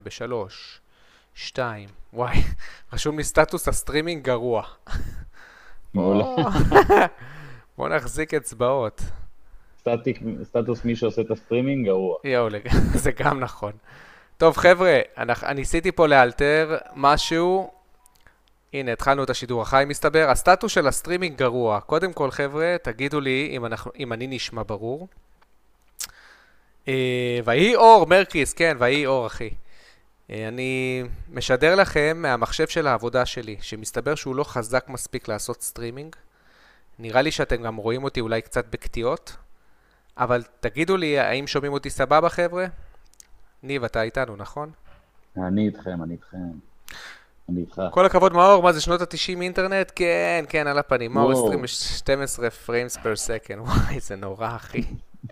בשלוש, שתיים, וואי, רשום לי סטטוס הסטרימינג גרוע. מעולה. בוא נחזיק אצבעות. סטטוס מי שעושה את הסטרימינג גרוע. יאו, זה גם נכון. טוב חבר'ה, אני ניסיתי פה לאלתר משהו. הנה, התחלנו את השידור החי מסתבר. הסטטוס של הסטרימינג גרוע. קודם כל חבר'ה, תגידו לי אם אני נשמע ברור. ויהי אור, מרקיס, כן, ויהי אור אחי. אני משדר לכם מהמחשב של העבודה שלי, שמסתבר שהוא לא חזק מספיק לעשות סטרימינג. נראה לי שאתם גם רואים אותי אולי קצת בקטיעות, אבל תגידו לי, האם שומעים אותי סבבה חבר'ה? ניב, אתה איתנו, נכון? אני איתכם, אני איתך. כל הכבוד מאור, מה זה שנות ה-90 אינטרנט? כן, כן, על הפנים. מאור וואו. 12 frames per second. וואי, זה נורא, אחי.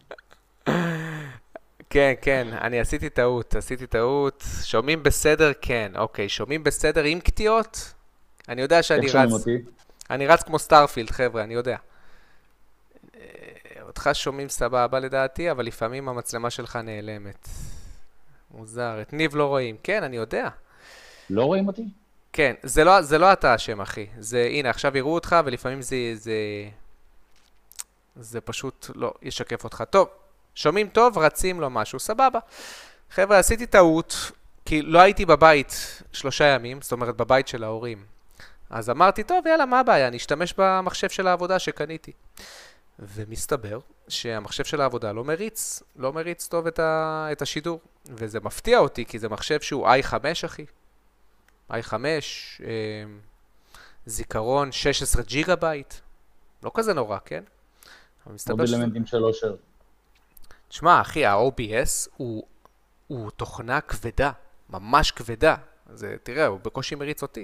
כן, כן, אני עשיתי טעות. שומעים בסדר? כן, אוקיי. שומעים בסדר עם קטיעות? אני יודע שאני איך שומעים רץ. אותי? אני רץ כמו סטארפילד, חבר'ה, אני יודע. אותך שומעים סבבה לדעתי, אבל לפעמים המצלמה שלך נעלמת. מוזר. את ניב לא רואים. כן, אני יודע. לא רואים אותי? כן, זה לא אתה השם, אחי. הנה, עכשיו יראו אותך, ולפעמים זה פשוט לא ישקף אותך. טוב, שומעים טוב, רצים לו משהו, סבבה. חבר'ה, עשיתי טעות, כי לא הייתי בבית 3 ימים, זאת אומרת בבית של ההורים. אז אמרתי, טוב, יאללה, מה הבעיה? אני אשתמש במחשב של העבודה שקניתי. ומסתבר שהמחשב של העבודה לא מריץ טוב את השידור. וזה מפתיע אותי, כי זה מחשב שהוא i5, אחי. i5, זיכרון 16 ג'יגה בייט. לא כזה נורא, כן? אבל מסתבר עוד אלמנטים של אושר. תשמע, אחי, ה-OBS הוא תוכנה כבדה, ממש כבדה. תראה, הוא בקושי מריץ אותי.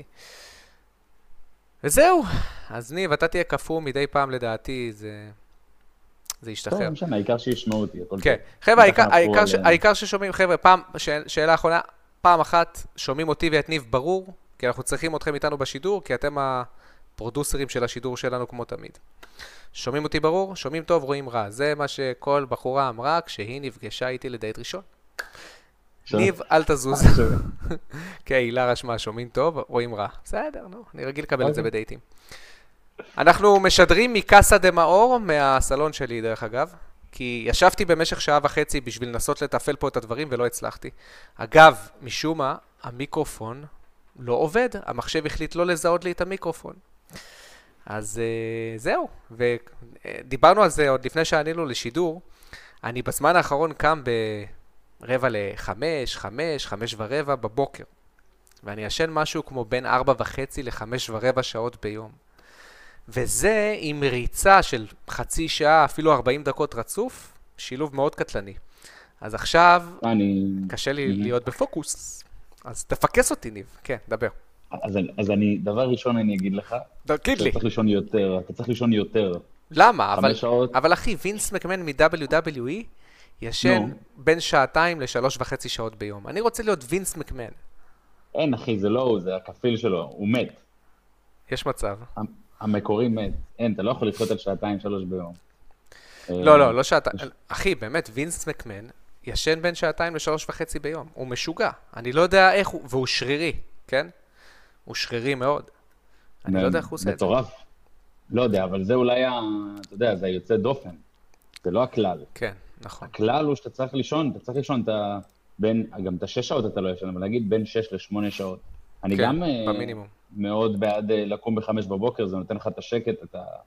וזהו. אז ניב, אתה תהיה קפוא מדי פעם לדעתי, זה טוב, ישתחרר. לא משנה, העיקר שישמעו אותי. הכל כן. טוב. חבר'ה, ככה נפרו על- העיקר ששומעים, חבר'ה, שאלה אחרונה, פעם אחת שומעים אותי ואת ניב ברור, כי אנחנו צריכים אתכם איתנו בשידור, כי אתם הפרודוסרים של השידור שלנו כמו תמיד. שומעים אותי ברור? שומעים טוב, רואים רע. זה מה שכל בחורה אמרה כשהיא נפגשה איתי לדייט ראשון. ניב, אל תזוז. כן, הילה רשמה, שומעים טוב, רואים רע. בסדר, נו, אני רגיל לקבל את זה אוקיי. בדייטים. אנחנו משדרים מקאסה דה מאור, מהסלון שלי דרך אגב, כי ישבתי במשך 1.5 שעה בשביל לנסות לטפל פה את הדברים ולא הצלחתי. אגב, משום מה, המיקרופון לא עובד, המחשב החליט לא לזהות לי את המיקרופון. אז זהו, ודיברנו על זה עוד לפני שענינו לשידור. אני בזמן האחרון קם ב4:45, 5:15 בבוקר, ואני ישן משהו כמו בין 4:30 ל5:15 שעות ביום. וזה עם ריצה של חצי שעה, אפילו 40 דקות רצוף, שילוב מאוד קטלני. אז עכשיו קשה לי להיות בפוקוס, אז תפקס אותי ניב, כן, דבר. אז דבר ראשון אני אגיד לך, תגיד לי. אתה צריך לישון יותר. למה? 5 שעות. אבל אחי, וינס מקמן מ-WWE ישן נו. בין 2 ל3.5 שעות ביום. אני רוצה להיות וינס מקמן. אין אחי, זה לא הוא, זה הכפיל שלו, הוא מת. יש מצב. המקורי מת. אין, אתה לא יכול לחיות על 2-3 ביום. לא 2. אחי, באמת, וינס מקמן ישן בין 2 ל3.5 ביום. הוא משוגע. אני לא יודע איך הוא, והוא שרירי, כן? הוא שרירי מאוד. אני לא יודע איך הוא עושה את זה. מטורף. לא יודע, אבל זה אולי, אתה יודע, זה יוצא דופן. זה לא הכלל. כן, נכון. הכלל הוא שאתה צריך לישון, גם את ה6 שעות אתה לא ישן, אבל נגיד בין 6 ל8 שעות. אני כן, גם במינימום. מאוד בעד לקום ב5 בבוקר, זה נותן לך את השקט,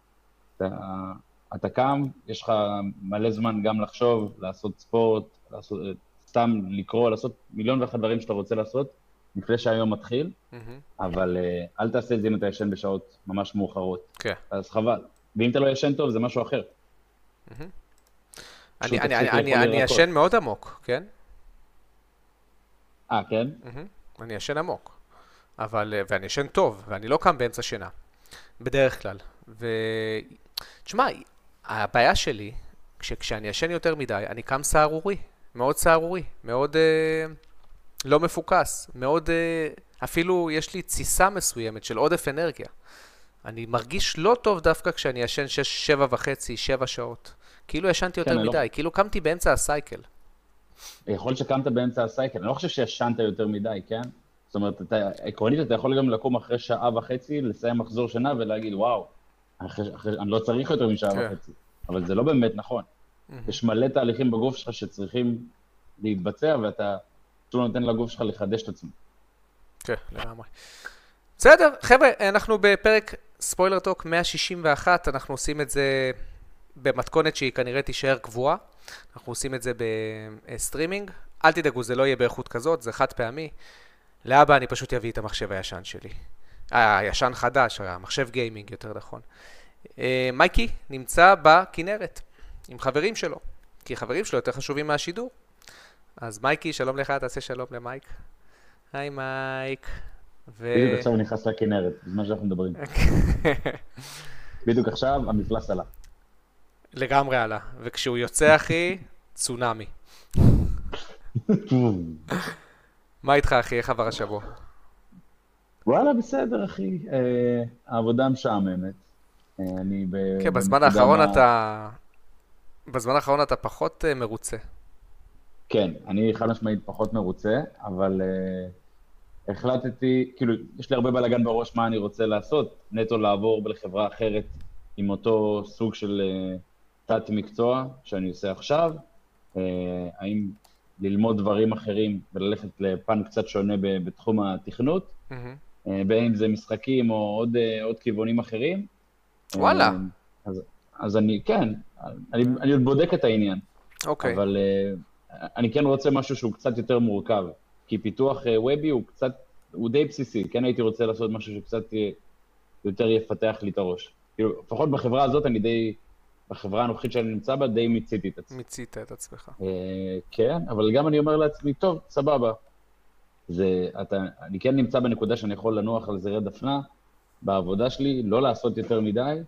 אתה קם, יש לך מלא זמן גם לחשוב, לעשות ספורט, סתם לקרוא, לעשות מיליון ואחת דברים שאתה רוצה לעשות, לפני שהיום מתחיל, אבל אל תעשה את זה אם אתה ישן בשעות ממש מאוחרות. כן. אז חבל. ואם אתה לא ישן טוב, זה משהו אחר. אני ישן מאוד עמוק, כן? כן? אני ישן עמוק. ואני ישן טוב, ואני לא קם באמצע שינה. בדרך כלל. תשמע, הבעיה שלי, כשאני ישן יותר מדי, אני קם סערורי. מאוד סערורי. מאוד לא מפוקס. מאוד, אפילו יש לי ציסה מסוימת של עודף אנרגיה. אני מרגיש לא טוב דווקא כשאני ישן 7.5, 7 שעות. כאילו ישנתי יותר מדי, כאילו קמתי באמצע הסייקל. יכול להיות שקמת באמצע הסייקל, אני לא חושב שישנת יותר מדי, כן? זאת אומרת, עקרונית אתה יכול גם לקום אחרי שעה וחצי, לסיים מחזור שינה ולהגיד, וואו, אני לא צריך יותר משעה וחצי, אבל זה לא באמת נכון. יש מלא תהליכים בגוף שלך שצריכים להתבצע, ואתה פשוט נותן לגוף שלך לחדש את עצמו. כן, לגמרי. בסדר, חבר'ה, אנחנו בפרק ספוילר טוק 161, אנחנו עושים את זה במתכונת שהיא כנראה תישאר קבועה, אנחנו עושים את זה בסטרימינג, אל תדאגו, זה לא יהיה באיכות כזאת, זה חד פעמי, לאבא אני פשוט אביא את המחשב הישן שלי, הישן חדש, המחשב גיימינג יותר נכון. מייקי נמצא בכנרת, עם חברים שלו, כי חברים שלו יותר חשובים מהשידור, אז מייקי, שלום לך, תעשה שלום למייק. היי מייק. בדיוק עכשיו הוא נכנס לכנרת, בזמן שאנחנו מדברים. בדיוק עכשיו המפלס עלה. לגמרי עלה, וכשהוא יוצא אחי, צונאמי. מה איתך אחי, איך עבר השבוע? וואלה, בסדר אחי, העבודה משעממת. כן, בזמן האחרון אתה פחות מרוצה. כן, אני חד משמעית פחות מרוצה, אבל החלטתי, כאילו, יש לי הרבה בלגן בראש מה אני רוצה לעשות, נטו לעבור לחברה אחרת עם אותו סוג של תת מקצוע שאני עושה עכשיו, האם ללמוד דברים אחרים וללכת לפן קצת שונה בתחום התכנות, בין אם זה משחקים או עוד כיוונים אחרים. וואלה. אז אני, כן, אני עוד בודק את העניין. אוקיי. אבל אני כן רוצה משהו שהוא קצת יותר מורכב, כי פיתוח וובי הוא די בסיסי, כן הייתי רוצה לעשות משהו שקצת יותר יפתח לי את הראש. כאילו, לפחות בחברה הזאת בחברה הנוכחית שאני נמצא בה, די מיציתי את עצמי. מיצית את עצמך. כן, אבל גם אני אומר לעצמי, טוב, סבבה. אני כן נמצא בנקודה שאני יכול לנוח על זרי דפנה, בעבודה שלי, לא לעשות יותר מדי,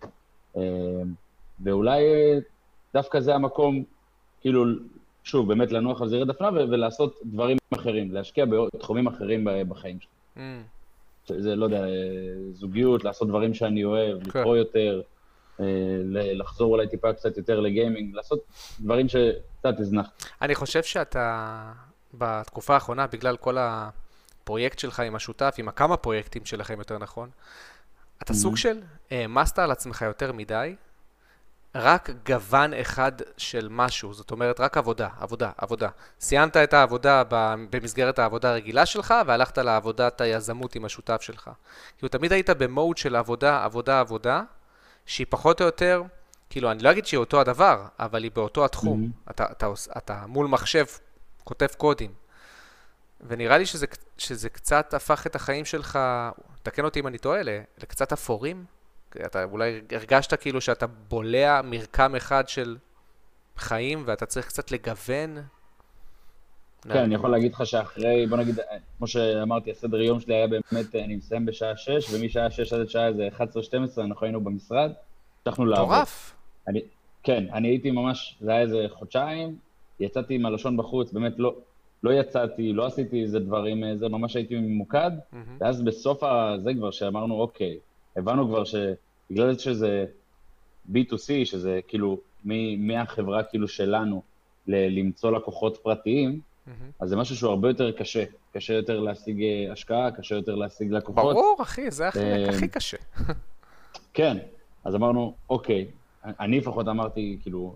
ואולי דווקא זה המקום, כאילו, שוב, באמת לנוח על זרי דפנה ולעשות דברים אחרים, להשקיע בתחומים אחרים בחיים שלי. זה, לא יודע, זוגיות, לעשות דברים שאני אוהב, לקרוא יותר, לחזור אולי טיפה קצת יותר לגיימינג, לעשות דברים שקצת הזנחת. אני חושב שאתה, בתקופה האחרונה, בגלל כל הפרויקט שלך עם השותף, עם כמה פרויקטים שלכם יותר נכון, אתה סוג של העמסת על עצמך יותר מדי, רק גוון אחד של משהו, זאת אומרת רק עבודה. סיימת את העבודה במסגרת העבודה הרגילה שלך, והלכת לעבודת היזמות עם השותף שלך. כאילו תמיד היית במוד של עבודה, שהיא פחות או יותר, כאילו אני לא אגיד שהיא אותו הדבר, אבל היא באותו התחום. אתה מול מחשב כותב קודים. ונראה לי שזה קצת הפך את החיים שלך, תקן אותי אם אני טועה, לקצת אפורים. אתה אולי הרגשת כאילו שאתה בולע מרקם אחד של חיים, ואתה צריך קצת לגוון. כן, אני יכול להגיד לך שאחרי, בוא נגיד, כמו שאמרתי, הסדר יום שלי היה באמת, אני מסיים בשעה 6, ומשעה 6 עד שעה איזה 11-12, אנחנו היינו במשרד, הצלחנו לעבוד. מטורף. כן, אני הייתי ממש, זה היה איזה חודשיים, יצאתי עם הלשון בחוץ, באמת לא יצאתי, לא עשיתי איזה דברים, זה ממש הייתי ממוקד, ואז בסוף הזה כבר שאמרנו, אוקיי, הבנו כבר שבגלל שזה B2C, שזה כאילו מהחברה כאילו שלנו למצוא לקוחות פרטיים, אז זה משהו שהוא הרבה יותר קשה. קשה יותר להשיג השקעה, קשה יותר להשיג לקוחות. ברור, אחי, זה הכי קשה. כן, אז אמרנו, אוקיי, אני לפחות אמרתי, כאילו,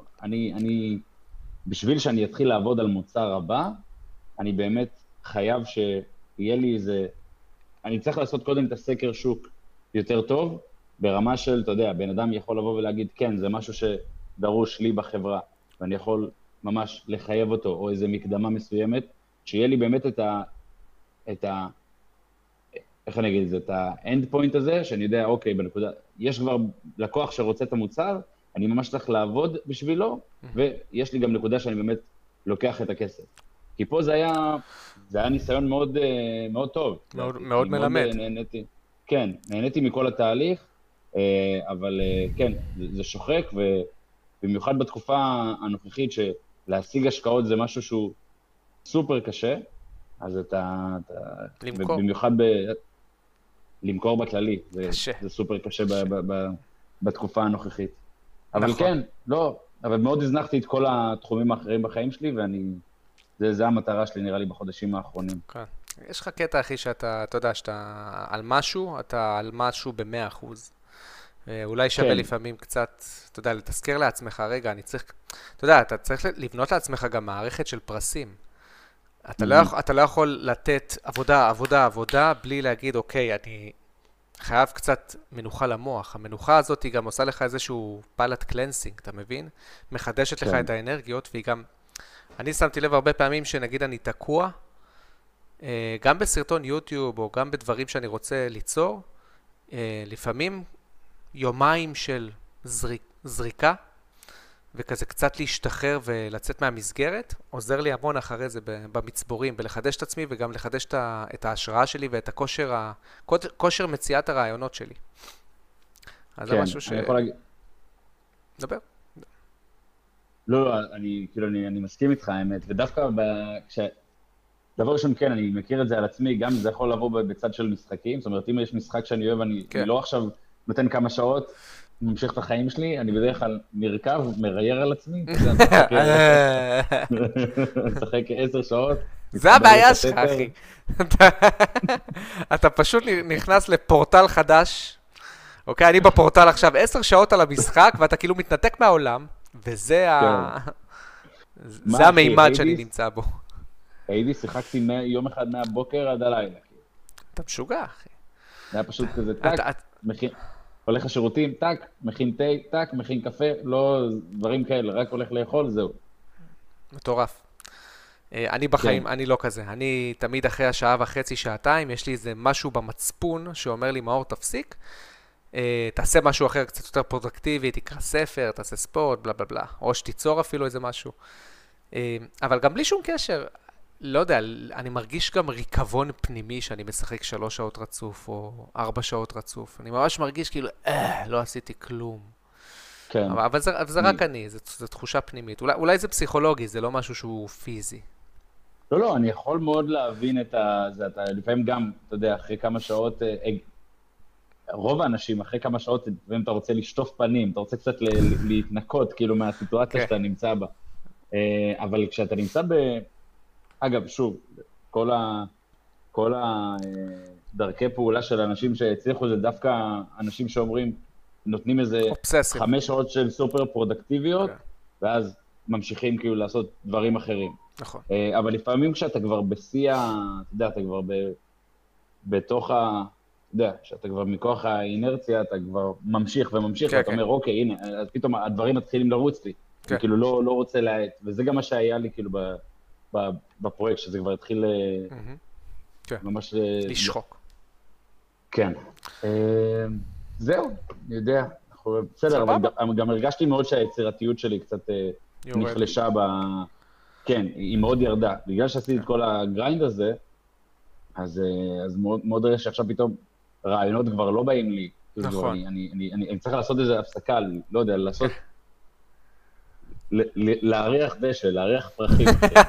בשביל שאני אתחיל לעבוד על מוצר הבא, אני באמת חייב שיהיה לי איזה, אני צריך לעשות קודם את הסקר שוק יותר טוב, ברמה של, אתה יודע, בן אדם יכול לבוא ולהגיד, כן, זה משהו שדרוש לי בחברה, ואני יכול ממש לחייב אותו, או איזו מקדמה מסוימת, שיהיה לי באמת איך אני אגיד את זה, את האנד פוינט הזה, שאני יודע, אוקיי, בנקודה, יש כבר לקוח שרוצה את המוצר, אני ממש צריך לעבוד בשבילו, ויש לי גם נקודה שאני באמת לוקח את הכסף. כי פה זה היה ניסיון מאוד, מאוד טוב. מאוד מלמד. כן, נהניתי מכל התהליך, אבל כן, זה שוחק, ובמיוחד בתקופה הנוכחית שלהשיג השקעות זה משהו שהוא סופר קשה, אז למכור. במיוחד למכור בכללי, זה סופר קשה בתקופה הנוכחית. אבל כן, לא, אבל מאוד הזנחתי את כל התחומים האחרים בחיים שלי, ואני זה המטרה שלי נראה לי בחודשים האחרונים. כן. יש לך קטע, אחי, שאתה, אתה יודע, שאתה על משהו, אתה על משהו ב100%. אולי שווה כן. לפעמים קצת, אתה יודע, לתזכר לעצמך, רגע, אני צריך, אתה יודע, אתה צריך לבנות לעצמך גם מערכת של פרסים. אתה לא יכול לתת עבודה, עבודה, עבודה, בלי להגיד, אוקיי, אני חייב קצת מנוחה למוח. המנוחה הזאת היא גם עושה לך איזשהו פלט קלנסינג, אתה מבין? מחדשת לך כן. את האנרגיות, והיא גם, אני שמתי לב הרבה פעמים שנגיד אני תקוע, גם בסרטון יוטיוב או גם בדברים שאני רוצה ליצור, לפעמים יומיים של זריקה, וכזה קצת להשתחרר ולצאת מהמסגרת, עוזר לי המון אחרי זה במצבורים, בלחדש את עצמי וגם לחדש את ההשראה שלי ואת כושר מציאת הרעיונות שלי. אז זה כן, משהו אני יכול להגיד... דבר. לא, לא, אני מסכים איתך, האמת, ודווקא דבר ראשון, כן, אני מכיר את זה על עצמי, גם זה יכול לבוא בצד של משחקים, זאת אומרת, אם יש משחק שאני אוהב, אני לא עכשיו נותן כמה שעות, ממשיך את החיים שלי, אני בדרך כלל נרכב, מרייר על עצמי, משחק 10 שעות. זה הבעיה שלך, אחי. אתה פשוט נכנס לפורטל חדש, אוקיי, אני בפורטל עכשיו 10 שעות על המשחק, ואתה כאילו מתנתק מהעולם, וזה המימד שאני נמצא בו. הייתי, שיחקתי יום אחד מהבוקר עד הלילה. אתה משוגע, אחי. זה היה פשוט כזה טק, הולך לשירותים, טק, מכין תה, טק, מכין קפה, לא דברים כאלה, רק הולך לאכול, זהו. מטורף. אני בחיים, אני לא כזה. אני תמיד אחרי השעה וחצי, שעתיים, יש לי איזה משהו במצפון שאומר לי, מאור, תפסיק. תעשה משהו אחר קצת יותר פרודקטיבי, תקרא ספר, תעשה ספורט, בלה בלה בלה. או שתיצור אפילו איזה משהו. אבל גם בלי שום קשר, לא יודע, אני מרגיש גם ריקבון פנימי שאני משחק 3 שעות רצוף או 4 שעות רצוף. אני ממש מרגיש כאילו, לא עשיתי כלום. כן. אבל זה רק אני, זו תחושה פנימית. אולי זה פסיכולוגי, זה לא משהו שהוא פיזי. לא, לא, אני יכול מאוד להבין את זה. אתה לפעמים גם, אתה יודע, אחרי כמה שעות, רוב האנשים, אחרי כמה שעות, לפעמים אתה רוצה לשטוף פנים, אתה רוצה קצת להתנקות, כאילו, מהסיטואציה שאתה נמצא בה. אבל כשאתה נמצא אגב, שוב, כל הדרכי פעולה של אנשים שהצליחו, זה דווקא אנשים שאומרים, נותנים איזה 5 שעות של סופר פרודקטיביות, ואז ממשיכים כאילו לעשות דברים אחרים. נכון. אבל לפעמים כשאתה כבר בשיא, אתה יודע, אתה כבר בתוך אתה יודע, שאתה כבר מכוח האינרציה, אתה כבר ממשיך וממשיך, ואתה אומר, אוקיי, הנה, אז פתאום הדברים מתחילים לרוץ לי. אני כאילו לא רוצה להעט, וזה גם מה שהיה לי כאילו בפרויקט, שזה כבר התחיל ממש... לשחוק. כן. זהו, אני יודע. בסדר, אבל גם הרגשתי מאוד שהיצירתיות שלי קצת נחלשה כן, היא מאוד ירדה. בגלל שעשיתי את כל הגריינד הזה, אז מאוד ראה שעכשיו פתאום רעיונות כבר לא באים לי. נכון. אני צריך לעשות איזו הפסקה, לא יודע, לעשות... להריח דשא, להריח פרחים.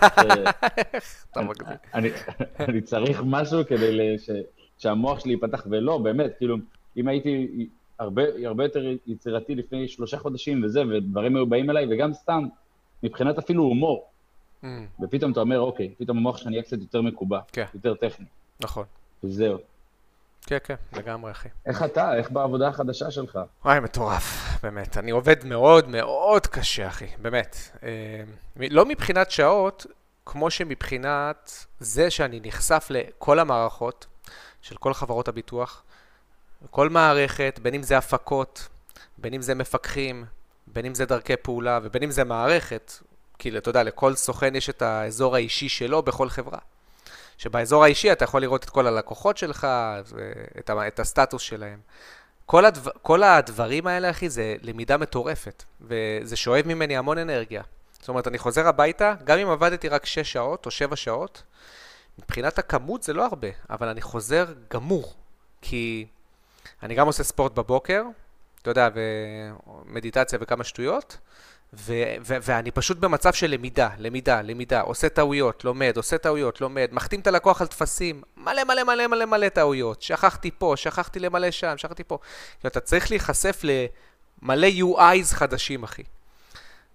אני צריך משהו כדי שהמוח שלי ייפתח, ולא, באמת, כאילו, אם הייתי הרבה יותר יצירתי לפני 3 חודשים וזה, ודברים היו באים אליי, וגם סתם, מבחינת אפילו הומור, ופתאום אתה אומר, אוקיי, פתאום המוח שאני אהיה קצת יותר מקובע, יותר טכני. נכון. וזהו. כן, כן, לגמרי, אחי. איך בעבודה החדשה שלך? וואי, מטורף, באמת. אני עובד מאוד מאוד קשה, אחי, באמת. לא מבחינת שעות, כמו שמבחינת זה שאני נחשף לכל המערכות של כל חברות הביטוח, כל מערכת, בין אם זה הפקות, בין אם זה מפקחים, בין אם זה דרכי פעולה, ובין אם זה מערכת, כי אתה יודע, לכל סוכן יש את האזור האישי שלו בכל חברה. שבאזור האישי אתה יכול לראות את כל הלקוחות שלך, את הסטטוס שלהם. כל הדברים האלה, אחי, זה למידה מטורפת, וזה שואב ממני המון אנרגיה. זאת אומרת, אני חוזר הביתה, גם אם עבדתי רק 6 שעות או 7 שעות, מבחינת הכמות זה לא הרבה, אבל אני חוזר גמור, כי אני גם עושה ספורט בבוקר, אתה יודע, ומדיטציה וכמה שטויות, ואני פשוט במצב של למידה, עושה טעויות, לומד, מחתים את הלקוח על תפסים, מלא טעויות, שכחתי פה, שכחתי למלא שם, שכחתי פה. אתה צריך להיחשף למלא UIs חדשים, אחי.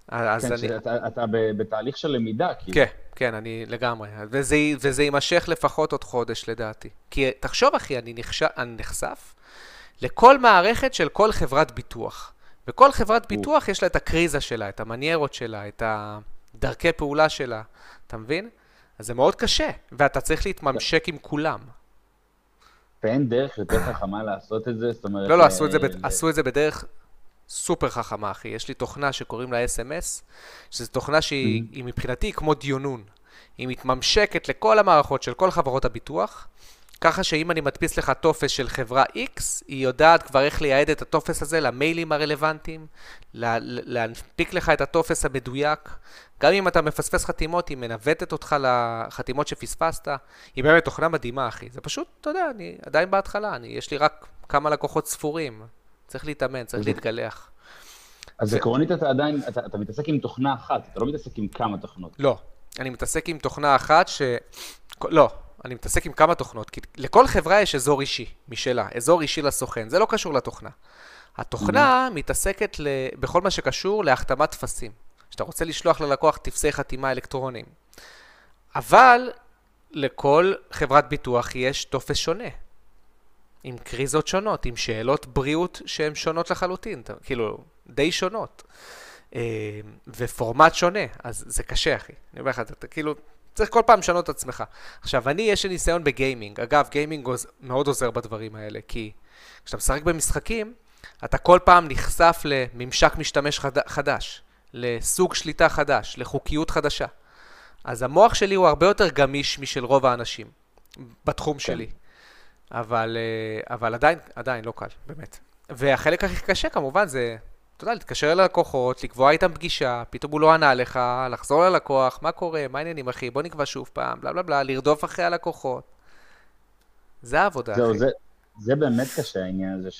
כן, אתה בתהליך של למידה, כאילו. כן, כן, אני לגמרי. וזה יימשך לפחות עוד חודש, לדעתי. כי תחשוב, אחי, אני נחשף לכל מערכת של כל חברת ביטוח. וכל חברת ביטוח יש לה את הקריזה שלה, את המניירות שלה, את הדרכי פעולה שלה. אתה מבין? אז זה מאוד קשה, ואתה צריך להתממשק עם כולם. ואין דרך יותר חכמה לעשות את זה? זאת אומרת... לא, עשו את זה בדרך סופר חכמה, אחי. יש לי תוכנה שקוראים לה SMS, שזו תוכנה שהיא מבחינתי כמו דיונון. היא מתממשקת לכל המערכות של כל חברות הביטוח, ככה שאם אני מדפיס לך טופס של חברה X, היא יודעת כבר איך לייעד את הטופס הזה למיילים הרלוונטיים, להנפיק לך את הטופס המדויק. גם אם אתה מפספס חתימות, היא מנווטת אותך לחתימות שפספסת. היא באמת תוכנה מדהימה, אחי. זה פשוט, אתה יודע, אני עדיין בהתחלה, יש לי רק כמה לקוחות ספורים. צריך להתאמן, צריך להתגלח. אז עקרונית אתה מתעסק עם תוכנה אחת, אתה לא מתעסק עם כמה תוכנות. לא, אני מתעסק עם תוכנה אחת לא, אני מתעסק עם כמה תוכנות, כי לכל חברה יש אזור אישי משלה, אזור אישי לסוכן, זה לא קשור לתוכנה. התוכנה מתעסקת בכל מה שקשור להחתמת תפסים. שאתה רוצה לשלוח ללקוח תפסי חתימה אלקטרוניים. אבל לכל חברת ביטוח יש טופס שונה. עם קריזות שונות, עם שאלות בריאות שהן שונות לחלוטין, כאילו, די שונות. ופורמט שונה, אז זה קשה, אחי. אני אומר לך, אתה כאילו, צריך כל פעם לשנות את עצמך. עכשיו, יש לי ניסיון בגיימינג. אגב, גיימינג מאוד עוזר בדברים האלה, כי כשאתה משחק במשחקים, אתה כל פעם נחשף לממשק משתמש חדש, לסוג שליטה חדש, לחוקיות חדשה. אז המוח שלי הוא הרבה יותר גמיש משל רוב האנשים, בתחום שלי. אבל עדיין לא קל, באמת. והחלק הכי קשה כמובן זה, אתה יודע, להתקשר ללקוחות, לקבוע איתם פגישה, פתאום הוא לא ענה לך, לחזור ללקוח, מה קורה, מה העניינים אחי, בוא נקבע שוב פעם, בלה בלה בלה, לרדוף אחרי הלקוחות. זה העבודה, אחי. זה באמת קשה העניין הזה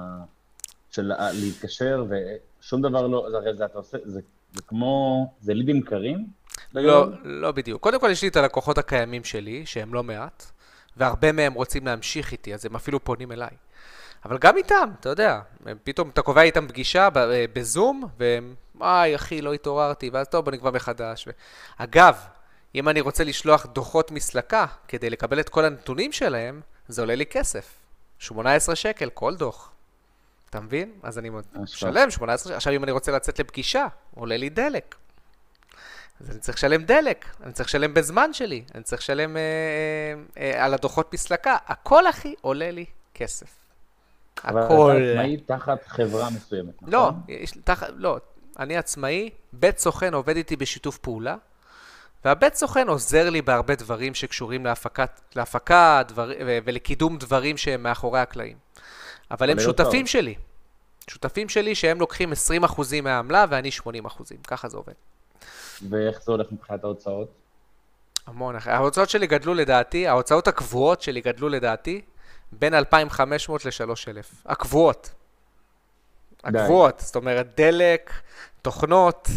של להתקשר ושום דבר לא, זה כמו, זה לידים קרים? לא בדיוק. קודם כל יש לי את הלקוחות הקיימים שלי, שהם לא מעט. והרבה מהם רוצים להמשיך איתי, אז הם אפילו פונים אליי. אבל גם איתם, אתה יודע, פתאום אתה קובע איתם פגישה בזום, והם, אחי, לא התעוררתי, ואז טוב, בוא נקבע מחדש. אגב, אם אני רוצה לשלוח דוחות מסלקה, כדי לקבל את כל הנתונים שלהם, זה עולה לי כסף. 18 שקל, כל דוח. אתה מבין? אז אני משלם 18 שקל. עכשיו, אם אני רוצה לצאת לפגישה, עולה לי דלק. אז אני צריך לשלם דלק, אני צריך לשלם בזמן שלי, אני צריך לשלם על הדוחות מסלקה. הכל, אחי, עולה לי כסף. אבל אתה עצמאי תחת חברה מסוימת, נכון? לא, אני עצמאי, בית סוכן עובד איתי בשיתוף פעולה, והבית סוכן עוזר לי בהרבה דברים שקשורים להפקה ולקידום דברים שהם מאחורי הקלעים. אבל הם שותפים שלי. שותפים שלי שהם לוקחים 20% מהעמלה ואני 80%. ככה זה עובד. ואיך זה הולך מבחינת ההוצאות? המון. ההוצאות שלי גדלו לדעתי, ההוצאות הקבועות שלי גדלו לדעתי, בין 2,500 ל-3,000. הקבועות. הקבועות. זאת אומרת, דלק, תוכנות,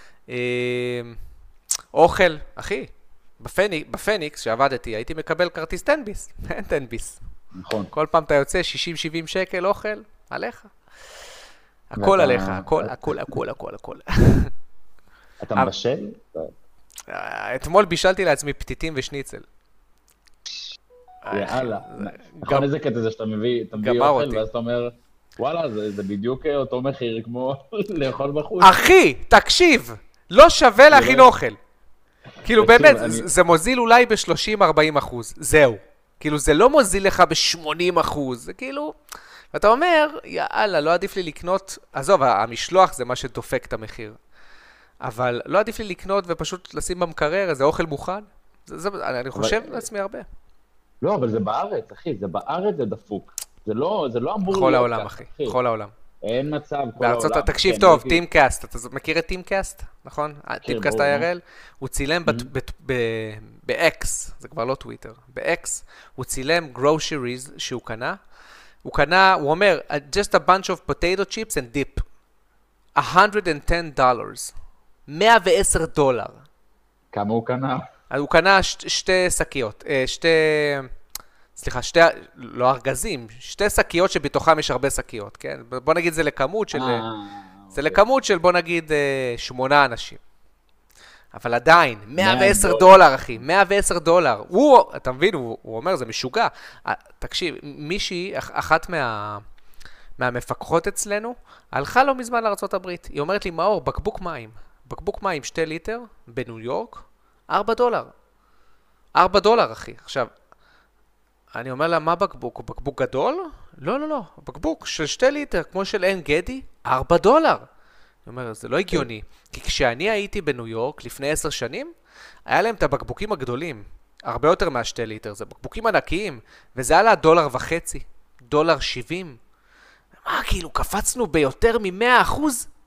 אוכל. אחי, בפניקס שעבדתי, הייתי מקבל כרטיס 10 ביס. אין 10 ביס. נכון. כל פעם אתה יוצא 60-70 שקל אוכל, עליך. הכל עליך, הכל. אתה מבשל? אתמול בישלתי לעצמי פתיתים ושניצל. יאללה. נכון איזה קטע זה שאתה מביא אוכל, ואז אתה אומר, וואלה, זה בדיוק אותו מחיר כמו לאכול בחוץ. אחי, תקשיב, לא שווה להכין אוכל. כאילו באמת, זה מוזיל אולי ב-30-40%, זהו. כאילו זה לא מוזיל לך ב-80%, זה כאילו... ואתה אומר, יאללה, לא עדיף לי לקנות... עזוב, המשלוח זה מה שדופק את המחיר. אבל לא עדיף לי לקנות ופשוט לשים במקרר איזה אוכל מוכן. אני חושב לעצמי הרבה. לא, אבל זה בארץ, אחי. זה בארץ, זה דפוק. זה לא אמור... בכל העולם, אחי. בכל העולם. אין מצב, כל העולם. תקשיב טוב, טימקאסט. אתה מכיר את טימקאסט? נכון? טימקאסט IRL. הוא צילם ב-X, זה כבר לא טוויטר. ב-X הוא צילם groceries שהוא קנה. הוא אומר, just a bunch of potato chips and dip. $110. $110. כמה הוא קנה? הוא קנה שתי שקיות, לא ארגזים, שתי שקיות שבתוכם יש הרבה שקיות, כן? בוא נגיד זה לכמות של... זה לכמות של בוא נגיד 8 אנשים. אבל עדיין, 110 דולר, אחי, 110 דולר. אתה מבין, הוא אומר, זה משוגע. תקשיב, מישהי, אחת מהמפקחות אצלנו, הלכה לא מזמן לארצות הברית. היא אומרת לי, מאור, בקבוק מים 2 ליטר בניו יורק, 4 דולר. 4 דולר, אחי. עכשיו, אני אומר לה, מה בקבוק? הוא בקבוק גדול? לא. בקבוק של 2 ליטר, כמו של עין גדי, 4 דולר. אני אומר, זה לא הגיוני. כי כשאני הייתי בניו יורק לפני 10 שנים, היה להם את הבקבוקים הגדולים. הרבה יותר מה2 ליטר. זה בקבוקים ענקיים. וזה עלה $1.50. $1.70. מה, כאילו, קפצנו ביותר מ100%?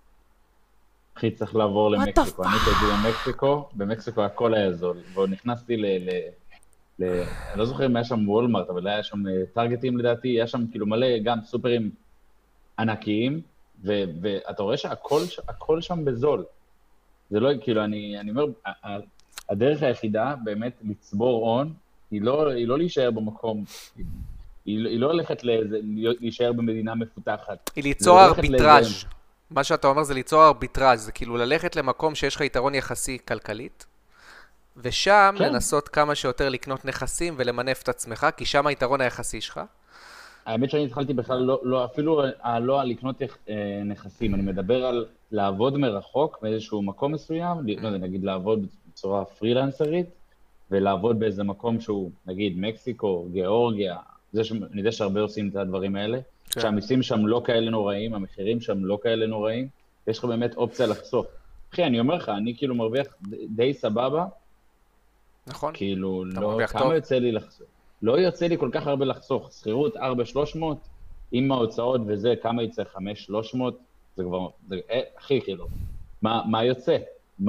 אחי, צריך לעבור למקסיקו. אני הייתי במקסיקו, במקסיקו הכל היה זול. ונכנסתי אני לא זוכר אם היה שם וולמרט, אבל היה שם טרגטים לדעתי, היה שם כאילו מלא גם סופרים ענקיים, ואתה רואה שהכל שם בזול. זה לא, כאילו, אני אומר, הדרך היחידה באמת לצבור הון, היא לא להישאר במקום, היא לא הולכת להישאר במדינה מפותחת. היא ליצור ארביטראז'. מה שאתה אומר זה ליצור ארביטראז', זה כאילו ללכת למקום שיש לך יתרון יחסי כלכלית, ושם לנסות כמה שיותר לקנות נכסים ולמנף את עצמך, כי שם היתרון היחסי שלך. האמת שאני התחלתי בכלל אפילו לא על לקנות נכסים, אני מדבר על לעבוד מרחוק באיזשהו מקום מסוים, נגיד לעבוד בצורה פרילנסרית, ולעבוד באיזה מקום שהוא, נגיד, מקסיקו, גיאורגיה, אני יודע שהרבה עושים את הדברים האלה, שהמיסים שם לא כאלה נוראים, המחירים שם לא כאלה נוראים, ויש לך באמת אופציה לחסוך. אחי, אני אומר לך, אני כאילו מרוויח די סבבה, נכון. כאילו, כמה יוצא לי לחסוך? לא יוצא לי כל כך הרבה לחסוך, שכירות 4,300, עם ההוצאות וזה, כמה יצא 5,300, זה כבר, אחי, כאילו, מה יוצא?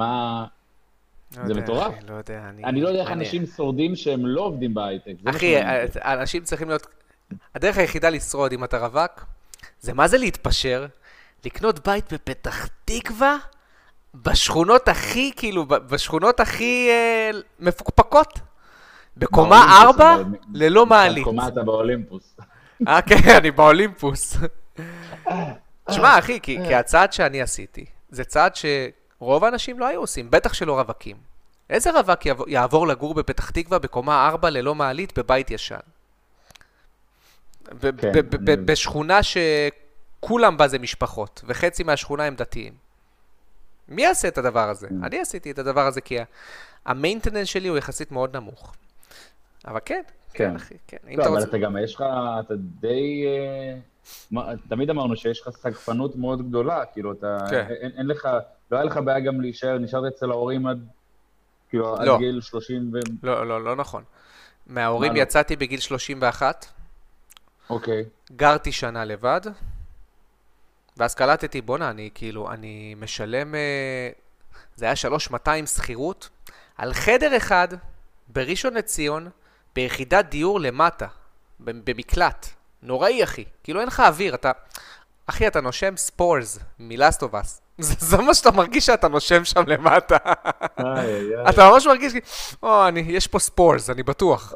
זה מטורף. לא יודע, אני לא יודע איך אנשים שורדים שהם לא עובדים בהייטק. אחי, אנשים צריכים להיות, הדרך היחידה לשרוד אם אתה רווק, זה מה זה להתפשר, לקנות בית בפתח תקווה, בשכונות הכי, כאילו, בשכונות הכי מפוקפקות. בקומה 4, ללא מעלית. בקומה אתה באולימפוס. כן, אני באולימפוס. תשמע, אחי, כי הצעד שאני עשיתי, זה צעד שרוב האנשים לא היו עושים, בטח שלא רווקים. איזה רווק יעבור לגור בפתח תקווה בקומה 4 ללא מעלית בבית ישן? בשכונה שכולם בה זה משפחות, וחצי מהשכונה הם דתיים. מי יעשה את הדבר הזה? אני עשיתי את הדבר הזה כי המיינטננס שלי הוא יחסית מאוד נמוך. אבל כן, אחי, כן. לא, אבל אתה גם, יש לך, אתה די, תמיד אמרנו שיש לך סגפנות מאוד גדולה, כאילו, אין לך, לא היה לך בעיה גם להישאר, נשארת אצל ההורים עד, כאילו, עד גיל 30 ו... לא נכון. מההורים יצאתי בגיל 31. אוקיי. גרתי שנה לבד, ואז קלטתי, בונה, אני משלם, זה היה 3,200 שכירות, על חדר אחד, בראשון לציון, ביחידת דיור למטה, במקלט. נוראי, אחי. כאילו אין לך אוויר, אחי, אתה נושם ספורס, מלאסטובס. זה מה שאתה מרגיש שאתה נושם שם למטה. אתה ממש מרגיש, יש פה ספורס, אני בטוח.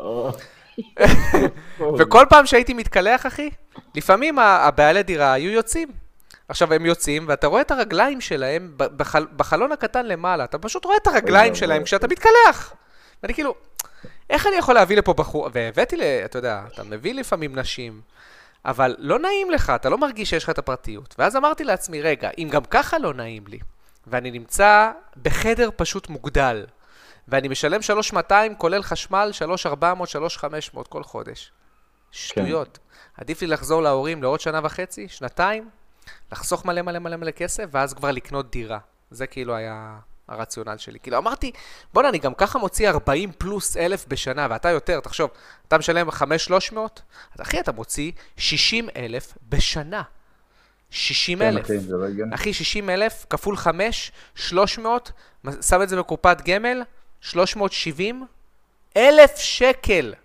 וכל פעם שהייתי מתקלח, אחי, לפעמים הבעלי דירה היו יוצאים. עכשיו הם יוצאים, ואתה רואה את הרגליים שלהם בחלון הקטן למעלה. אתה פשוט רואה את הרגליים שלהם כשאתה מתקלח. ואני כאילו, איך אני יכול להביא לפה בחור? והבאתי אתה יודע, אתה מביא לפעמים נשים, אבל לא נעים לך, אתה לא מרגיש שיש לך את הפרטיות. ואז אמרתי לעצמי, רגע, אם גם ככה לא נעים לי, ואני נמצא בחדר פשוט מוגדל, ואני משלם 3,200, כולל חשמל, 3,400, 3,500 כל חודש. שטויות. עדיף לי לחזור להורים לעוד 1.5 שנה, שנתיים, לחסוך מלא כסף, ואז כבר לקנות דירה. זה כאילו היה הרציונל שלי. כאילו אמרתי, בוא'נה, אני גם ככה מוציא 40,000+ בשנה, ואתה יותר, תחשוב, אתה משלם 5,300, אז אחי, אתה מוציא 60,000 בשנה. 60,000. אחי, 60,000 כפול 5, 300, שם את זה בקופת גמל, 370,000 שקל.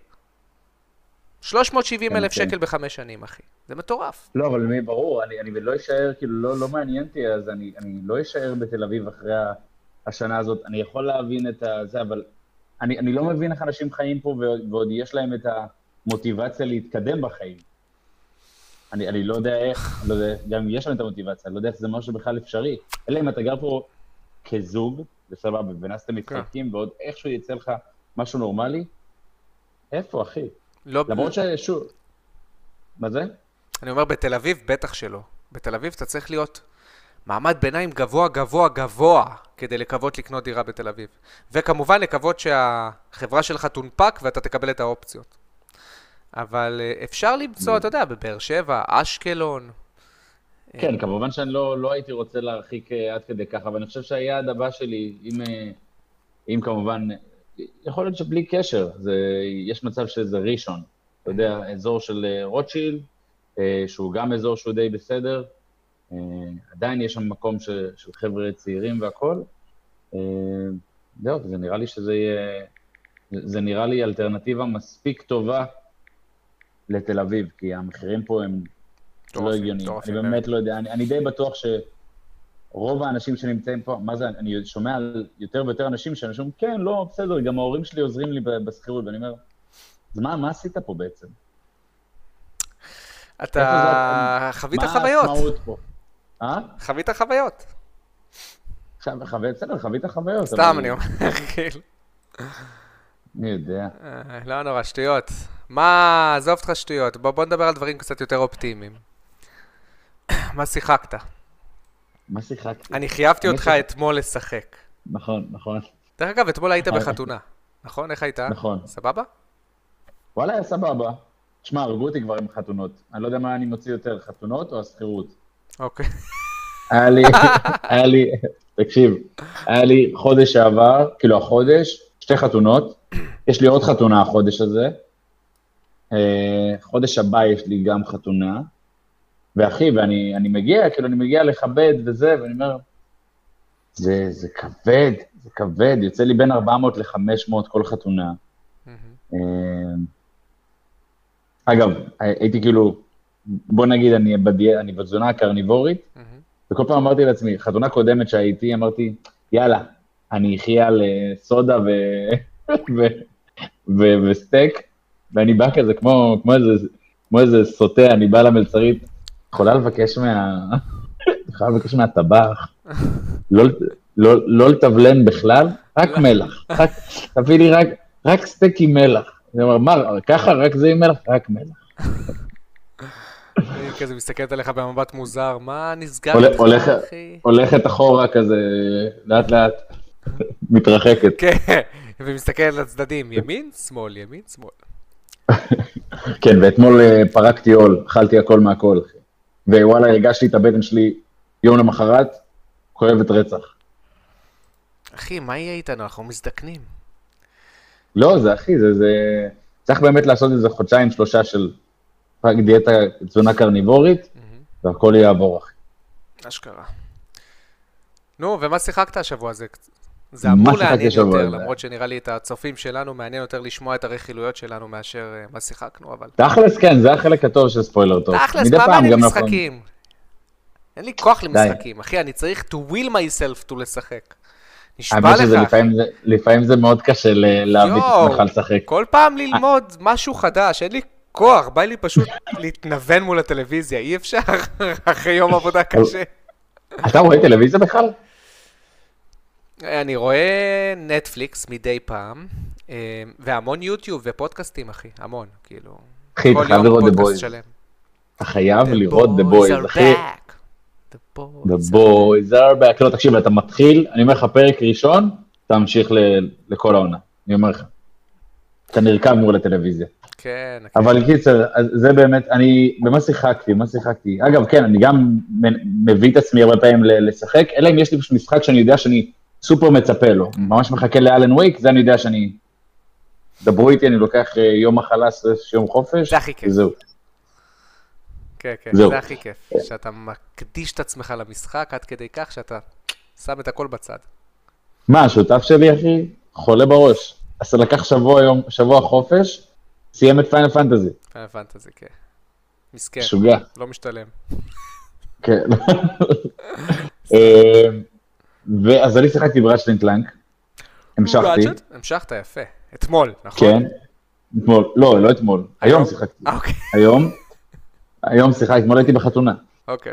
370,000 שקל ב5 שנים, אחי. זה מטורף. לא, אבל מי ברור, אני לא אשאר, כאילו לא מעניינתי, אז אני לא אשאר בתל אביב אחרי השנה הזאת. אני יכול להבין את זה, אבל אני לא מבין איך אנשים חיים פה, ועוד יש להם את המוטיבציה להתקדם בחיים. אני לא יודע איך, לא יודע, גם אם יש לנו את המוטיבציה, אני לא יודע איך זה משהו בכלל אפשרי. אלא אם אתה גר פה כזוג, בסבבה, ונסתם משחקים, ועוד איכשהו יצא לך משהו נורמלי, איפה, אחי? לא... למרות ששוב, מה זה? אני אומר, בתל אביב בטח שלא. בתל אביב אתה צריך להיות מעמד ביניים גבוה, גבוה, גבוה, כדי לקוות לקנות דירה בתל אביב. וכמובן לקוות שהחברה שלך תונפק ואתה תקבל את האופציות. אבל אפשר למצוא, אתה יודע, בבאר שבע, אשקלון. כן, כמובן שאני לא הייתי רוצה להרחיק עד כדי ככה, אבל אני חושב שהיעד הבא שלי, אם כמובן, יכול להיות שבלי קשר, יש מצב שזה ראשון, אתה יודע, אזור של רוטשילד, שהוא גם אזור שהוא די בסדר, עדיין יש שם מקום של חבר'ה צעירים והכל, זהו, זה נראה לי שזה יהיה, זה נראה לי אלטרנטיבה מספיק טובה לתל אביב, כי המחירים פה הם לא הגיוניים. אני באמת לא יודע, אני די בטוח שרוב האנשים שנמצאים פה, מה זה, אני שומע על יותר ויותר אנשים שאנשים, כן, לא, בסדר, גם ההורים שלי עוזרים לי בסחירות, ואני אומר, אז מה עשית פה בעצם? אתה חווית חוויות. מה המשמעות פה? חווית חוויות. עכשיו, בסדר, חווית חוויות. סתם, אני אומר, כאילו. אני יודע. לא נורא, שטויות. מה, עזוב אותך שטויות. בוא נדבר על דברים קצת יותר אופטימיים. מה שיחקת? מה שיחקתי? אני חייבתי אותך אתמול לשחק. נכון, נכון. דרך אגב, אתמול היית בחתונה. נכון? איך היית? נכון. סבבה? וואלה, היה סבבה. תשמע, הרגו אותי כבר עם חתונות. אני לא יודע מה אני מוציא יותר, חתונות או הסחירות. אוקיי. היה לי, תקשיב, היה לי חודש שעבר, כאילו החודש, 2 חתונות. יש לי עוד חתונה החודש הזה. חודש הבא יש לי גם חתונה. ואחי, ואני מגיע, כאילו אני מגיע לכבד וזה, ואני אומר, זה כבד, זה כבד, יוצא לי בין 400 ל-500 כל חתונה. אגב, הייתי כאילו, בוא נגיד, אני בתזונה הקרניבורית, וכל פעם אמרתי לעצמי, חתונה קודמת שהייתי, אמרתי, יאללה, אני אחיה על סודה וסטייק, ואני בא כזה כמו איזה סוטה, אני בא למלצרית, יכולה לבקש מהטבח, לא לטבלן בכלל, רק מלח, תביא לי רק סטייק עם מלח. אני אומר, מה, ככה, רק זה עם מלח, רק מלח. אני כזה מסתכלת עליך במבט מוזר, מה נסגר איתך, אחי? הולכת אחורה כזה, לאט לאט, מתרחקת. כן, ומסתכלת לצדדים, ימין, שמאל, ימין, שמאל. כן, ואתמול פרקתי עול, אכלתי הכל מהכל, אחי. ווואלה, הרגשתי את הבטן שלי יום למחרת, כואבת רצח. אחי, מה יהיה איתנו? אנחנו מזדקנים. לא, זה אחי, זה... צריך באמת לעשות איזה 2-3 של רק דיאטה תזונה קרניבורית, והכל יעבור, אחי. אשכרה. נו, ומה שיחקת השבוע הזה? זה אמור לעניין יותר, למרות שנראה לי את הצופים שלנו מעניין יותר לשמוע את הרכילויות שלנו מאשר מה שיחקנו, אבל... תכלס, כן, זה החלק הטוב של ספוילר טוב. תכלס, מה מעניין משחקים? אין לי כוח למשחקים, אחי, אני צריך to will myself to לשחק. נשבע לך, אחי. לפעמים זה מאוד קשה להביא את עצמך לשחק. כל פעם ללמוד משהו חדש, אין לי כוח, בא לי פשוט להתנוון מול הטלוויזיה, אי אפשר אחרי יום עבודה קשה. אתה רואה טלוויזיה בכלל? אני רואה נטפליקס מדי פעם, והמון יוטיוב ופודקאסטים, אחי, המון, כאילו. אחי, אתה חייב לראות The Boys. אתה חייב לראות The Boys, אחי. The Boys are back. לא, תקשיב, אתה מתחיל, אני אומר לך, פרק ראשון, אתה ממשיך לכל העונה. אני אומר לך. אתה נרכב מול הטלוויזיה. כן. אבל קיצר, זה באמת, במה שיחקתי? אגב, כן, אני גם מביא את עצמי הרבה פעמים לשחק, אלא אם יש לי פשוט משחק שאני יודע שאני סופר מצפה לו. ממש מחכה לאלן וויק, זה אני יודע שאני... דברו איתי, אני לוקח יום מחלה, יום חופש. זה הכי כיף. וזהו. כן, כן, זה הכי כיף. שאתה מקדיש את עצמך למשחק עד כדי כך שאתה שם את הכל בצד. מה, השותף שלי, אחי, חולה בראש. אז לקח שבוע חופש, סיים את פיינל פנטזי. פיינל פנטזי, כן. מסכן. שוגע. לא משתלם. כן. ואז אני שיחקתי ברצ'לנד קלנק. המשכתי. המשכת, יפה. אתמול, נכון? כן. אתמול, לא אתמול. היום שיחקתי. אוקיי. היום. היום שיחקתי, אתמול הייתי בחתונה. אוקיי.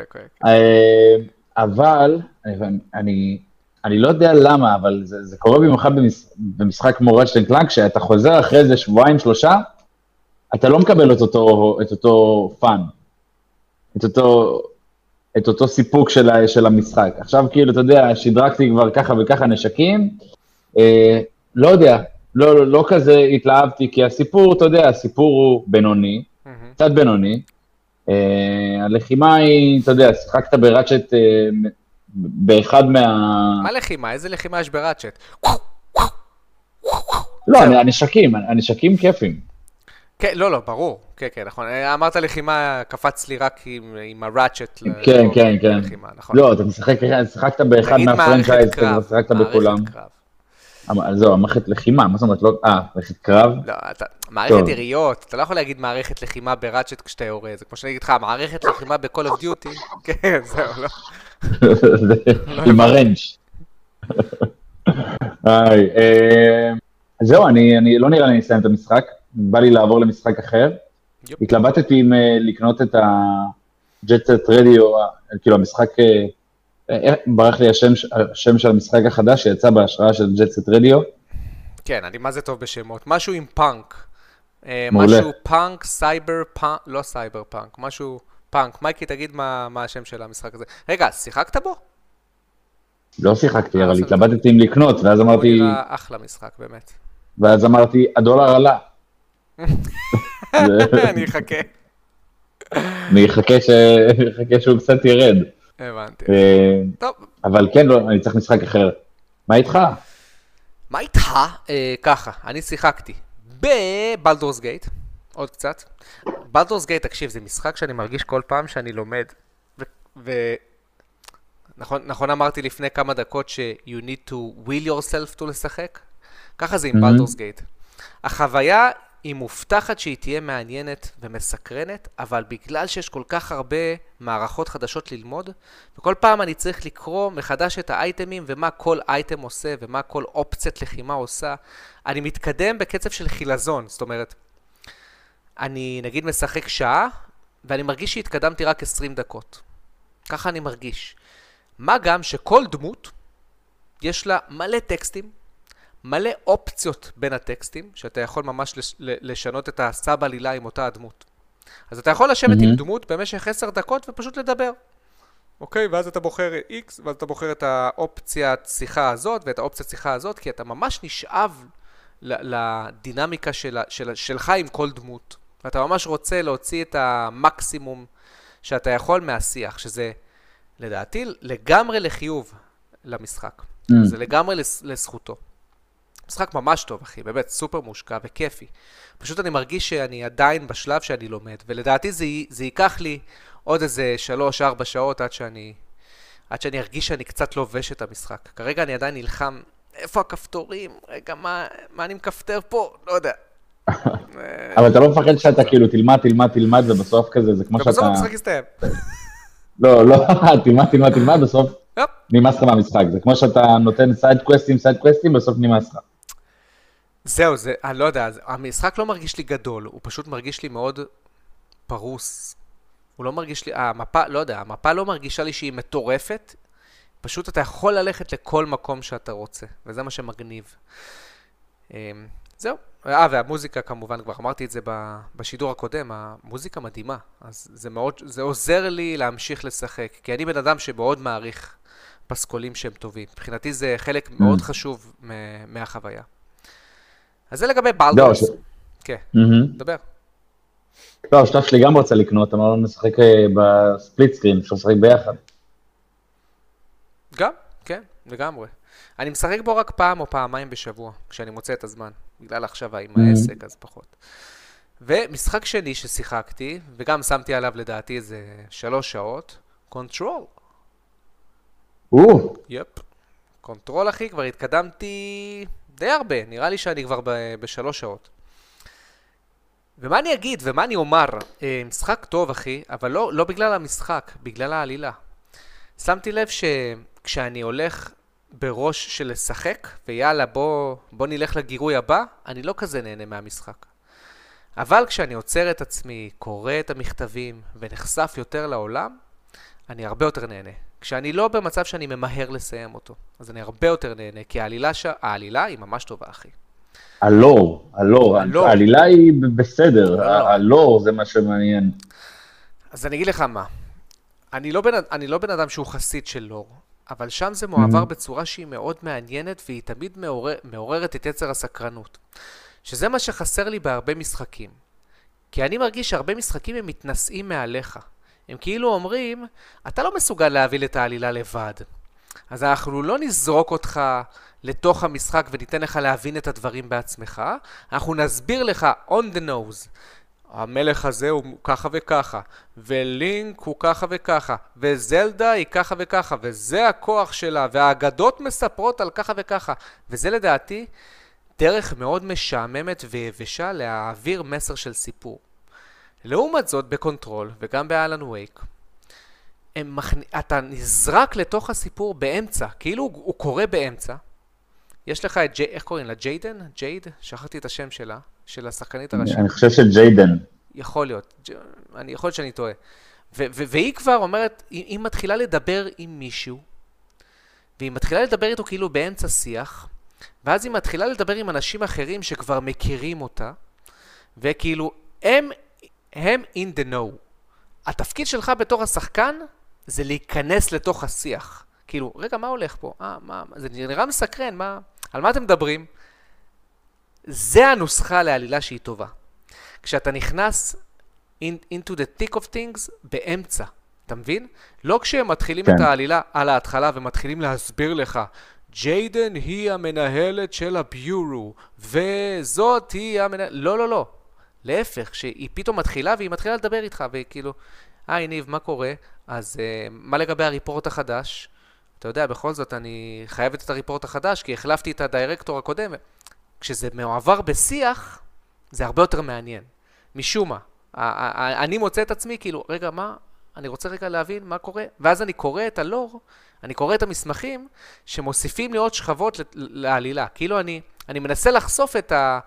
אבל, אני לא יודע למה, אבל זה קורה במיוחד במשחק כמו רצ'ט קלאנק, שאתה חוזר אחרי איזה שבועיים, שלושה, אתה לא מקבל את אותו פאן, את אותו סיפוק של המשחק. עכשיו כאילו, אתה יודע, שדרקתי כבר ככה וככה נשקים, לא יודע, לא כזה התלהבתי, כי הסיפור, אתה יודע, הסיפור הוא בינוני, קצת בינוני, הלחימה היא, אתה יודע, שיחקת ברצ'ט באחד מה לחימה? איזה לחימה יש ברצ'ט? לא, הנשקים כיפים. כן, לא, ברור. כן, נכון. אמרת לחימה, קפץ לי רק עם הרצ'ט. כן. לא, אתה שיחקת באחד מהפרנצ'ייז, אתה שיחקת בכולם. זהו, המערכת לחימה, מה זאת אומרת? מערכת קרב? לא, מערכת יריות, אתה לא יכול להגיד מערכת לחימה ברצ'ט כשאתה יורה, זה כמו שאני אגיד לך, מערכת לחימה ב-Call of Duty, כן, זהו, לא. עם הרנץ'. זהו, אני לא נראה לי נסיים את המשחק, בא לי לעבור למשחק אחר. התלבטתי אם לקנות את ה-Jet Set Radio, כאילו המשחק, ברח לי השם של המשחק החדש שיצא בהשראה של Jet Set Radio. כן, אני מה זה טוב בשמות, משהו עם פאנק. משהו פאנק, סייבר פאנק, לא סייבר פאנק, משהו פאנק. מייקי, תגיד מה השם של המשחק הזה. רגע, שיחקת בו? לא שיחקתי, אבל התלבטתי אם לקנות, ואז אמרתי... הוא נראה אחלה משחק, באמת. ואז אמרתי, $1 עלה. אני אחכה. אני אחכה שהוא קצת ירד. הבנתי. טוב. אבל כן, לא, אני צריך משחק אחר. מה איתך? מה איתך? ככה, אני שיחקתי בבלדורס גייט, עוד קצת. בלדורס גייט, תקשיב, זה משחק שאני מרגיש כל פעם שאני לומד, נכון אמרתי לפני כמה דקות ש-you need to will yourself to לשחק? ככה זה עם בלדורס גייט. החוויה היא מובטחת שהיא תהיה מעניינת ומסקרנת, אבל בגלל שיש כל כך הרבה מערכות חדשות ללמוד, וכל פעם אני צריך לקרוא מחדש את האייטמים ומה כל אייטם עושה ומה כל אופציית לחימה עושה, אני מתקדם בקצב של חילזון, זאת אומרת, אני נגיד משחק שעה, ואני מרגיש שהתקדמתי רק 20 דקות. ככה אני מרגיש. מה גם שכל דמות יש לה מלא טקסטים, מלא אופציות בין הטקסטים, שאתה יכול ממש לשנות את הסאב עלילה עם אותה הדמות. אז אתה יכול לשבת עם דמות במשך 10 דקות ופשוט לדבר. אוקיי, ואז אתה בוחר X, ואז אתה בוחר את האופציית שיחה הזאת, ואת האופציית שיחה הזאת, כי אתה ממש נשאב לדינמיקה שלך עם כל דמות. ואתה ממש רוצה להוציא את המקסימום שאתה יכול מהשיח, שזה לדעתי לגמרי לחיוב למשחק. זה לגמרי לזכותו. משחק ממש טוב, אחי, באמת סופר מושקע וכיפי. פשוט אני מרגיש שאני עדיין בשלב שאני לומד, ולדעתי זה ייקח לי עוד איזה 3-4 שעות עד שאני ארגיש שאני קצת לובש את המשחק. כרגע אני עדיין נלחם, איפה הכפתורים? רגע, מה אני מכפתר פה? לא יודע. אבל אתה לא מפחד שאתה כאילו תלמד, ובסוף כזה, זה כמו שאתה... ובסוף המשחק יסתיים. לא, תלמד, בסוף נמאס לך מהמשחק. זה כמו שאתה נותן סייד קווסטים, בסוף נמאס לך. זהו, אני לא יודע, המשחק לא מרגיש לי גדול, הוא פשוט מרגיש לי מאוד פרוס. הוא לא מרגיש לי, המפה לא מרגישה לי שהיא מטורפת, פשוט אתה יכול ללכת לכל מקום שאתה רוצה, וזה מה שמגניב. זהו. והמוזיקה כמובן, כבר אמרתי את זה בשידור הקודם, המוזיקה מדהימה, אז זה עוזר לי להמשיך לשחק, כי אני בן אדם שמאוד מעריך פסקולים שהם טובים. מבחינתי זה חלק מאוד חשוב מהחוויה. אז זה לגבי בלדורס. כן, דבר. לא, השלב שלי גם רוצה לקנות, אמרנו נשחק בספליט סקרין, אפשר לשחק ביחד. גם, כן, לגמרי. אני משחק בו רק פעם או פעמיים בשבוע, כשאני מוצא את הזמן. בגלל עכשיו עם העסק, אז פחות. ומשחק שני ששיחקתי, וגם שמתי עליו לדעתי איזה 3 שעות, קונטרול. יפ. קונטרול, אחי, כבר התקדמתי די הרבה. נראה לי שאני כבר ב3 שעות. ומה אני אגיד ומה אני אומר? משחק טוב, אחי, אבל לא בגלל המשחק, בגלל העלילה. שמתי לב שכשאני הולך בראש של לשחק, ויאללה, בוא נלך לגירוי הבא, אני לא כזה נהנה מהמשחק. אבל כשאני עוצר את עצמי, קורא את המכתבים ונחשף יותר לעולם, אני הרבה יותר נהנה. כשאני לא במצב שאני ממהר לסיים אותו, אז אני הרבה יותר נהנה, כי העלילה היא ממש טובה, אחי. הלור, העלילה היא בסדר, הלור זה מה שמעניין. אז אני אגיד לך מה, אני לא בן אדם שהוא חסיד של לור, אבל שם זה מועבר בצורה שהיא מאוד מעניינת, והיא תמיד מעוררת את יצר הסקרנות. שזה מה שחסר לי בהרבה משחקים. כי אני מרגיש שהרבה משחקים הם מתנשאים מעליך. הם כאילו אומרים, אתה לא מסוגל להביא את העלילה לבד. אז אנחנו לא נזרוק אותך לתוך המשחק וניתן לך להבין את הדברים בעצמך. אנחנו נסביר לך on the nose. המלך הזה הוא ככה וככה, ולינק הוא ככה וככה, וזלדה היא ככה וככה, וזה הכוח שלה, והאגדות מספרות על ככה וככה. וזה לדעתי דרך מאוד משעממת ויבשה להעביר מסר של סיפור. לעומת זאת בקונטרול וגם באלן וייק, אתה נזרק לתוך הסיפור באמצע, כאילו הוא קורה באמצע. יש לך את איך קוראים לה? ג'יידן? ג'ייד? שכחתי את השם שלה, של השחקנית הראשית. אני חושב שג'יידן. יכול להיות, יכול להיות שאני טועה. והיא כבר אומרת, היא מתחילה לדבר עם מישהו, והיא מתחילה לדבר איתו כאילו באמצע שיח, ואז היא מתחילה לדבר עם אנשים אחרים שכבר מכירים אותה, וכאילו הם in the know. התפקיד שלך בתור השחקן זה להיכנס לתוך השיח. כאילו, רגע, מה הולך פה? זה נראה מסקרן, על מה אתם מדברים? זה הנוסחה לעלילה שהיא טובה. כשאתה נכנס into the thick of things באמצע, אתה מבין? לא כשהם מתחילים את העלילה על ההתחלה ומתחילים להסביר לך, ג'יידן היא המנהלת של הביורו, וזאת היא המנהלת... לא. להפך, שהיא פתאום מתחילה והיא מתחילה לדבר איתך, וכאילו, היי ניב, מה קורה? אז מה לגבי הריפורט החדש? אתה יודע, בכל זאת אני חייבת את הריפורט החדש, כי החלפתי את הדירקטור הקודם. כשזה מעבר בשיח, זה הרבה יותר מעניין. משום מה. אני מוצא את עצמי, כאילו, רגע, מה? אני רוצה רגע להבין מה קורה. ואז אני קורא את הלור, אני קורא את המסמכים, שמוסיפים לי עוד שכבות לעלילה. כאילו אני מנסה לחשוף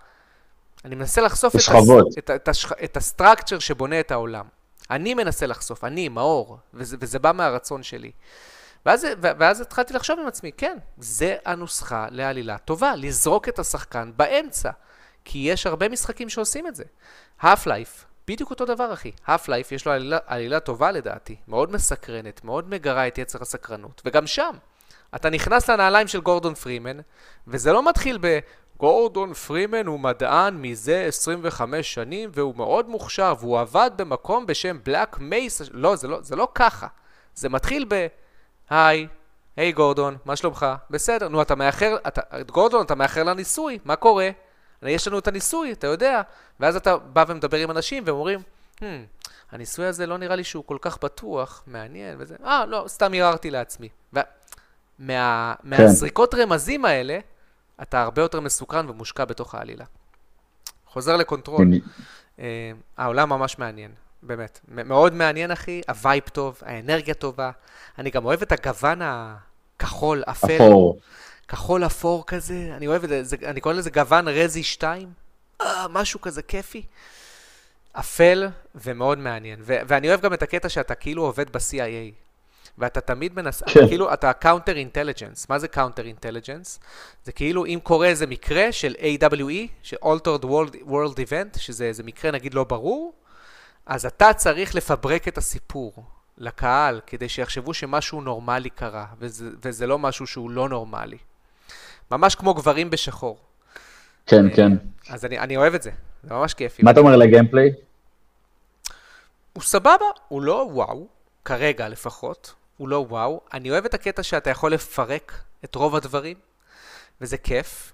את הסטרקצ'ר שבונה את העולם. אני מנסה לחשוף, אני, מאור, וזה בא מהרצון שלי. ואז התחלתי לחשוב עם עצמי, כן, זה הנוסחה לעלילה טובה, לזרוק את השחקן באמצע, כי יש הרבה משחקים שעושים את זה. Half-Life, בדיוק אותו דבר, אחי. Half-Life יש לו עלילה טובה לדעתי, מאוד מסקרנת, מאוד מגרה את יצר הסקרנות, וגם שם, אתה נכנס לנעליים של גורדון פרימן, וזה לא מתחיל גורדון פרימן הוא מדען מזה 25 שנים, והוא מאוד מוכשר, והוא עבד במקום בשם בלק מייס. לא, זה לא ככה. זה מתחיל היי גורדון, מה שלומך? בסדר, נו, גורדון, אתה מאחר לניסוי, מה קורה? יש לנו את הניסוי, אתה יודע. ואז אתה בא ומדבר עם אנשים, והם אומרים, הניסוי הזה לא נראה לי שהוא כל כך בטוח, מעניין, וזה, לא, סתם הררתי לעצמי. מהזריקות רמזים האלה, אתה הרבה יותר מסוקרן ומושקע בתוך העלילה. חוזר לקונטרול. העולם ממש מעניין, באמת. מאוד מעניין, אחי. הווייב טוב, האנרגיה טובה. אני גם אוהב את הגוון הכחול, אפל. כחול אפור כזה. אני אוהב את זה. אני קורא לזה גוון רזי 2. משהו כזה כיפי. אפל ומאוד מעניין. ואני אוהב גם את הקטע שאתה כאילו עובד ב-CIA. ואתה תמיד מנסה, כאילו אתה counter intelligence. מה זה counter intelligence? זה כאילו אם קורה איזה מקרה של AWE, של Altered World Event, שזה איזה מקרה נגיד לא ברור, אז אתה צריך לפברק את הסיפור לקהל, כדי שיחשבו שמשהו נורמלי קרה, וזה לא משהו שהוא לא נורמלי. ממש כמו גברים בשחור. כן. אז אני אוהב את זה, זה ממש כיפי. מה אתה אומר לגיימפליי? הוא סבבה, הוא לא וואו, כרגע לפחות. הוא לא וואו. אני אוהב את הקטע שאתה יכול לפרק את רוב הדברים, וזה כיף.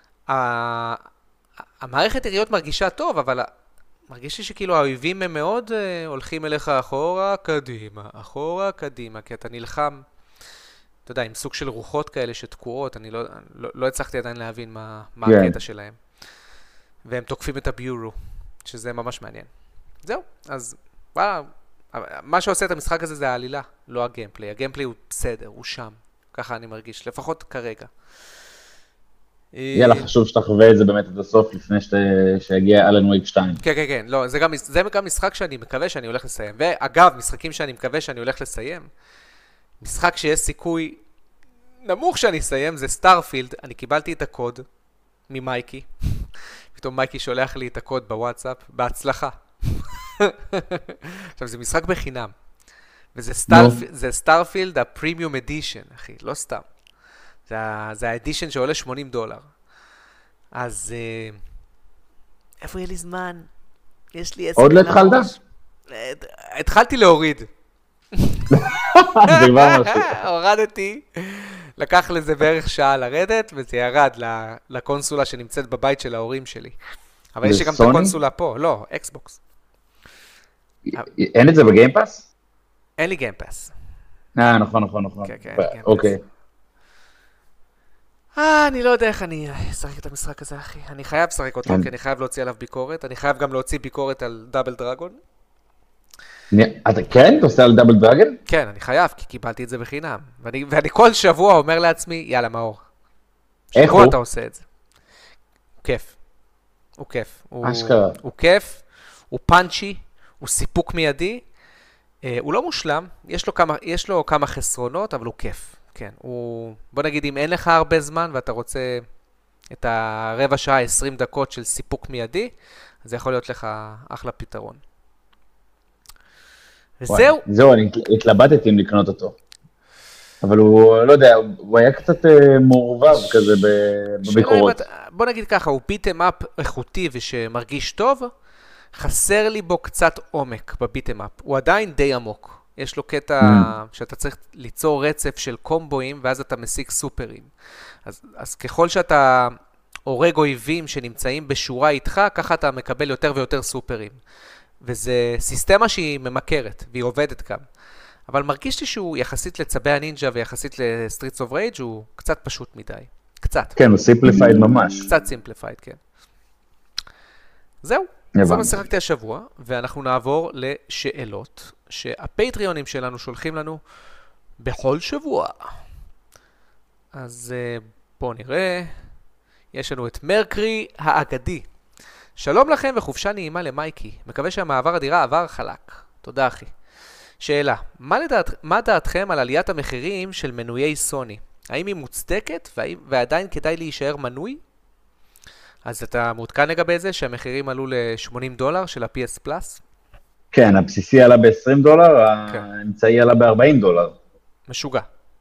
המערכת יריות מרגישה טוב, אבל מרגיש לי שכאילו האויבים הם מאוד הולכים אליך אחורה, קדימה, כי אתה נלחם, אתה יודע, עם סוג של רוחות כאלה שתקועות, אני לא הצלחתי עדיין להבין מה הקטע שלהם. והם תוקפים את הביורו, שזה ממש מעניין. זהו, אז וואלה, מה שעושה את המשחק הזה זה העלילה, לא הגיימפליי. הגיימפליי הוא בסדר, הוא שם. ככה אני מרגיש, לפחות כרגע. יאללה, חשוב שתחווה את זה באמת עד הסוף, לפני שיגיע אלן וייק 2. כן, כן, כן, לא, זה גם משחק שאני מקווה שאני הולך לסיים. ואגב, משחקים שאני מקווה שאני הולך לסיים, משחק שיש סיכוי נמוך שאני אסיים, זה סטארפילד. אני קיבלתי את הקוד ממייקי. פתאום מייקי שולח לי את הקוד בוואטסאפ, בהצלחה. עכשיו, זה משחק בחינם. וזה סטארפילד הפרימיום אדישן, אחי, לא סתם. זה האדישן שעולה $80. אז איפה יהיה לי זמן? יש לי 10 עוד לא התחלת? התחלתי להוריד. זה כבר משהו. הורדתי. לקח לזה בערך שעה לרדת, וזה ירד לקונסולה שנמצאת בבית של ההורים שלי. אבל יש לי גם את הקונסולה פה. לא, אקסבוקס. אין את זה בגיימפאס? אין לי גיימפאס. נכון. כן, כן, אוקיי. אני לא יודע איך אני אשחק את המשחק הזה, אחי. אני חייב לשחק אותו, כי אני חייב להוציא עליו ביקורת. אני חייב גם להוציא ביקורת על דאבל דרגון. אתה כן? אתה עושה על דאבל דרגון? כן, אני חייב, כי קיבלתי את זה בחינם. ואני כל שבוע אומר לעצמי, יאללה, מאור. איך הוא? אתה עושה את זה. הוא כיף. הוא כיף. אשכרה. הוא כיף, הוא פאנצ'י, הוא סיפוק מיידי. הוא לא מושלם, יש לו כמה חסרונות, אבל הוא כיף. כן, בוא נגיד, אם אין לך הרבה זמן ואתה רוצה את הרבע שעה, 20 דקות של סיפוק מיידי, אז זה יכול להיות לך אחלה פתרון. וזהו. זהו, אני התלבטתי אם לקנות אותו. אבל הוא, לא יודע, הוא היה קצת מעורבב כזה בביקורות. בוא נגיד ככה, הוא ביטם אפ איכותי ושמרגיש טוב, חסר לי בו קצת עומק בביטם אפ. הוא עדיין די עמוק. יש לו קטע שאתה צריך ליצור רצף של קומבואים, ואז אתה משיג סופרים. אז ככל שאתה הורג אויבים שנמצאים בשורה איתך, ככה אתה מקבל יותר ויותר סופרים. וזה סיסטמה שהיא ממכרת, והיא עובדת גם. אבל מרגיש לי שהוא יחסית לצבי הנינג'ה ויחסית לסטריטס אוף רייג' הוא קצת פשוט מדי. קצת. כן, הוא סימפליפייד ממש. קצת סימפליפייד, כן. זהו. זה מה שחקתי השבוע, ואנחנו נעבור לשאלות שהפטריונים שלנו שולחים לנו בכל שבוע. אז בואו נראה. יש לנו את מרקרי האגדי. שלום לכם וחופשה נעימה למייקי. מקווה שהמעבר הדירה עבר חלק. תודה אחי. שאלה, מה דעתכם על עליית המחירים של מנויי סוני? האם היא מוצדקת ועדיין כדאי להישאר מנוי? אז אתה מעודכן לגבי זה שהמחירים עלו $80 של ה-PS פלאס? כן, הבסיסי עלה $20, האמצעי עלה $40. משוגע.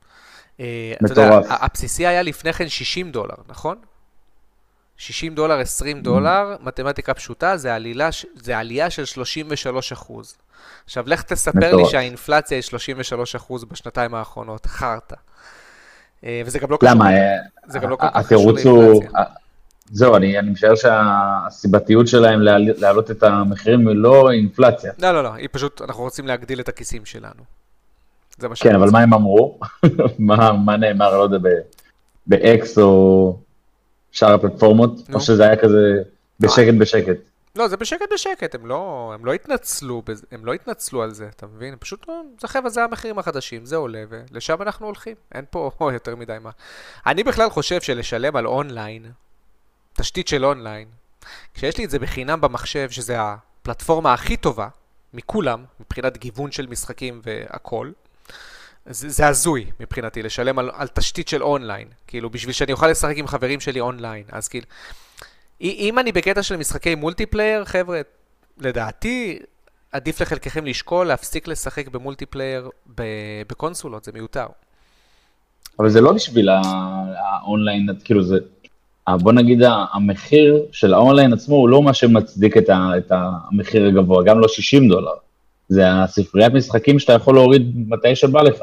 מטורף. הבסיסי היה לפני כן $60, נכון? $60, $20, מתמטיקה פשוטה, זה עלייה של 33%. עכשיו, לך תספר לי שהאינפלציה היא 33% בשנתיים האחרונות, חרטה. וזה גם לא קשור. למה? זה גם לא כל כך קשור לאינפלציה. זהו, אני משער שהסיבתיות שלהם להעלות את המחירים היא לא אינפלציה. לא, היא פשוט, אנחנו רוצים להגדיל את הכיסים שלנו. כן, אבל מה הם אמרו? מה נאמר, לא יודע, ב-X או שאר הפלטפורמות? או שזה היה כזה בשקט? לא, זה בשקט, הם לא התנצלו על זה, אתה מבין? פשוט, זה זה המחירים החדשים, זה עולה, ולשם אנחנו הולכים. אין פה יותר מדי מה. אני בכלל חושב שלשלם על אונליין, תשתית של אונליין, כשיש לי את זה בחינם במחשב, שזה הפלטפורמה הכי טובה מכולם, מבחינת גיוון של משחקים והכל, זה הזוי מבחינתי, לשלם על תשתית של אונליין, כאילו, בשביל שאני אוכל לשחק עם חברים שלי אונליין, אז כאילו, אם אני בקטע של משחקי מולטיפלייר, חבר'ה, לדעתי, עדיף לחלקכם לשקול, להפסיק לשחק במולטיפלייר בקונסולות, זה מיותר. אבל זה לא בשביל האונליין, כאילו זה, בוא נגיד, המחיר של האונליין עצמו הוא לא מה שמצדיק את המחיר הגבוה, גם לא $60. זה הספריית משחקים שאתה יכול להוריד מתי שבא לך.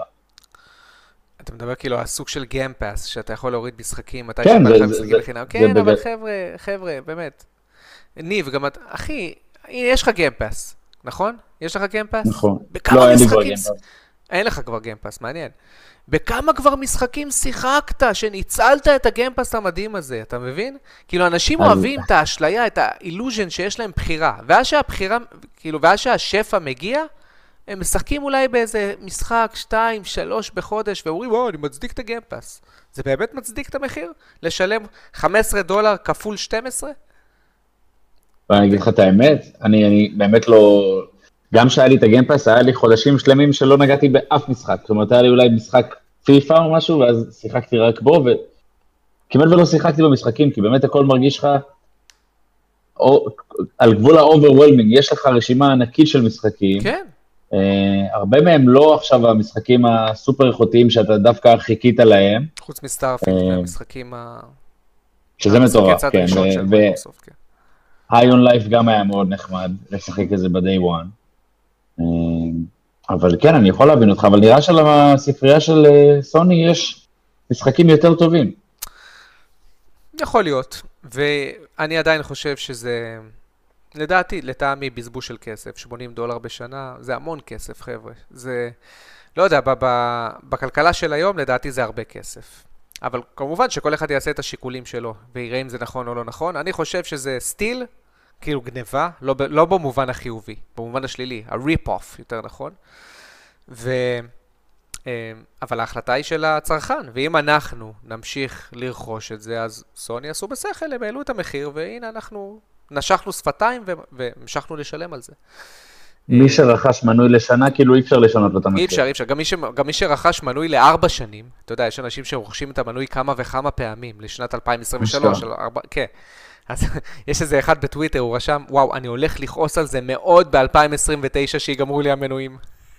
אתה מדבר כאילו הסוג של גיימפאס, שאתה יכול להוריד משחקים, מתי שבא לך משחקים בחינם. כן, אבל חבר'ה, באמת. ניב, גם את, אחי, יש לך גיימפאס, נכון? יש לך גיימפאס? נכון. לא, אין לי כבר גיימפאס. אין לך כבר גיימפאס, מעניין. בכמה כבר משחקים שיחקת, שניצלת את הגיימפאס המדהים הזה, אתה מבין? כאילו, אנשים אוהבים את האשליה, את האילוז'ן שיש להם בחירה. ואז שהשפע מגיע, הם משחקים אולי באיזה משחק 2-3 בחודש, ואומרים, וואו, אני מצדיק את הגיימפאס. זה באמת מצדיק את המחיר? לשלם $15 כפול 12? ואני אגיד לך את האמת, אני באמת לא... גם שהיה לי את הגיימפאס, היה לי חודשים שלמים שלא נגעתי באף משחק. זאת אומרת, היה לי אולי משחק פיפה או משהו, ואז שיחקתי רק בו, וכמעט ולא שיחקתי במשחקים, כי באמת הכל מרגיש לך על גבול ה-overwhelming. יש לך רשימה ענקית של משחקים. כן. הרבה מהם לא עכשיו המשחקים הסופר איכותיים שאתה דווקא חיכית להם. חוץ מסטארפילד, מהמשחקים שזה מטורף, כן. היי און לייף גם היה מאוד נחמד לשחק את זה ב-day one. אבל כן, אני יכול להבין אותך, אבל נראה שלספרייה של סוני יש משחקים יותר טובים. יכול להיות, ואני עדיין חושב שזה, לדעתי, לטעמי בזבוז של כסף, $80 בשנה, זה המון כסף, חבר'ה. זה, לא יודע, בכלכלה של היום, לדעתי זה הרבה כסף. אבל כמובן שכל אחד יעשה את השיקולים שלו, ויראה אם זה נכון או לא נכון. אני חושב שזה סטיל, כאילו גניבה, לא במובן החיובי, במובן השלילי, ה-rip-off, יותר נכון. אבל ההחלטה היא של הצרכן, ואם אנחנו נמשיך לרכוש את זה, אז סוני עשו בשכל, הם העלו את המחיר, והנה אנחנו נשכנו שפתיים והמשכנו לשלם על זה. מי שרכש מנוי לשנה, כאילו אי אפשר לשנות לו את המחיר. אי אפשר. גם מי שרכש מנוי ל4 שנים, אתה יודע, יש אנשים שרוכשים את המנוי כמה וכמה פעמים, לשנת 2023, כן. אז יש איזה אחד בטוויטר, הוא רשם, וואו, אני הולך לכעוס על זה מאוד ב-2029 שיגמרו לי המנויים.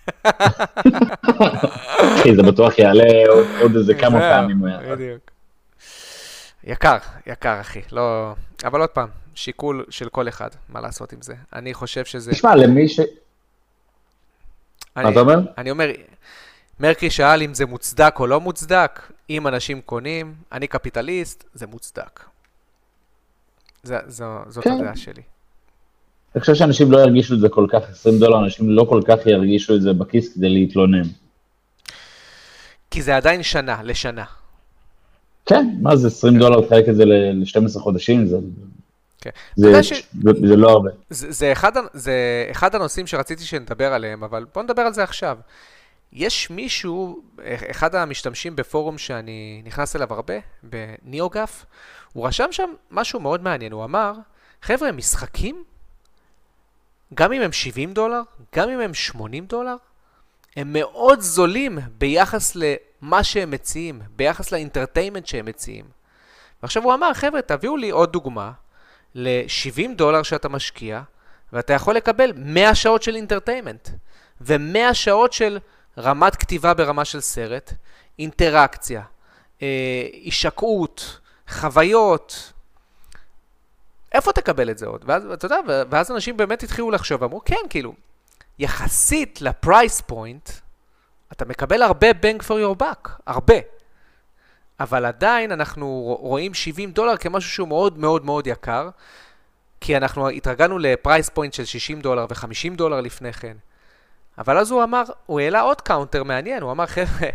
אחי, זה בטוח יעלה עוד איזה כמה פעמים. בדיוק. יקר, אחי. לא... אבל עוד פעם, שיקול של כל אחד, מה לעשות עם זה. אני חושב שזה... תשמע, למי ש... מה אתה אומר? אני אומר, מרקי שאל אם זה מוצדק או לא מוצדק, אם אנשים קונים, אני קפיטליסט, זה מוצדק. זאת הדעה שלי. אני חושב שאנשים לא ירגישו את זה כל כך, $20, אנשים לא כל כך ירגישו את זה בכיס כדי להתלונן. כי זה עדיין לשנה. כן, מה זה $20 תחלק את זה ל-12 חודשים, זה לא הרבה. זה אחד הנושאים שרציתי שנדבר עליהם, אבל בוא נדבר על זה עכשיו. יש מישהו, אחד המשתמשים בפורום שאני נכנס אליו הרבה, בניאוגף, הוא רשם שם משהו מאוד מעניין, הוא אמר, חבר'ה, משחקים, גם אם הם $70, גם אם הם $80, הם מאוד זולים ביחס למה שהם מציעים, ביחס לאינטרטיימנט שהם מציעים. ועכשיו הוא אמר, חבר'ה, תביאו לי עוד דוגמה ל$70 שאתה משקיע, ואתה יכול לקבל 100 שעות של אינטרטיימנט, ו100 שעות של רמת כתיבה ברמה של סרט, אינטראקציה, השקעות, חוויות. איפה תקבל את זה עוד? ואז, אתה יודע, ואז אנשים באמת התחילו לחשוב, אמרו, כן, כאילו, יחסית לפרייס פוינט, אתה מקבל הרבה bang for your buck, הרבה. אבל עדיין אנחנו רואים $70 כמשהו שהוא מאוד מאוד מאוד יקר, כי אנחנו התרגלנו לפרייס פוינט של $60 ו$50 לפני כן. אבל אז הוא אמר, הוא העלה עוד קאונטר מעניין, הוא אמר, חבר'ה,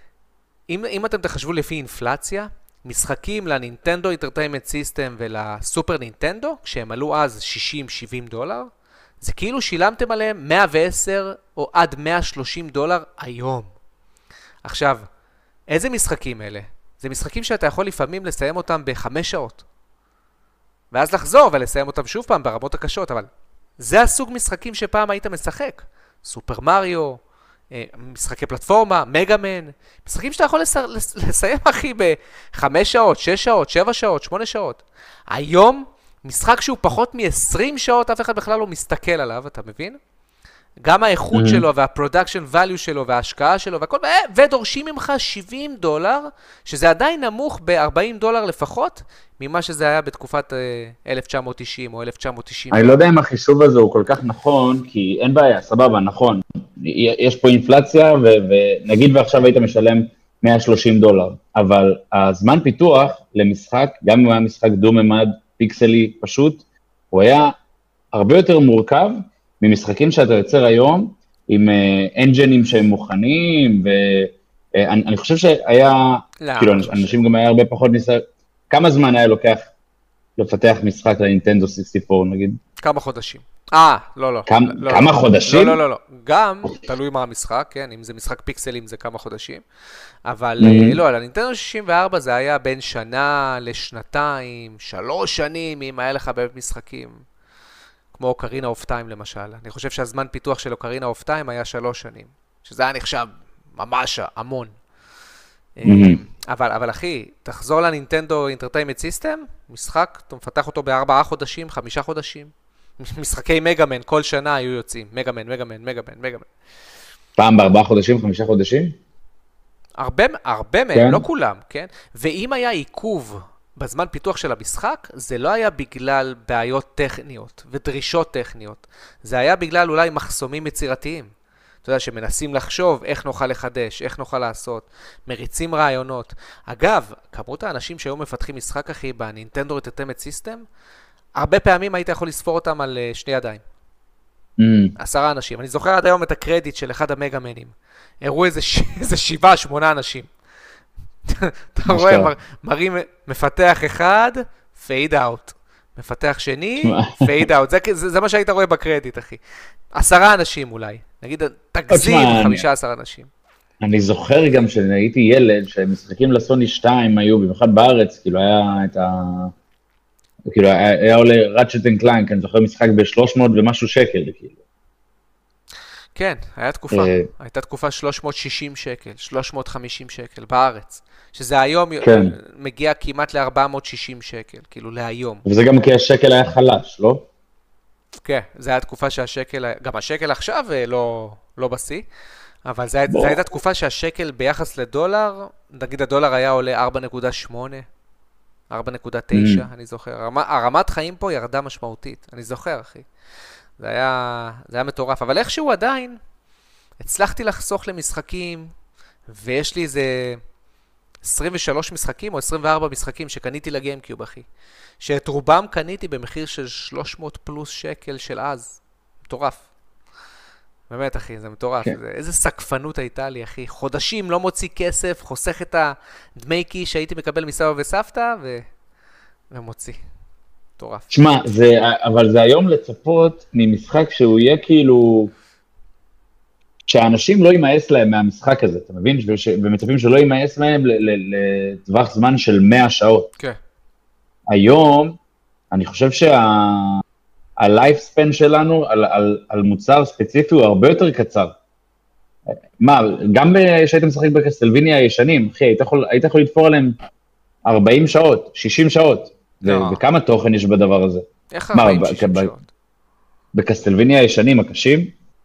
אם אתם תחשבו לפי אינפלציה, משחקים לנינטנדו אינטרטיימנט סיסטם ולסופר נינטנדו, כשהם עלו אז $60-70, זה כאילו שילמתם עליהם 110 או עד $130 היום. עכשיו, איזה משחקים אלה? זה משחקים שאתה יכול לפעמים לסיים אותם ב5 שעות. ואז לחזור ולסיים אותם שוב פעם ברמות הקשות, אבל זה הסוג משחקים שפעם היית משחק. סופר מריו, משחקי פלטפורמה, מגאמן, משחקים שאתה יכול לסיים אחי ב5 שעות, 6 שעות, 7 שעות, 8 שעות. היום, משחק שהוא פחות מ20 שעות, אף אחד בכלל לא מסתכל עליו, אתה מבין? גם האיכות שלו והפרודקשן ואליו שלו וההשקעה שלו והכל, ודורשים ממך $70, שזה עדיין נמוך ב$40 לפחות, ממה שזה היה בתקופת 1990 או 1990. אני לא יודע אם החישוב הזה הוא כל כך נכון, כי אין בעיה, סבבה, נכון. יש פה אינפלציה, ונגיד ועכשיו היית משלם $130, אבל הזמן פיתוח למשחק, גם אם הוא היה משחק דו-ממד, פיקסלי, פשוט, הוא היה הרבה יותר מורכב, ממשחקים שאתה יוצר היום, עם אנג'נים שהם מוכנים, ואני חושב שהיה, כאילו, אנשים גם היה הרבה פחות ניסיון, כמה זמן היה לוקח לפתח משחק לנינטנדו 64, נגיד? כמה חודשים. לא. כמה חודשים? לא. גם, תלוי מה המשחק, כן? אם זה משחק פיקסלים זה כמה חודשים. אבל לא, על הנינטנדו 64 זה היה בין שנה לשנתיים, 3 שנים, אם היה לך באמת משחקים. כמו אוקרינה אוף טיים למשל. אני חושב שהזמן פיתוח של אוקרינה אוף טיים היה 3 שנים. שזה היה נחשב ממש המון. אבל אחי, תחזור לנינטנדו אינטרטיימנט סיסטם, משחק, אתה מפתח אותו ב4 חודשים, 5 חודשים. משחקי מגאמן, כל שנה היו יוצאים. מגאמן. פעם ב4 חודשים, 5 חודשים? הרבה מהם, לא כולם, כן? ואם היה עיכוב בזמן פיתוח של המשחק, זה לא היה בגלל בעיות טכניות ודרישות טכניות. זה היה בגלל אולי מחסומים יצירתיים. אתה יודע, שמנסים לחשוב איך נוכל לחדש, איך נוכל לעשות, מריצים רעיונות. אגב, כמות האנשים שהיו מפתחים משחק, אחי, בנינטנדו אינטרטיימנט סיסטם, הרבה פעמים היית יכול לספור אותם על 2 ידיים. 10 אנשים. אני זוכר עד היום את הקרדיט של אחד המגמנים. הראו איזה 7-8 אנשים. אתה רואה, מראים מפתח אחד, fade out. מפתח שני, fade out. זה מה שהיית רואה בקרדיט, אחי. 10 אנשים אולי. נגיד, תגזים 15 אנשים. אני זוכר גם שהייתי ילד, שמשחקים לסוני 2 היו, במיוחד בארץ, כאילו היה את ה... כאילו היה עולה ראצ'ט אנד קלנק, אני זוכר משחק ב-300 ומשהו שקל, כאילו. כן, הייתה תקופה 360 שקל, 350 שקל בארץ, שזה היום מגיע כמעט ל-460 שקל, כאילו להיום. וזה גם כי השקל היה חלש, לא? כן, זה היה תקופה שהשקל, גם השקל עכשיו לא בשיא, אבל זה הייתה תקופה שהשקל ביחס לדולר, נגיד הדולר היה עולה 4.8, 4.9, אני זוכר. הרמת חיים פה ירדה משמעותית, אני זוכר, אחי. זה היה מטורף, אבל איכשהו עדיין הצלחתי לחסוך למשחקים, ויש לי איזה 23 משחקים או 24 משחקים שקניתי לגיימקיוב, אחי. שאת רובם קניתי במחיר של 300 פלוס שקל של אז. מטורף. באמת, אחי, זה מטורף. איזה סקפנות הייתה לי, אחי. חודשים לא מוציא כסף, חוסך את הדמי קי שהייתי מקבל מסבא וסבתא, ומוציא. מטורף. שמע, אבל זה היום לצפות ממשחק שהוא יהיה כאילו... שהאנשים לא יימאס להם מהמשחק הזה, אתה מבין? ומצפים שלא יימאס מהם לטווח זמן של 100 שעות. כן. היום, אני חושב ה-lifespan שלנו על מוצר ספציפי הוא הרבה יותר קצר. מה, גם כשהיית משחק בקסטלוויניה הישנים, אחי, היית יכול לתפור עליהם 40 שעות, 60 שעות, וכמה תוכן יש בדבר הזה? איך 40-60 שעות? בקסטלוויניה הישנים, הקשים?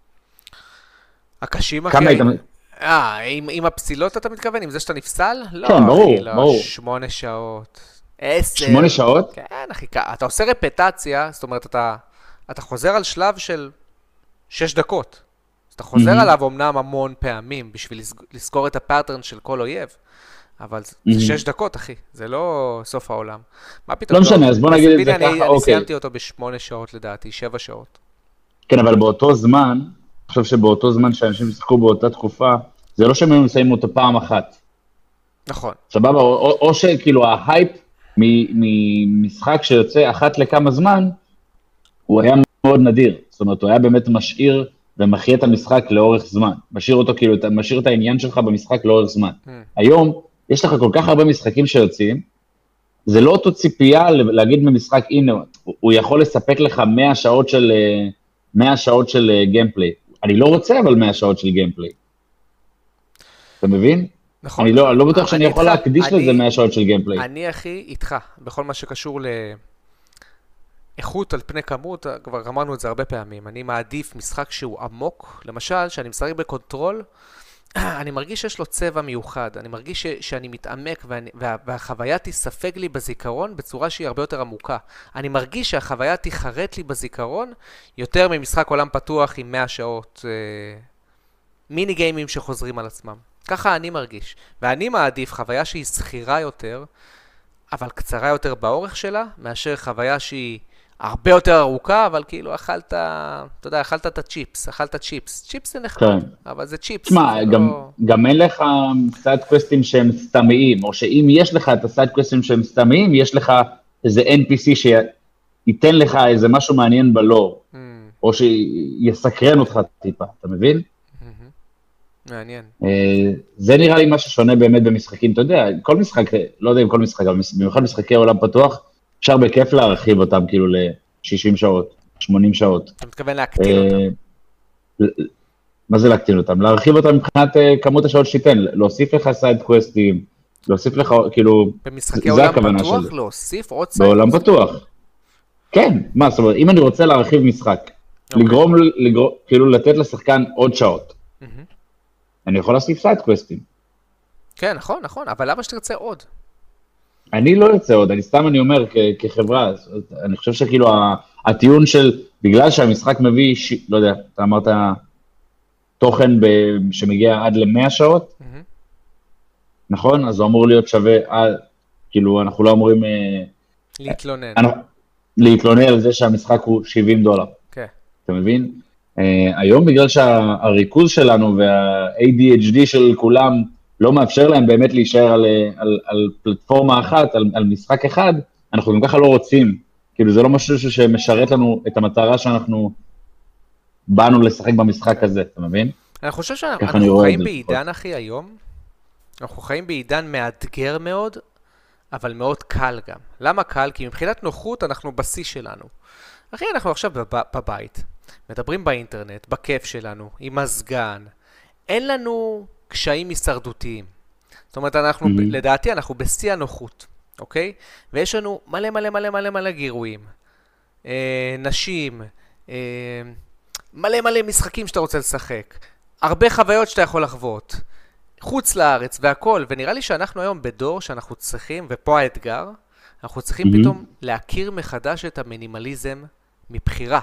הקשים, אחי? עם הפסילות אתה מתכוון? עם זה שאתה נפסל? לא, כן, ברור. 8 שעות. 10. 8 שעות? כן, אחי, אתה עושה רפטציה, זאת אומרת, אתה חוזר על שלב של 6 דקות. אתה חוזר עליו אמנם המון פעמים, בשביל לזכור את הפאטרן של כל אויב, אבל זה 6 דקות, אחי, זה לא סוף העולם. מה פתאום? לא משנה, אז בוא נגיד את זה ככה, אוקיי. אני סיימתי אותו ב8 שעות לדעתי, 7 שעות. כן, אבל באותו זמן, אני חושב שבאותו זמן שאנשים שיחקו באותה תקופה, זה לא שהם היו מסיימים אותו פעם אחת. נכון. סבבה, או שכאילו ההייפ ממשחק שיוצא אחת לכמה זמן, הוא היה מאוד נדיר. זאת אומרת, הוא היה באמת משאיר ומחיה את המשחק לאורך זמן. משאיר אותו, כאילו, משאיר את העניין שלך במשחק לאורך זמן. היום, יש לך כל כך הרבה משחקים שיוצאים, זה לא אותו ציפייה להגיד במשחק, הנה, הוא יכול לספק לך 100 שעות של גיימפליי. אני לא רוצה אבל 100 שעות של גיימפליי. אתה מבין? נכון. אני לא בטוח שאני יכול להקדיש לזה 100 שעות של גיימפליי. אני, אחי, איתך, בכל מה שקשור לאיכות על פני כמות, כבר אמרנו את זה הרבה פעמים. אני מעדיף משחק שהוא עמוק, למשל, שאני משחק בקונטרול, אני מרגיש שיש לו צבע מיוחד, אני מרגיש שאני מתעמק והחוויה תספג לי בזיכרון בצורה שהיא הרבה יותר עמוקה. אני מרגיש שהחוויה תחרט לי בזיכרון יותר ממשחק עולם פתוח עם 100 שעות מיני גיימים שחוזרים על עצמם. ככה אני מרגיש. ואני מעדיף חוויה שהיא סחירה יותר, אבל קצרה יותר באורך שלה, מאשר חוויה שהיא הרבה יותר ארוכה, אבל כאילו אכלת, אתה יודע, אכלת את הצ'יפס, אכלת צ'יפס. צ'יפס זה נחמד, אבל זה צ'יפס. תשמע, גם אין לך סייד קווסטים שהם סתמיים, או שאם יש לך את הסייד קווסטים שהם סתמיים, יש לך איזה NPC שייתן לך איזה משהו מעניין בלור, או שיסקרן אותך טיפה, אתה מבין? מעניין. זה נראה לי מה ששונה באמת במשחקים, אתה יודע, כל משחק, לא יודע אם כל משחק, אבל במיוחד משחקי עולם פתוח, אפשר בכיף להרחיב אותם כאילו ל-60 שעות, 80 שעות. אתה מתכוון להקטין אותם? מה זה להקטין אותם? להרחיב אותם מבחינת כמות השעות שתיתן, להוסיף לך סייד קווסטים, להוסיף לך, כאילו, במשחקי עולם פתוח? להוסיף עוד סייד? בעולם פתוח. כן, מה, זאת אומרת, אם אני רוצה להרחיב משחק, לגרום, כאילו לתת לשחקן עוד שעות, אני יכול להוסיף סייד קווסטים. כן, נכון, נכון, אבל למה שתרצה עוד? אני לא ארצה עוד, אני אומר כחברה, אני חושב שכאילו הטיעון של, בגלל שהמשחק מביא, לא יודע, אתה אמרת, תוכן שמגיע עד ל-100 שעות, נכון? אז הוא אמור להיות שווה, כאילו אנחנו לא אמורים להתלונן על זה שהמשחק הוא $70. אתה מבין? היום בגלל שהריכוז שלנו וה-ADHD של כולם לא מאפשר להם באמת להישאר על פלטפורמה אחת, על משחק אחד, אנחנו גם ככה לא רוצים, כאילו זה לא משהו שמשרת לנו את המטרה שאנחנו באנו לשחק במשחק הזה, אתה מבין? אני חושב שאנחנו חיים בעידן, אחי, היום, אנחנו חיים בעידן מאתגר מאוד, אבל מאוד קל גם. למה קל? כי מבחינת נוחות אנחנו בשיא שלנו. אחי, אנחנו עכשיו בבית, מדברים באינטרנט, בכיף שלנו, עם מזגן, אין לנו קשיים הישרדותיים. זאת אומרת, אנחנו, לדעתי, אנחנו בשיא הנוחות, אוקיי? ויש לנו מלא מלא מלא מלא מלא גירויים. נשים, מלא מלא משחקים שאתה רוצה לשחק. הרבה חוויות שאתה יכול לחוות. חוץ לארץ והכל, ונראה לי שאנחנו היום בדור שאנחנו צריכים, ופה האתגר, אנחנו צריכים פתאום להכיר מחדש את המינימליזם מבחירה.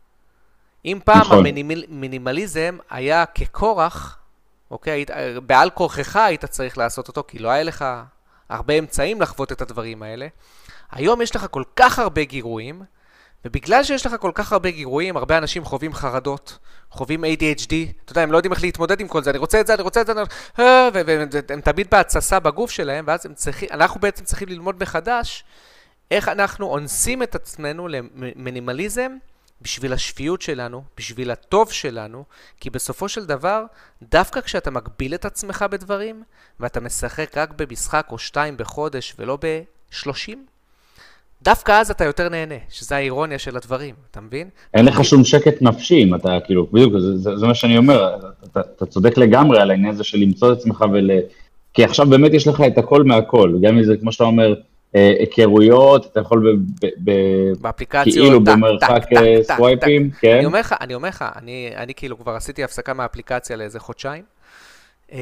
אם פעם המינימליזם היה ככורח, אוקיי, בעל כורכך היית צריך לעשות אותו, כי לא היה לך הרבה אמצעים לחוות את הדברים האלה. היום יש לך כל כך הרבה גירויים, ובגלל שיש לך כל כך הרבה גירויים, הרבה אנשים חווים חרדות, חווים ADHD, אתה יודע, הם לא יודעים איך להתמודד עם כל זה, אני רוצה את זה, והם תמיד בהצסה בגוף שלהם, ואז אנחנו בעצם צריכים ללמוד מחדש, איך אנחנו אונסים את עצמנו למינימליזם, בשביל השפיות שלנו, בשביל הטוב שלנו, כי בסופו של דבר, דווקא כשאתה מגביל את עצמך בדברים, ואתה משחק רק במשחק או 2 בחודש ולא ב-30, דווקא אז אתה יותר נהנה, שזה האירוניה של הדברים, אתה מבין? אין לך שום שקט נפשי, אם אתה כאילו, בדיוק, זה מה שאני אומר, אתה צודק לגמרי על העניין הזה של למצוא את עצמך כי עכשיו באמת יש לך את הכל מהכל, גם אם זה כמו שאתה אומר, היכרויות, אתה יכול באפליקציות, כאילו במרחק סווייפים, כן? אני אומר לך, אני כאילו כבר עשיתי הפסקה מהאפליקציה לאיזה חודשיים, אני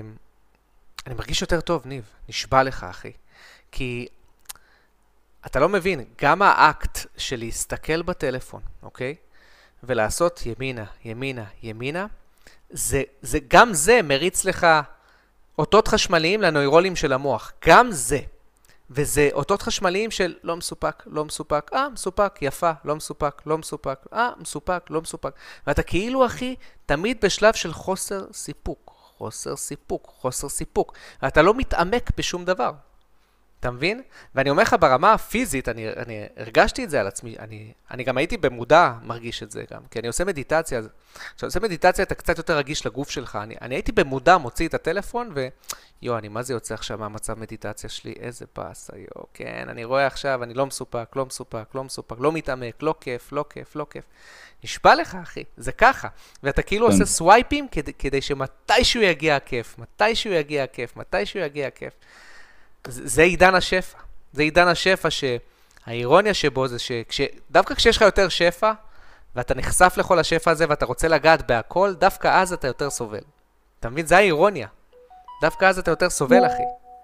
מרגיש יותר טוב, ניב, נשבע לך, אחי, כי אתה לא מבין, גם האקט של להסתכל בטלפון, אוקיי? ולעשות ימינה, ימינה, ימינה, גם זה מריץ לך אותות חשמליים לנוירולים של המוח, גם זה. וזה אותות חשמליים של לא מסופק, לא מסופק, מסופק, יפה, לא מסופק, לא מסופק, מסופק, לא מסופק. ואתה כאילו, אחי, תמיד בשלב של חוסר סיפוק, חוסר סיפוק, חוסר סיפוק. ואתה לא מתעמק בשום דבר. אתה מבין? ואני אומר לך ברמה הפיזית, אני הרגשתי את זה על עצמי, אני גם הייתי במודע מרגיש את זה גם, כי אני עושה מדיטציה, כשאני עושה מדיטציה אתה קצת יותר רגיש לגוף שלך, אני הייתי במודע מוציא את הטלפון מה זה יוצא עכשיו מהמצב מדיטציה שלי, איזה פס, כן, אני רואה עכשיו, אני לא מסופק, לא מסופק, לא מסופק, לא מתעמק, לא כיף, לא כיף, לא כיף. נשבע לך, אחי, זה ככה, ואתה כאילו עושה סווייפים כדי שמתישהו יגיע הכיף, מתישהו יגיע הכיף, מתישהו יגיע הכיף. זה עידן השפע. זה עידן השפע שהאירוניה שבו זה דווקא כשיש לך יותר שפע, ואתה נחשף לכל השפע הזה, ואתה רוצה לגעת בהכל, דווקא אז אתה יותר סובל. אתה מבין? זה האירוניה. דווקא אז אתה יותר סובל, אחי.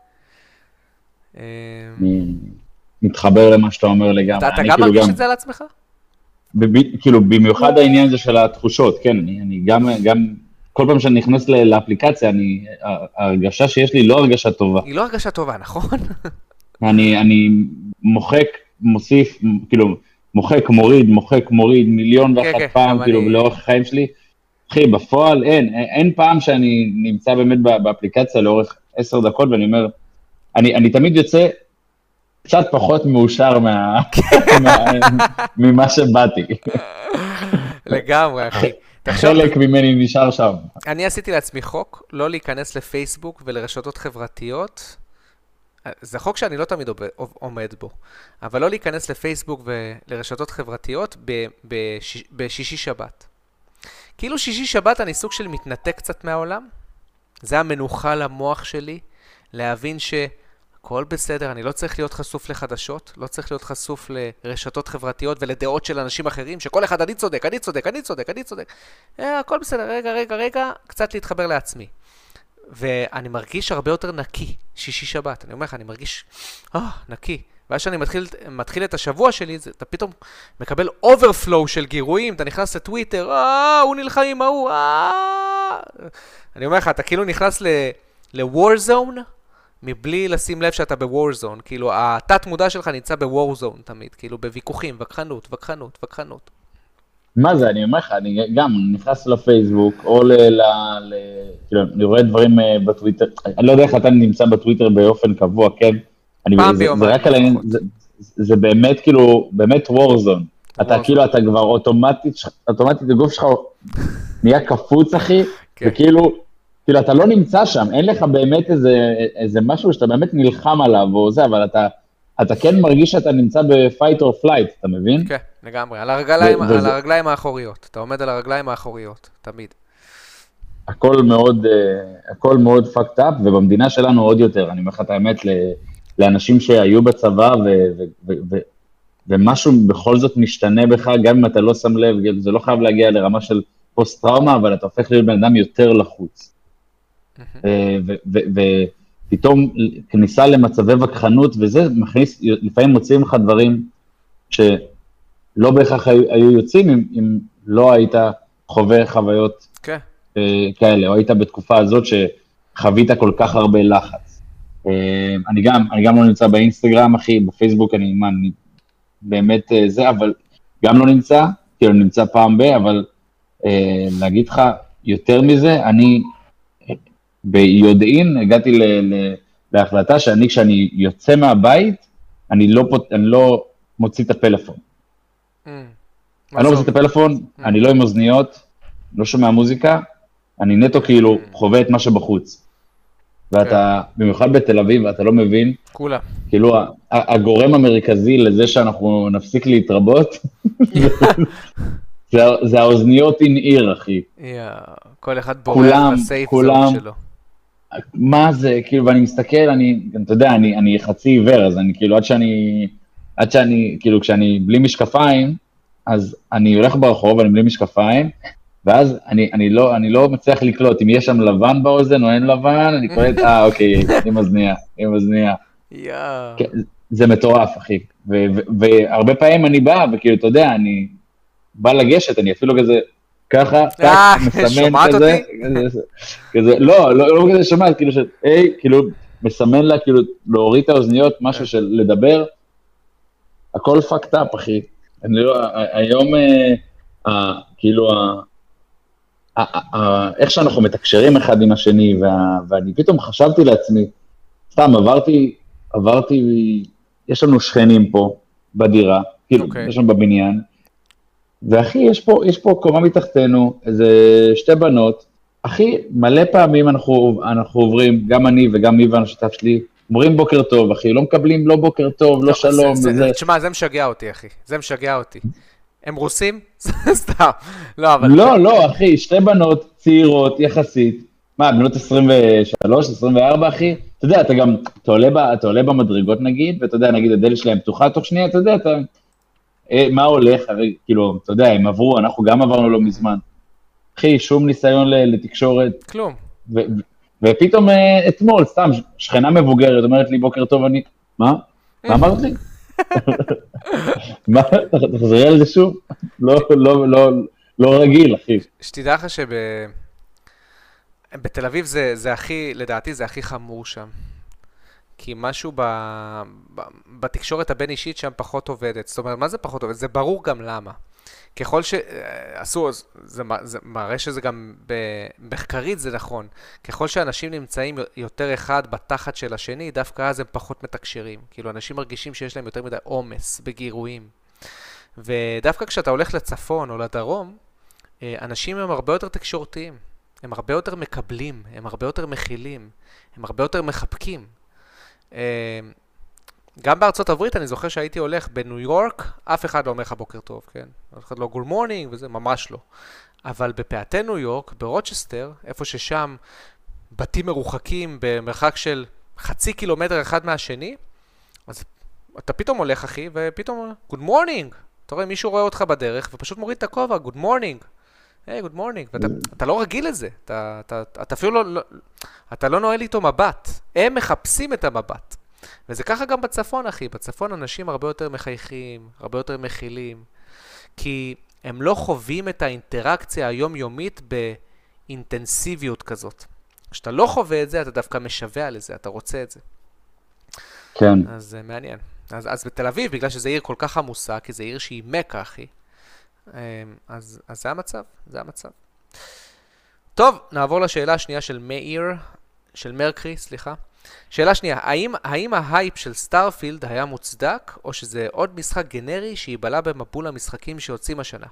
מתחבר למה שאתה אומר לגמרי. אתה גם מרגיש את זה על עצמך? כאילו, במיוחד העניין הזה של התחושות, כן, אני גם כל פעם שאני נכנס לאפליקציה, ההרגשה שיש לי לא הרגשה טובה. היא לא הרגשה טובה, נכון? אני מוחק, מוסיף, כאילו, מוחק, מוריד, מיליון ואחת פעם, כאילו, לאורך החיים שלי. אחי, בפועל אין פעם שאני נמצא באמת באפליקציה לאורך 10 דקות, ואני אומר, אני תמיד יוצא קצת פחות מאושר ממה שבאתי. לגמרי, אחי. חלק ממני נשאר שם. אני עשיתי לעצמי חוק, לא להיכנס לפייסבוק ולרשתות חברתיות. זה חוק שאני לא תמיד עומד בו, אבל לא להיכנס לפייסבוק ולרשתות חברתיות בשישי שבת. כאילו שישי שבת אני סוג של מתנתק קצת מהעולם. זה המנוחה למוח שלי, להבין שהכל בסדר, אני לא צריך להיות חשוף לחדשות, לא צריך להיות חשוף לרשתות חברתיות ולדעות של אנשים אחרים, שכל אחד אני צודק, אני צודק, אני צודק, אני צודק. הכל בסדר, רגע, קצת להתחבר לעצמי. ואני מרגיש הרבה יותר נקי, שישי שבת. אני אומר לך, אני מרגיש נקי. ואז שאני מתחיל את השבוע שלי, אתה פתאום מקבל אוברפלואו של גירויים, אתה נכנס לטוויטר, הוא נלחם עם ההוא, אני אומר לך, אתה כאילו נכנס ל-war zone, מבלי לשים לב שאתה ב-war zone. כאילו, התת מודע שלך נמצא ב-war zone תמיד, כאילו בוויכוחים, וכחנות. מה זה, אני אומר לך, אני גם נכנס לפייסבוק, או כאילו, אני רואה דברים בטוויטר, אני לא יודע איך אתה נמצא בטוויטר באופן קבוע, כן? פעם ביומיים. זה באמת, כאילו, באמת וורזון. אתה כאילו, אתה כבר אוטומטית, הגוף שלך נהיה קפוץ, אחי, וכאילו, אתה לא נמצא שם, אין לך באמת איזה משהו שאתה באמת נלחם עליו, או זה, אבל אתה כן מרגיש שאתה נמצא ב-fight or flight, אתה מבין? כן, לגמרי, על הרגליים האחוריות, אתה עומד על הרגליים האחוריות, תמיד. הכל מאוד fucked up, ובמדינה שלנו עוד יותר, אני אומר לך את האמת, לאנשים שהיו בצבא, ומשהו בכל זאת משתנה בך, גם אם אתה לא שם לב, זה לא חייב להגיע לרמה של פוסט-טראומה, אבל אתה הופך להיות בן אדם יותר לחוץ. ופתאום כניסה למצבי וכחנות, וזה מכניס, לפעמים מוצאים לך דברים שלא בהכרח היו יוצאים, אם לא היית חווה חוויות כאלה, או היית בתקופה הזאת שחווית כל כך הרבה לחץ. אני גם לא נמצא באינסטגרם, אחי, בפייסבוק אני באמת זה, אבל גם לא נמצא, כאילו נמצא פעם אבל להגיד לך יותר מזה, אני ביודעין הגעתי להחלטה כשאני יוצא מהבית, אני לא מוציא את הפלאפון. אני לא מוציא את הפלאפון, אני לא עם אוזניות, לא שומע מוזיקה, אני נטו כאילו חווה את מה שבחוץ. ואתה, במיוחד בתל אביב, אתה לא מבין, כאילו הגורם המרכזי לזה שאנחנו נפסיק להתרבות, זה האוזניות אין עיר, אחי. כל אחד בורח לסייף זון שלו. מה זה, כאילו, ואני מסתכל, אתה יודע, אני חצי עיוור, אז אני כאילו, עד שאני, כאילו, כשאני בלי משקפיים, אז אני הולך ברחוב, אני בלי משקפיים, ואז אני לא מצליח לקלוט, אם יש שם לבן באוזן או אין לבן, אני קולט, אוקיי, עם אוזניה. זה מטורף, אחי. והרבה פעמים אני בא, וכאילו, אתה יודע, אני בא לגשת, אני אפילו כזה, ככה, מסמן כזה, לא כזה שומעת, כאילו כאילו, מסמן לה, כאילו, להוריד את האוזניות, משהו של לדבר, הכל fucked up, אחי. היום, כאילו, איך שאנחנו מתקשרים אחד עם השני, ואני פתאום חשבתי לעצמי, סתם, עברתי, יש לנו שכנים פה, בדירה, כאילו, יש לנו בבניין, ואחי, יש פה קומה מתחתנו, איזה שתי בנות, אחי, מלא פעמים אנחנו עוברים, גם אני וגם איוון השותף שלי, אומרים בוקר טוב, אחי, לא מקבלים לא בוקר טוב, לא שלום, וזה. תשמע, זה משגע אותי, אחי, זה משגע אותי. הם רוסים? סתם. לא, אבל... לא, אחי, שתי בנות צעירות יחסית, בנות 23, 24, אחי, אתה יודע, אתה עולה במדרגות נגיד, ואתה יודע, נגיד, הדלת שלהם פתוחה תוך שנייה, אתה יודע, מה הולך, הרי, כאילו, אתה יודע, הם עברו, אנחנו גם עברנו לא מזמן. אחי, שום ניסיון לתקשורת. כלום. ופתאום אתמול, סתם, שכנה מבוגרת, אומרת לי, בוקר טוב, מה? מה אמרת לי? מה? תחזרי על זה שוב? לא רגיל, אחי. שתדע לך בתל אביב זה הכי, לדעתי זה הכי חמור שם. כי משהו בתקשורת הבין אישית שם פחות עובדת. זאת אומרת, מה זה פחות עובדת? זה ברור גם למה. ככל שעשו, זה מראה שזה גם במחקרית זה נכון. ככל שאנשים נמצאים יותר אחד בתחת של השני, דווקא אז הם פחות מתקשרים. כאילו, אנשים מרגישים שיש להם יותר מדי עומס בגירויים. ודווקא כשאתה הולך לצפון או לדרום, אנשים הם הרבה יותר תקשורתיים, הם הרבה יותר מקבלים, הם הרבה יותר מכילים, הם הרבה יותר מחבקים. גם בארצות הברית אני זוכר שהייתי הולך בניו יורק, אף אחד לא אומר לך בוקר טוב, כן? אף אחד לא גוד מורנינג וזה, ממש לא. אבל בפאתי ניו יורק, ברוצ'סטר, איפה ששם בתים מרוחקים במרחק של 0.5 קילומטר אחד מהשני, אז אתה פתאום הולך, אחי, ופתאום, גוד מורנינג. אתה רואה, מישהו רואה אותך בדרך, ופשוט מוריד את הכובע, גוד מורנינג. היי, גוד מורנינג. ואתה לא רגיל לזה. אתה אפילו לא, אתה לא נועל איתו מבט. הם מחפשים את המבט. וזה ככה גם בצפון, אחי. בצפון אנשים הרבה יותר מחייכים, הרבה יותר מכילים, כי הם לא חווים את האינטראקציה היומיומית באינטנסיביות כזאת. כשאתה לא חווה את זה, אתה דווקא משווה לזה, אתה רוצה את זה. כן. אז מעניין. אז בתל אביב, בגלל שזה עיר כל כך עמוסה, כי זה עיר שהיא מקה, אחי, אז זה המצב, זה המצב. טוב, נעבור לשאלה השנייה של מרקרי, סליחה. שאלה שנייה, האם ההייפ של סטארפילד היה מוצדק, או שזה עוד משחק גנרי שיבלה במבול המשחקים שיוצאים השנה?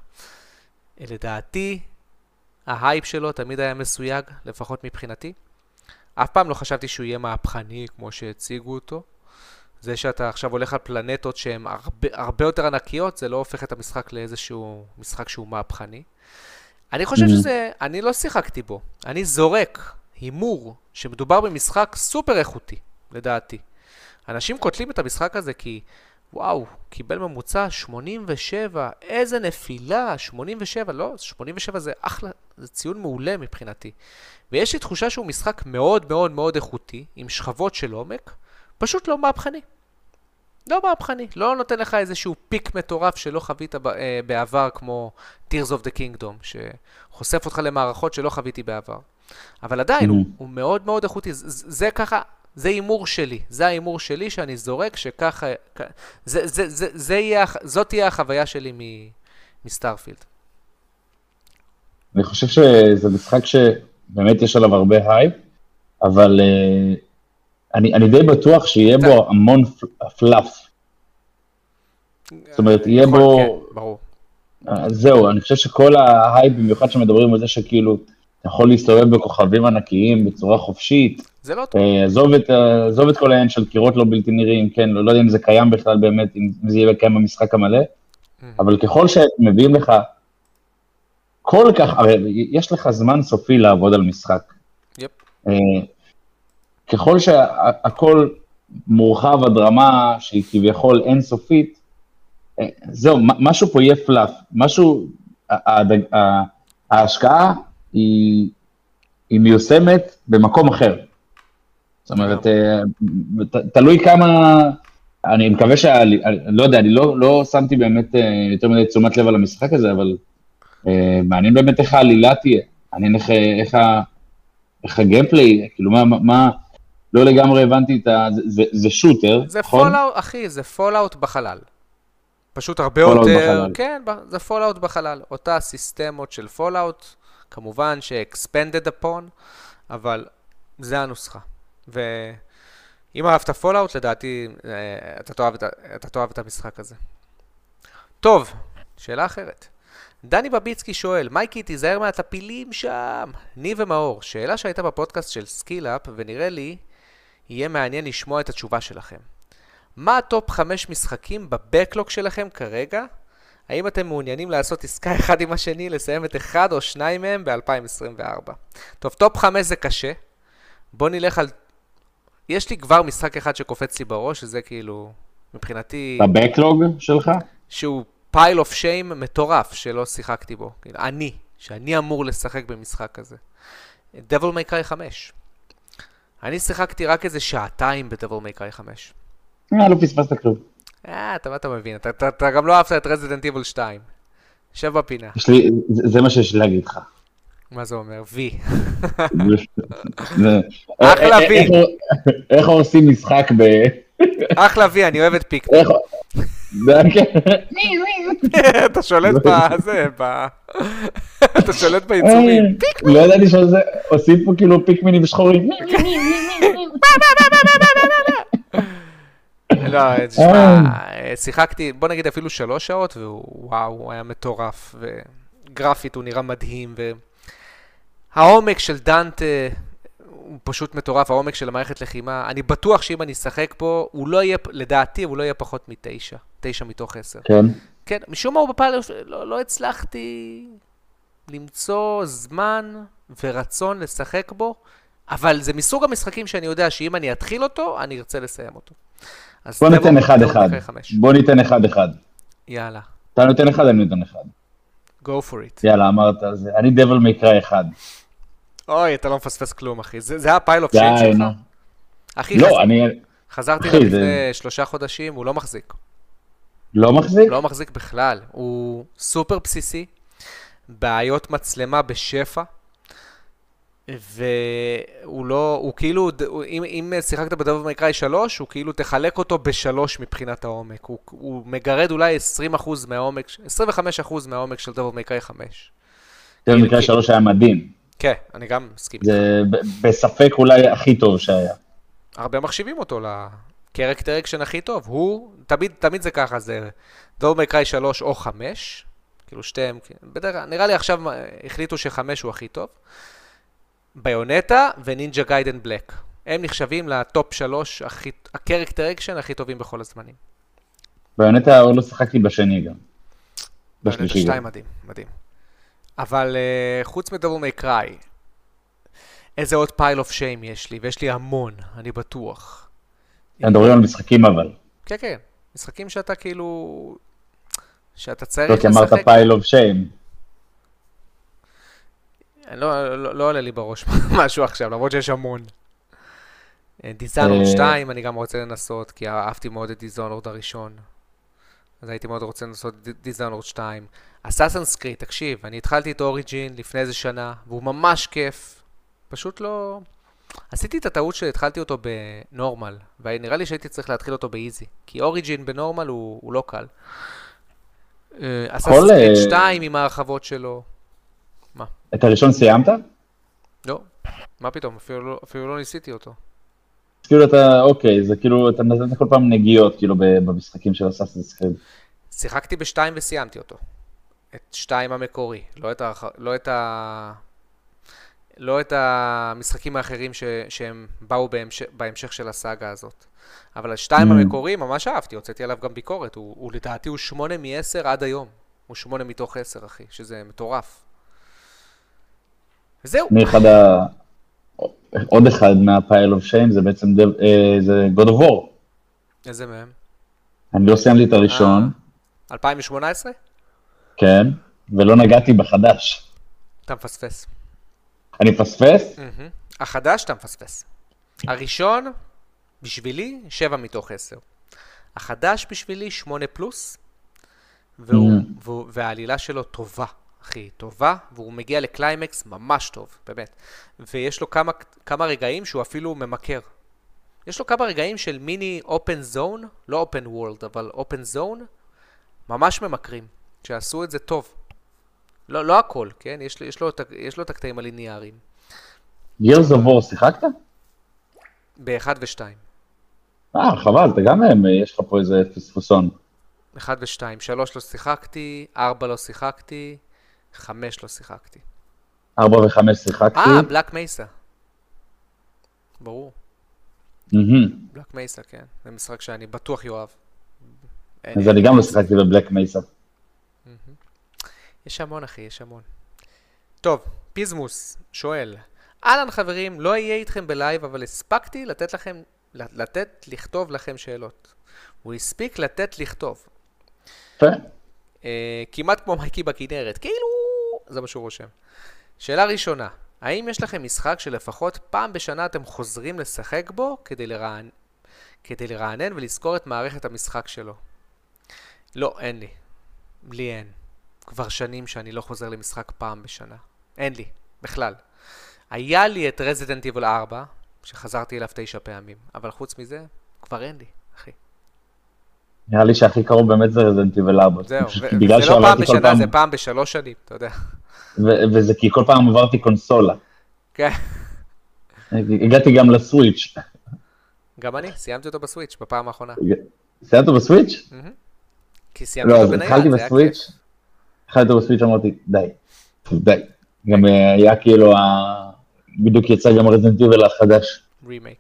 לדעתי, ההייפ שלו תמיד היה מסויג, לפחות מבחינתי. אף פעם לא חשבתי שהוא יהיה מהפכני כמו שהציגו אותו. זה שאתה עכשיו הולך על פלנטות שהן הרבה יותר ענקיות, זה לא הופך את המשחק לאיזשהו משחק שהוא מהפכני. אני חושב שזה, אני לא שיחקתי בו. אני זורק הימור שמדובר במשחק סופר איכותי, לדעתי. אנשים כותלים את המשחק הזה כי, וואו, קיבל ממוצע 87, איזה נפילה, 87, לא, 87 זה אחלה, זה ציון מעולה מבחינתי. ויש לי תחושה שהוא משחק מאוד מאוד מאוד איכותי, עם שכבות של עומק, פשוט לא מהפכני. לא מהפכני, לא נותן לך איזשהו פיק מטורף שלא חווית בעבר, כמו Tears of the Kingdom, שחושף אותך למערכות שלא חוויתי בעבר. אבל עדיין, הוא מאוד מאוד איכותי. זה ככה, זה אימור שלי. זה האימור שלי שאני זורק, שככה, זאת תהיה החוויה שלי מסטארפילד. אני חושב שזה משחק שבאמת יש עליו הרבה הייפ, אבל אני די בטוח שיהיה בו המון פלאף. זאת אומרת, יהיה בו... כן, ברור. זהו, אני חושב שכל ההייפ, במיוחד שמדברים על זה שכאילו, אתה יכול להסתובב בכוכבים ענקיים בצורה חופשית. זה לא טוב. עזוב את כל העניין של קירות לא בלתי נראים, כן, לא יודע אם זה קיים בכלל באמת, אם זה יהיה קיים במשחק המלא, אבל ככל שמביאים לך כל כך, הרי יש לך זמן סופי לעבוד על משחק. יפ. ככל שהכל מורחב הדרמה שהיא כביכול אינסופית, זהו, משהו פה יהיה פלאף, משהו, ההשקעה היא מיושמת במקום אחר. זאת אומרת, תלוי כמה, אני מקווה לא יודע, אני לא שמתי באמת יותר מדי תשומת לב על המשחק הזה, אבל מעניין באמת איך העלילה תהיה, מעניין איך הגיימפליי, כאילו מה, לא לגמרי הבנתי זה שוטר, זה פולאוט, אחי, זה פולאוט בחלל. פשוט הרבה יותר, כן, זה פולאוט בחלל. אותה סיסטמות של פולאוט, כמובן ש-expanded upon, אבל זה הנוסחה. ואם אהבת פולאוט, לדעתי, אתה תאהב את המשחק הזה. טוב, שאלה אחרת. דני בביצקי שואל, מייקי, תיזהר מהטפילים שם. ניב ומאור, שאלה שהייתה בפודקאסט של סקיל-אפ, ונראה לי, יהיה מעניין לשמוע את התשובה שלכם. מה הטופ 5 משחקים בבקלוג שלכם כרגע? האם אתם מעוניינים לעשות עסקה אחד עם השני, לסיים את אחד או שניים מהם ב-2024? טוב, טופ 5 זה קשה. בוא נלך על... יש לי כבר משחק אחד שקופץ לי בראש, שזה כאילו, מבחינתי... בבקלוג שלך? שהוא פייל אוף שיים מטורף שלא שיחקתי בו. שאני אמור לשחק במשחק כזה. Devil May Cry 5. אני שיחקתי רק איזה שעתיים ב-Devil May Cry 5. לא פספסת כלום. אתה מבין, אתה גם לא אהבת את Resident Evil 2. שב בפינה. זה מה שיש להגיד לך. מה זה אומר? V. אחלה V. איך עושים משחק ב... אחלה V, אני אוהב את פיק. אתה שולט בזה, אתה שולט בעיצומים. לא ידעתי שזה, עושים פה כאילו פיקמינים שחורים. לא, תשמע, שיחקתי, בוא נגיד אפילו 3 שעות, ווואו, הוא היה מטורף, גרפית הוא נראה מדהים, והעומק של דנטה הוא פשוט מטורף, העומק של המערכת לחימה, אני בטוח שאם אני אשחק פה, הוא לא יהיה, לדעתי, הוא לא יהיה פחות מ9, 9 מתוך 10. כן. כן, משום מה הוא בפיילוט, לא הצלחתי למצוא זמן ורצון לשחק בו, אבל זה מסוג המשחקים שאני יודע שאם אני אתחיל אותו, אני ארצה לסיים אותו. בוא ניתן אחד. בוא ניתן אחד. יאללה. אתה נותן אחד, אני נותן אחד. Go for it. יאללה, אמרת, אני דבל מקרה אחד. אוי, אתה לא מפספס כלום, אחי. זה הפיילוט שיין שלך? אחי, לא, חזרתי לה לפני 3 חודשים, הוא לא מחזיק. לא מחזיק? לא מחזיק בכלל. הוא סופר בסיסי, בעיות מצלמה בשפע, והוא לא, הוא כאילו, אם שיחקת בדבל מקראי 3, הוא כאילו תחלק אותו ב3 מבחינת העומק. הוא מגרד אולי 20% מהעומק, 25% מהעומק של דבל מקראי 5. דבל מקראי 3 היה מדהים. כן, אני גם מסכים. זה בספק אולי הכי טוב שהיה. הרבה מחשיבים אותו לקרקטר אקשן הכי טוב. הוא, תמיד זה ככה, זה דבל מקראי 3 או 5, כאילו שתיהם, בדרך, נראה לי עכשיו החליטו ש5 הוא הכי טוב. ביונטה ונינג'ה גיידן בלק. הם נחשבים לטופ 3, הקרקטר אקשן הכי טובים בכל הזמנים. ביונטה עוד לא שחקתי בשני גם. ביונטה 2 מדהים. אבל חוץ מדבל מקראי, איזה עוד פייל אוף שיים יש לי, ויש לי המון, אני בטוח. הם מדברים על משחקים אבל. כן. משחקים שאתה כאילו, שאתה צריך לשחק. לא, כי אמרת פייל אוף שיים. לא עולה לי בראש משהו עכשיו, למרות שיש המון. דיזאנורד 2 אני גם רוצה לנסות, כי אהבתי מאוד את דיזאנורד הראשון. אז הייתי מאוד רוצה לנסות דיזאנורד 2. אסאסינס קריד, תקשיב, אני התחלתי את אוריג'ין לפני איזה שנה, והוא ממש כיף. פשוט לא... עשיתי את הטעות שהתחלתי אותו בנורמל, ונראה לי שהייתי צריך להתחיל אותו באיזי, כי אוריג'ין בנורמל הוא לא קל. אסאסינס קריד 2 עם ההרחבות שלו. מה? את הראשון סיימת? לא, מה פתאום, אפילו לא ניסיתי אותו. כאילו אתה, אוקיי, זה כאילו, אתה נתנת כל פעם נגיעות, כאילו, במשחקים של אסאסינס קריד. שיחקתי ב2 וסיימתי אותו. את 2 המקורי, לא את המשחקים האחרים שהם באו בהמשך של הסאגה הזאת. אבל ה2 המקורי ממש אהבתי, הוצאתי עליו גם ביקורת. הוא לדעתי הוא 8 מ-10 עד היום. הוא 8 מתוך 10, אחי, שזה מטורף. וזהו. עוד אחד מהפייל אוף שיים, זה בעצם זה God of War. איזה מהם? אני לא סיימתי את הראשון. 2018? כן, ולא נגעתי בחדש. אתה מפספס. אני מפספס? החדש אתה מפספס. הראשון, בשבילי, 7 מתוך 10. החדש בשבילי, 8 פלוס, והעלילה שלו טובה. הכי טובה, והוא מגיע לקליימקס ממש טוב, באמת. ויש לו כמה רגעים שהוא אפילו ממכר. יש לו כמה רגעים של מיני אופן זון, לא אופן וורלד, אבל אופן זון, ממש ממכרים, שעשו את זה טוב. לא הכל, כן? יש לו את הקטעים הליניאריים. Gears of War שיחקת? ב-1 ו-2. חבל, אתה גם יש לך פה איזה פספוסון. 1 ו-2, 3 לא שיחקתי, 4 לא שיחקתי, 5 לא שיחקתי. 4 ו-5 שיחקתי. בלק מייסה. ברור. בלק מייסה, כן. זה משחק שאני בטוח יאהב. אז אני גם לא שיחקתי בבלק מייסה. יש המון, אחי, יש המון. טוב, פיזמוס שואל, אהלן חברים, לא אהיה איתכם בלייב, אבל הספקתי לכתוב לכם שאלות. הוא הספיק לתת לכתוב. כמעט כמו מייקי בכנרת, כאילו, זה מה שהוא רושם. שאלה ראשונה, האם יש לכם משחק שלפחות פעם בשנה אתם חוזרים לשחק בו כדי לרענן ולזכור את מערכת המשחק שלו? לא, אין לי. לי אין. כבר שנים שאני לא חוזר למשחק פעם בשנה. אין לי, בכלל. היה לי את Resident Evil 4, שחזרתי אליו 9 פעמים, אבל חוץ מזה, כבר אין לי, אחי. נראה לי שהכי קרוב באמת זה Resident Evil 4. זהו, זה לא פעם בשנה, זה פעם ב3 שנים, אתה יודע. וזה כי כל פעם עברתי קונסולה. כן. הגעתי גם לסוויץ'. גם אני, סיימתי אותו בסוויץ' בפעם האחרונה. סיימת אותו בסוויץ'? כי סיימתי אותו בנייד, זה היה כיף. התחלתי בסוויץ', אמרתי, די. די. גם היה כאילו, בדיוק יצא גם רזידנט איבל החדש. רימייק.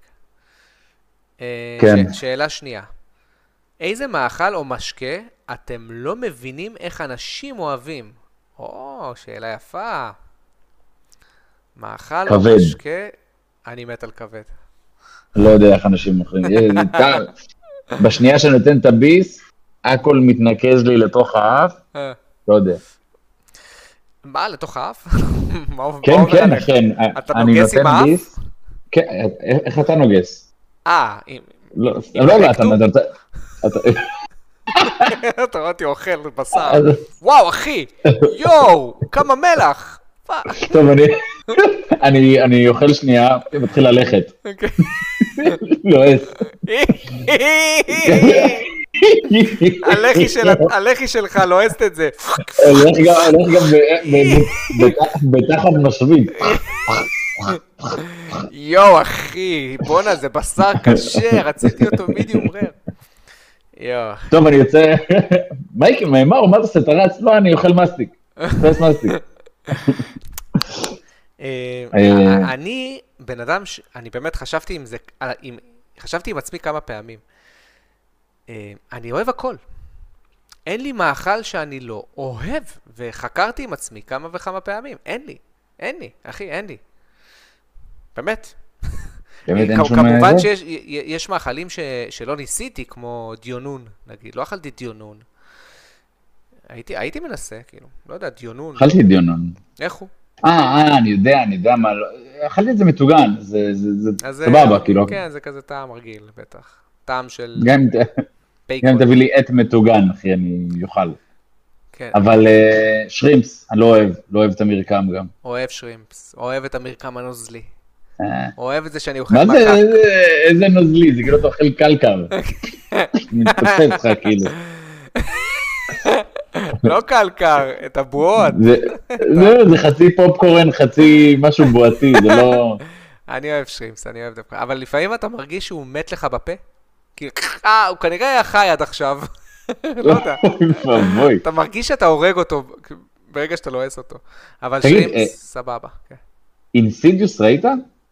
כן. שאלה שנייה. איזה מאכל או משקה אתם לא מבינים איך אנשים אוהבים? שאלה יפה. מאכל או כבד. משקה, אני מת על כבד. לא יודע איך אנשים אוכלים. בשנייה שנותן את הביס, הכל מתנקז לי לתוך האף, לא יודע. מה, לתוך האף? כן, כן, כן. אתה נוגס עם האף? כן, איך אתה נוגס? לא, אתה רואה אותי אוכל בשר. וואו, אחי! יואו! כמה מלח! טוב, אני אוכל שנייה, מתחיל ללכת. לועס. הלחי שלך לועסת את זה. הולך גם בתחת משווית. יואו, אחי, בונה, זה בשר קשה, רציתי אותו מידיום רר. יואו. טוב, אני יוצא... מייק, מה אתה עושה? אתה רץ? לא, אני אוכל מסטיק. פס מסטיק. אני בן אדם, אני באמת חשבתי עם זה, חשבתי עם עצמי כמה פעמים. אני אוהב הכל. אין לי מאכל שאני לא אוהב, וחקרתי עם עצמי כמה וכמה פעמים. אין לי, אחי, אין לי. באמת. כמובן שיש מאכלים שלא ניסיתי, כמו דיונון, נגיד. לא אכלתי דיונון. הייתי מנסה, כאילו. לא יודע, דיונון. אכלתי דיונון. איך הוא? אני יודע מה, אכלתי את זה מטוגן, זה סבבה, כאילו. כן, זה כזה טעם רגיל, בטח. טעם של גם תביא לי את מטוגן, אחי, אני יוכל. אבל שרימפס, אני לא אוהב את המרקם גם. אוהב שרימפס, אוהב את המרקם הנוזלי. אוהב את זה שאני אוכל מחק. מה זה, איזה נוזלי, זה כאילו אתה אוכל קלקר. מתפסס לך, כאילו. לא קלקר, את הבועות. זה חצי פופקורן, חצי משהו בועתי, זה לא... אני אוהב שרימפס, אני אוהב דווקא. אבל לפעמים אתה מרגיש שהוא מת לך בפה. כאילו, הוא כנראה היה חי עד עכשיו. לא יודע. אתה מרגיש שאתה הורג אותו ברגע שאתה לועס אותו. אבל שרימפס, סבבה. אינסידיוס ראית?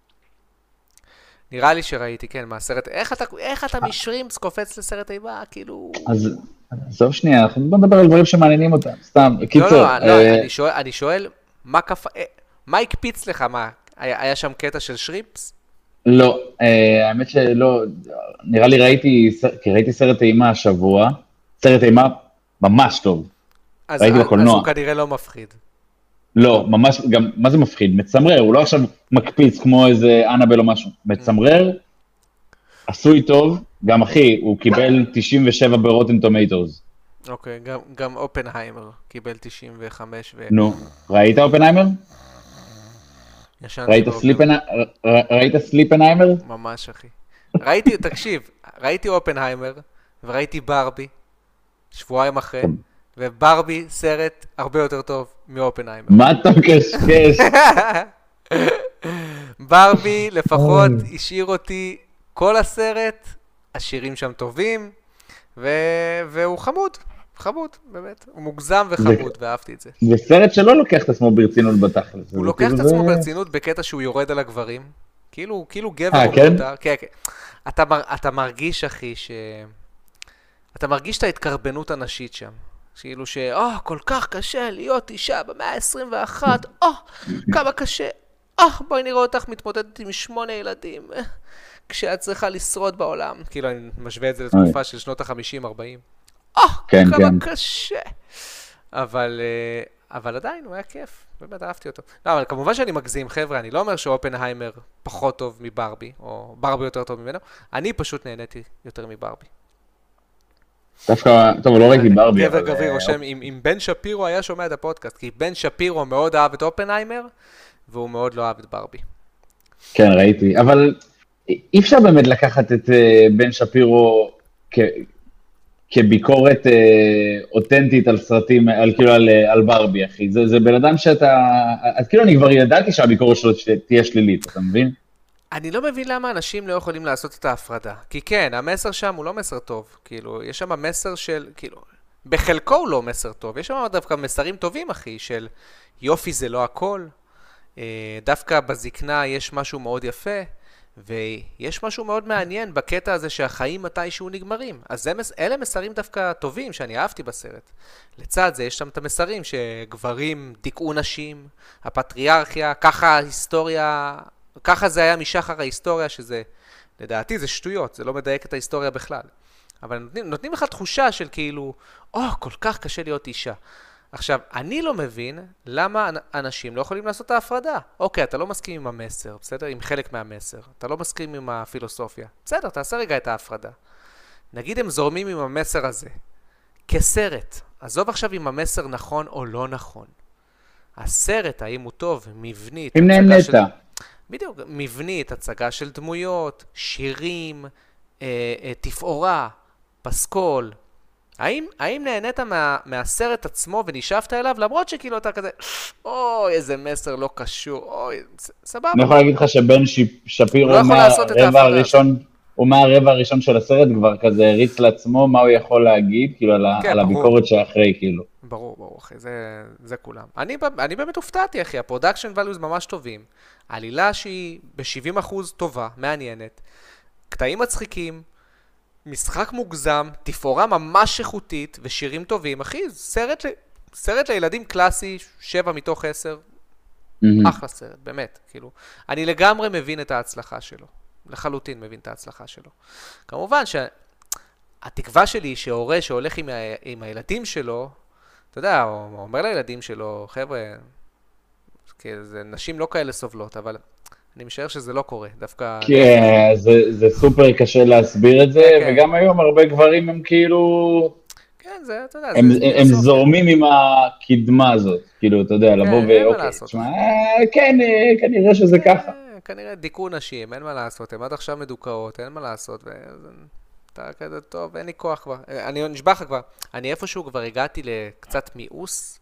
נראה לי שראיתי, כן, מהסרט. איך אתה משרימפס קופץ לסרט איבה, כאילו... אז עזוב שנייה, אנחנו בוא נדבר על דברים שמעניינים אותם, סתם, קיצור. לא, אני שואל, מה הקפיץ לך, מה? היה שם קטע של שרימפס? לא, האמת שלא, נראה לי ראיתי סרט אימה השבוע, סרט אימה ממש טוב, ראיתי בקולנוע. אז הוא כנראה לא מפחיד. לא, ממש, גם, מה זה מפחיד? מצמרר, הוא לא עכשיו מקפיץ כמו איזה אנאבל או משהו, מצמרר, עשוי טוב, גם אחי, הוא קיבל 97 ברוטן טומטוס. אוקיי, גם אופנהיימר קיבל 95 ו... נו, ראית אופנהיימר? ראית סליפנהיימר? ממש, אחי. תקשיב, ראיתי אופנהיימר, וראיתי ברבי, שבועיים אחרי, וברבי סרט הרבה יותר טוב מאופנהיימר. מה אתה מקשקש? ברבי לפחות השאיר אותי כל הסרט, השירים שם טובים, והוא חמוד, באמת. הוא מוגזם וחמוד, ואהבתי את זה. זה סרט שלא לוקח את עצמו ברצינות בתכלס. הוא לוקח את עצמו ברצינות בקטע שהוא יורד על הגברים. כאילו גבר. כן? כן. אתה מרגיש, אחי, אתה מרגיש את ההתקרבנות הנשית שם. כאילו כל כך קשה להיות אישה במאה ה-21, כמה קשה. בואי נראה אותך מתמודדת עם 8 ילדים, כשאת צריכה לשרוד בעולם. כאילו, אני משווה את זה לתקופה של שנות ה-50-40. כמה קשה. אבל עדיין, הוא היה כיף. באמת אהבתי אותו. לא, אבל כמובן שאני מגזים, חבר'ה, אני לא אומר שאופנהיימר פחות טוב מברבי, או ברבי יותר טוב ממנו. אני פשוט נהניתי יותר מברבי. דווקא, טוב, לא ראיתי ברבי. גבר גברי רושם, אם בן שפירו היה שומע את הפודקאסט, כי בן שפירו מאוד אהב את אופנהיימר, והוא מאוד לא אהב את ברבי. כן, ראיתי, אבל אי אפשר באמת לקחת את בן שפירו כביקורת אותנטית על סרטים, על ברבי, אחי. זה בן אדם שאתה, אז כאילו אני כבר ידעתי שהביקורת שלו תהיה שלילית, אתה מבין? אני לא מבין למה אנשים לא יכולים לעשות את ההפרדה. כי כן, המסר שם הוא לא מסר טוב. כאילו, יש שם מסר של, כאילו, בחלקו הוא לא מסר טוב. יש שם דווקא מסרים טובים, אחי, של יופי זה לא הכל. דווקא בזקנה יש משהו מאוד יפה, ויש משהו מאוד מעניין בקטע הזה שהחיים מתישהו נגמרים. אז אלה מסרים דווקא טובים שאני אהבתי בסרט. לצד זה יש שם את המסרים שגברים דיכאו נשים, הפטריארכיה, ככה ההיסטוריה, ככה זה היה משחר ההיסטוריה, שזה, לדעתי זה שטויות, זה לא מדייק את ההיסטוריה בכלל. אבל נותנים לך תחושה של כאילו, כל כך קשה להיות אישה. עכשיו, אני לא מבין למה אנשים לא יכולים לעשות את ההפרדה. אוקיי, אתה לא מסכים עם המסר, בסדר? עם חלק מהמסר. אתה לא מסכים עם הפילוסופיה. בסדר, תעשה רגע את ההפרדה. נגיד הם זורמים עם המסר הזה. כסרט. עזוב עכשיו אם המסר נכון או לא נכון. הסרט, האם הוא טוב, מבנית. אם נהנית. בדיוק, מבנית, הצגה של דמויות, שירים, תפאורה, פסקול. האם נהנית מהסרט עצמו ונשאפת אליו, למרות שכאילו אתה כזה, איזה מסר לא קשור, סבבה. אני יכול להגיד לך שבן שפירו מהרבע הראשון של הסרט כבר כזה הריץ לעצמו מה הוא יכול להגיד, כאילו על הביקורת שאחרי, כאילו. ברור, אחי, זה כולם. אני באמת הופתעתי, אחי, הפרודקשן ואליוז ממש טובים, העלילה שהיא ב-70% טובה, מעניינת, קטעים מצחיקים, משחק מוגזם, תפאורה ממש איכותית ושירים טובים. אחי, סרט לילדים קלאסי, 7 מתוך 10. אחלה סרט, באמת. כאילו, אני לגמרי מבין את ההצלחה שלו. לחלוטין מבין את ההצלחה שלו. כמובן שהתקווה שלי היא שההורה שהולך עם הילדים שלו, אתה יודע, הוא אומר לילדים שלו, חבר'ה, נשים לא כאלה סובלות, אבל אני משער שזה לא קורה, דווקא... כן, זה סופר קשה להסביר את זה, וגם היום הרבה גברים הם כאילו... כן, זה, אתה יודע... הם זורמים עם הקדמה הזאת, כאילו, אתה יודע, לבוא ואוקיי, תשמע, כן, כנראה שזה ככה. כנראה דיכאו נשים, אין מה לעשות, הם עד עכשיו מדוכאות, אין מה לעשות, אתה כזה טוב, אין לי כוח כבר. אני נשבע לך כבר, אני איפשהו כבר הגעתי לקצת מיאוס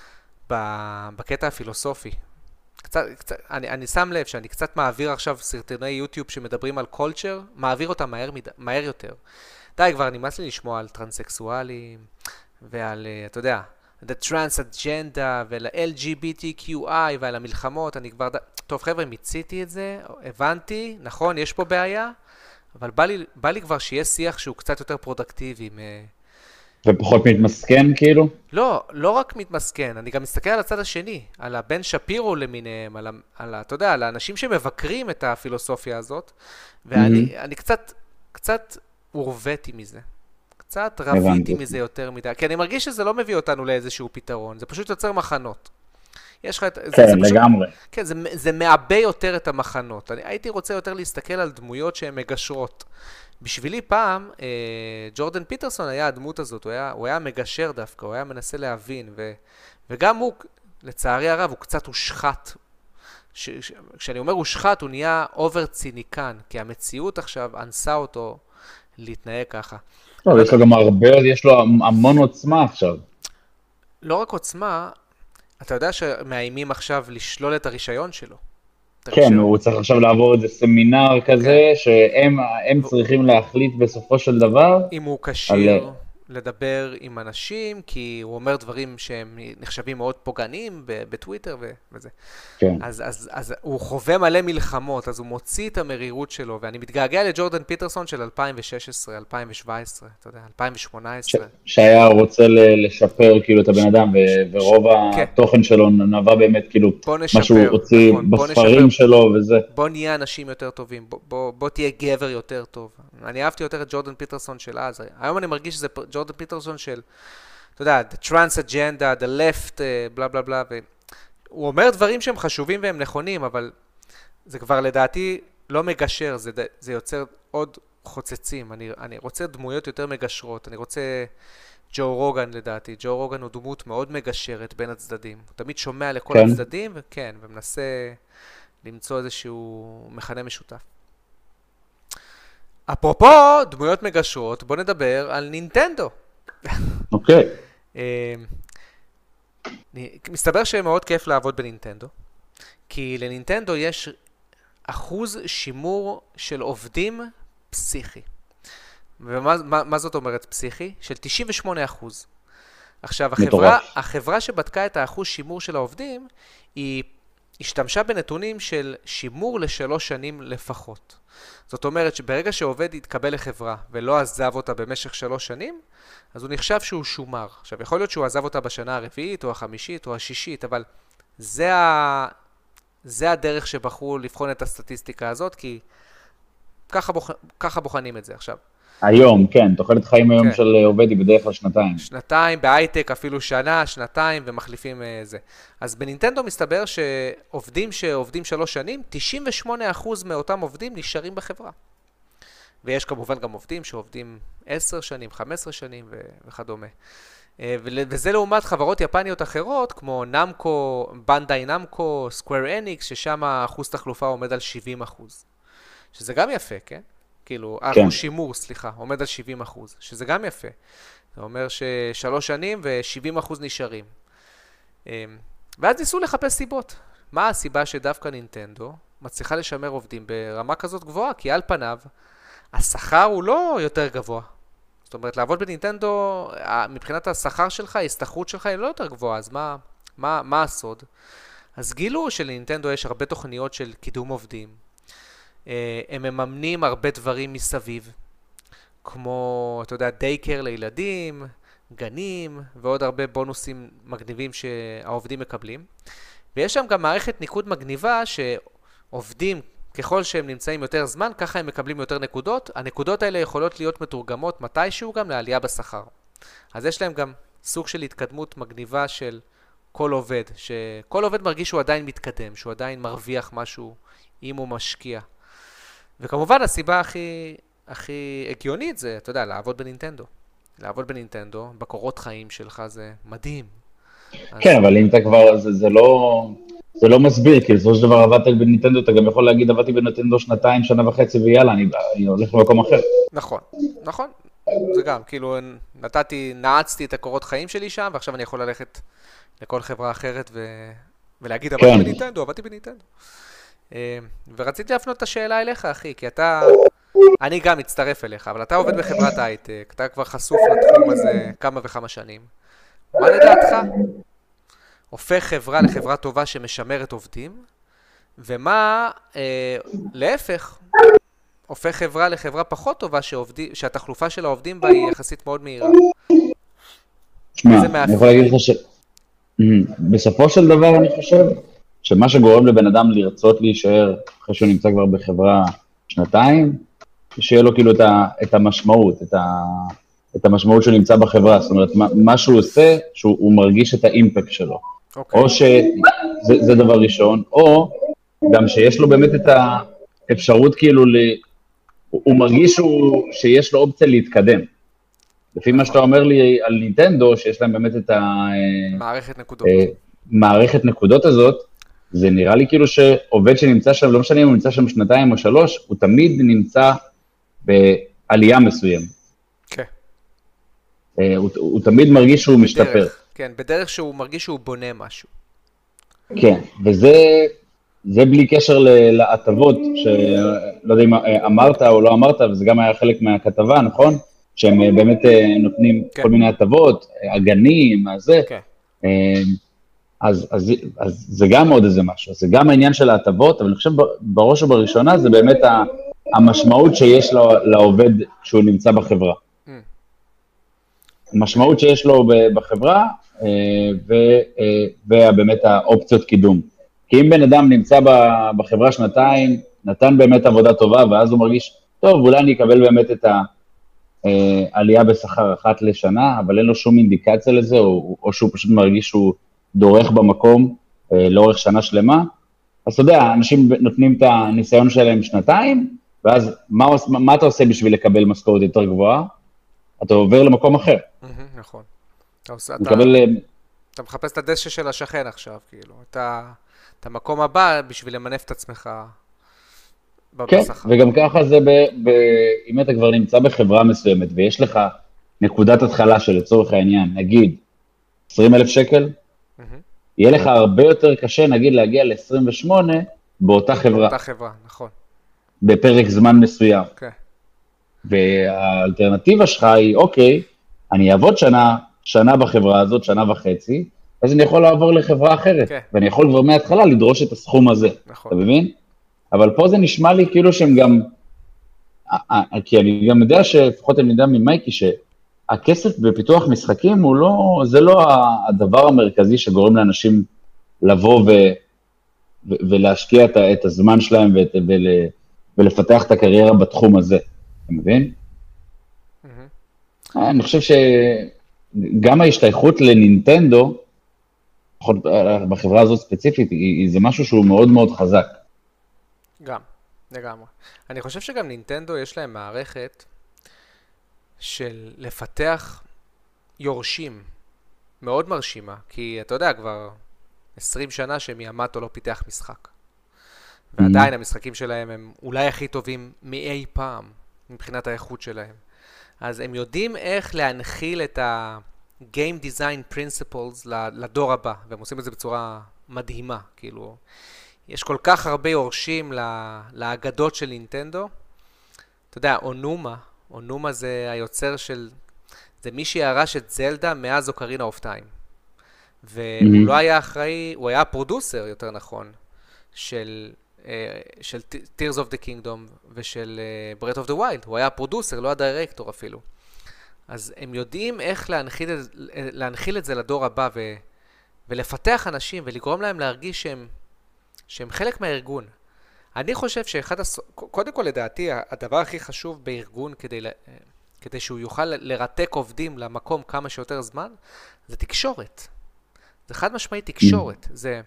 בקטע הפילוסופי. אני שם לב שאני קצת מעביר עכשיו סרטוני יוטיוב שמדברים על קולצ'ר, מעביר אותם מהר יותר. די, כבר נמאס לי לשמוע על טרנסקסואלים, ועל, אתה יודע, the trans agenda, ועל ה-LGBTQI, ועל המלחמות, אני כבר... טוב, חבר'ה, מיציתי את זה, הבנתי, נכון, יש פה בעיה, אבל בא לי כבר שיהיה שיח שהוא קצת יותר פרודקטיבי. ופחות מתמסכן, כאילו? לא רק מתמסכן, אני גם מסתכל על הצד השני, על הבן שפירו למיניהם, אתה יודע, על האנשים שמבקרים את הפילוסופיה הזאת, ואני קצת הורוויתי מזה. קצת רביתי מזה יותר מדי, כי אני מרגיש שזה לא מביא אותנו לאיזשהו פתרון, זה פשוט יוצר מחנות. יש לך כן, לגמרי. כן, זה מעבה יותר את המחנות. אני הייתי רוצה יותר להסתכל על דמויות שהן מגשרות. בשבילי פעם, ג'ורדן פיטרסון היה הדמות הזאת, הוא היה מגשר דווקא, הוא היה מנסה להבין, וגם הוא, לצערי הרב, הוא קצת הושחת. כשאני אומר הושחת, הוא נהיה אובר ציניקן, כי המציאות עכשיו אנסה אותו להתנהג ככה. יש לו המון עוצמה עכשיו. לא רק עוצמה, אתה יודע שמאיימים עכשיו לשלול את הרישיון שלו. כן, הוא צריך עכשיו לעבור איזה סמינר כזה, שהם צריכים להחליט בסופו של דבר. אם הוא קשיר לדבר עם אנשים, כי הוא אומר דברים שהם נחשבים מאוד פוגעניים בטוויטר וזה. כן. אז הוא חווה מלא מלחמות, אז הוא מוציא את המרירות שלו, ואני מתגעגע לג'ורדן פיטרסון של 2016, 2017, אתה יודע, 2018. שהיה רוצה לשפר כאילו את הבן אדם, ורוב התוכן שלו נבע באמת כאילו, מה שהוא הוציא בספרים שלו וזה. בוא נהיה אנשים יותר טובים, בוא תהיה גבר יותר טוב. אני אהבתי יותר את ג'ורדן פיטרסון של אז. היום אני מרגיש שזה ג'ורדן פיטרסון של, אתה יודע, the trans agenda, the left, בלה בלה בלה, והוא אומר דברים שהם חשובים והם נכונים, אבל זה כבר לדעתי לא מגשר, זה יוצר עוד חוצצים. אני רוצה דמויות יותר מגשרות, אני רוצה ג'ו רוגן לדעתי. ג'ו רוגן הוא דמות מאוד מגשרת בין הצדדים. הוא תמיד שומע לכל הצדדים, וכן, ומנסה למצוא איזשהו מכנה משותף. אפרופו דמויות מגשרות, בוא נדבר על נינטנדו. אוקיי. מסתבר שמאוד כיף לעבוד בנינטנדו, כי לנינטנדו יש אחוז שימור של עובדים פסיכי. ומה זאת אומרת פסיכי? של 98%. עכשיו, מטורף. החברה שבדקה את האחוז שימור של העובדים, היא השתמשה בנתונים של שימור ל3 שנים לפחות. זאת אומרת שברגע שעובד יתקבל לחברה ולא עזב אותה במשך 3 שנים, אז הוא נחשב שהוא שומר. עכשיו, יכול להיות שהוא עזב אותה בשנה הרביעית או החמישית או השישית, אבל זה הדרך שבחרו לבחון את הסטטיסטיקה הזאת, כי ככה בוחנים את זה עכשיו. היום, כן, תוחלת חיים היום כן. של עובד היא בדרך כלל 2 שנתיים. 2 בהייטק, אפילו שנה, 2 ומחליפים זה. אז בנינטנדו מסתבר שעובדים 3 שנים, 98% מאותם עובדים נשארים בחברה. ויש כמובן גם עובדים שעובדים 10 שנים, 15 שנים וכדומה. וזה לעומת חברות יפניות אחרות, כמו נמקו, בנדאי נמקו, סקוואר אניקס, ששם אחוז תחלופה עומד על 70%. שזה גם יפה, כן? כאילו, אחוז שימור, סליחה, עומד על 70%, שזה גם יפה. זה אומר ש3 שנים ו70% נשארים. ואז ניסו לחפש סיבות. מה הסיבה שדווקא נינטנדו מצליחה לשמר עובדים ברמה כזאת גבוהה? כי על פניו, השכר הוא לא יותר גבוה. זאת אומרת, לעבוד בנינטנדו, מבחינת השכר שלך, ההסתכרות שלך היא לא יותר גבוהה, אז מה הסוד? אז גילו שלנינטנדו יש הרבה תוכניות של קידום עובדים. הם מממנים הרבה דברים מסביב, כמו, אתה יודע, דייקר לילדים, גנים, ועוד הרבה בונוסים מגניבים שהעובדים מקבלים. ויש שם גם מערכת ניקוד מגניבה שעובדים, ככל שהם נמצאים יותר זמן, ככה הם מקבלים יותר נקודות. הנקודות האלה יכולות להיות מתורגמות מתישהו גם לעלייה בשכר. אז יש להם גם סוג של התקדמות מגניבה של כל עובד, שכל עובד מרגיש שהוא עדיין מתקדם, שהוא עדיין מרוויח משהו אם הוא משקיע. וכמובן הסיבה הכי הגיונית זה, אתה יודע, לעבוד בנינטנדו. לעבוד בנינטנדו, בקורות חיים שלך זה מדהים. כן, אבל אם אתה כבר, זה לא מסביר, כי בסופו של דבר עבדת בנינטנדו, אתה גם יכול להגיד, עבדתי בנינטנדו 2, 1.5 שנה ויאללה, אני הולך למקום אחר. נכון. זה גם, כאילו, נעצתי את הקורות חיים שלי שם, ועכשיו אני יכול ללכת לכל חברה אחרת ולהגיד, עבדתי בנינטנדו. ורציתי להפנות את השאלה אליך, אחי, כי אני גם מצטרף אליך, אבל אתה עובד בחברת הייטק, אתה כבר חשוף לתחום הזה כמה וכמה שנים. מה לדעתך? הופך חברה לחברה טובה שמשמרת עובדים, ומה, להפך, הופך חברה לחברה פחות טובה שהתחלופה של העובדים בה היא יחסית מאוד מהירה. תשמע, אני יכול להגיד לך בסופו של דבר אני חושב שמה שגורם לבן אדם לרצות להישאר אחרי שהוא נמצא כבר בחברה 2, שיהיה לו כאילו את המשמעות, את המשמעות שהוא נמצא בחברה, זאת אומרת, מה שהוא עושה, שהוא מרגיש את האימפקט שלו. או שזה דבר ראשון, או גם שיש לו באמת את האפשרות כאילו, הוא מרגיש שיש לו אופציה להתקדם. לפי מה שאתה אומר לי על נינטנדו, שיש להם באמת את מערכת נקודות הזאת, זה נראה לי כאילו שעובד שנמצא שם, לא משנה אם הוא נמצא שם 2 או 3, הוא תמיד נמצא בעלייה מסוים. כן. הוא תמיד מרגיש שהוא משתפר. כן, בדרך שהוא מרגיש שהוא בונה משהו. כן, וזה בלי קשר להטבות, שלא יודע אם אמרת או לא אמרת, וזה גם היה חלק מהכתבה, נכון? שהם באמת נותנים כל מיני הטבות, הגנים, הזה. כן. אז זה גם עוד איזה משהו, זה גם העניין של ההטבות, אבל אני חושב בראש ובראשונה זה באמת המשמעות שיש לעובד כשהוא נמצא בחברה. המשמעות שיש לו בחברה, ובאמת האופציות קידום. כי אם בן אדם נמצא בחברה 2, נתן באמת עבודה טובה, ואז הוא מרגיש, טוב, אולי אני אקבל באמת את העלייה בשכר 1 לשנה, אבל אין לו שום אינדיקציה לזה, או שהוא פשוט מרגיש שהוא דורך במקום לאורך שנה שלמה. אז אתה יודע, אנשים נותנים את הניסיון שלהם 2, ואז מה אתה עושה בשביל לקבל משכורת יותר גבוהה? אתה עובר למקום אחר. נכון. אתה מחפש את הדשא של השכן עכשיו, כאילו. את המקום הבא בשביל למנף את עצמך בשכר. כן, וגם ככה זה, אם אתה כבר נמצא בחברה מסוימת, ויש לך נקודת התחלה של לצורך העניין, נגיד, 20,000 שקל, יהיה לך הרבה יותר קשה, נגיד, להגיע ל-28 באותה חברה. באותה חברה, נכון. בפרק זמן מסוים. כן. והאלטרנטיבה שלך היא, אוקיי, אני אעבוד שנה שנה בחברה הזאת, שנה וחצי, אז אני יכול לעבור לחברה אחרת, כן. ואני יכול כבר מההתחלה לדרוש את הסכום הזה, נכון. אתה מבין? אבל פה זה נשמע לי כאילו שהם גם, כי אני גם יודע לפחות אני יודע ממייקי, שהכסף בפיתוח משחקים הוא לא, זה לא הדבר המרכזי שגורם לאנשים לבוא ולהשקיע את הזמן שלהם ולפתח את הקריירה בתחום הזה, אתה מבין? אני חושב שגם ההשתייכות לנינטנדו, בחברה הזאת ספציפית, זה משהו שהוא מאוד מאוד חזק. גם, לגמרי. אני חושב שגם נינטנדו יש להם מערכת של לפתח יורשים מאוד מרשימה, כי אתה יודע כבר 20 שנה שמיאמטו לא פיתח משחק. ועדיין המשחקים שלהם הם אולי הכי טובים מאי פעם מבחינת האיכות שלהם. אז הם יודעים איך להנחיל את ה-game design principles לדור הבא, והם עושים את זה בצורה מדהימה, כאילו, יש כל כך הרבה יורשים לאגדות של נינטנדו. אתה יודע, אונומה זה היוצר של, זה מי שירש את זלדה מאז אוקרינה אוף טיים. והוא לא היה אחראי, הוא היה הפרודוסר, יותר נכון, של Tears of the Kingdom ושל Breath of the Wild. הוא היה הפרודוסר, לא הדירקטור אפילו. אז הם יודעים איך להנחיל את זה לדור הבא ולפתח אנשים ולגרום להם להרגיש שהם חלק מהארגון. אני חושב קודם כל לדעתי, הדבר הכי חשוב בארגון כדי שהוא יוכל לרתק עובדים למקום כמה שיותר זמן, זה תקשורת. זה חד משמעית תקשורת.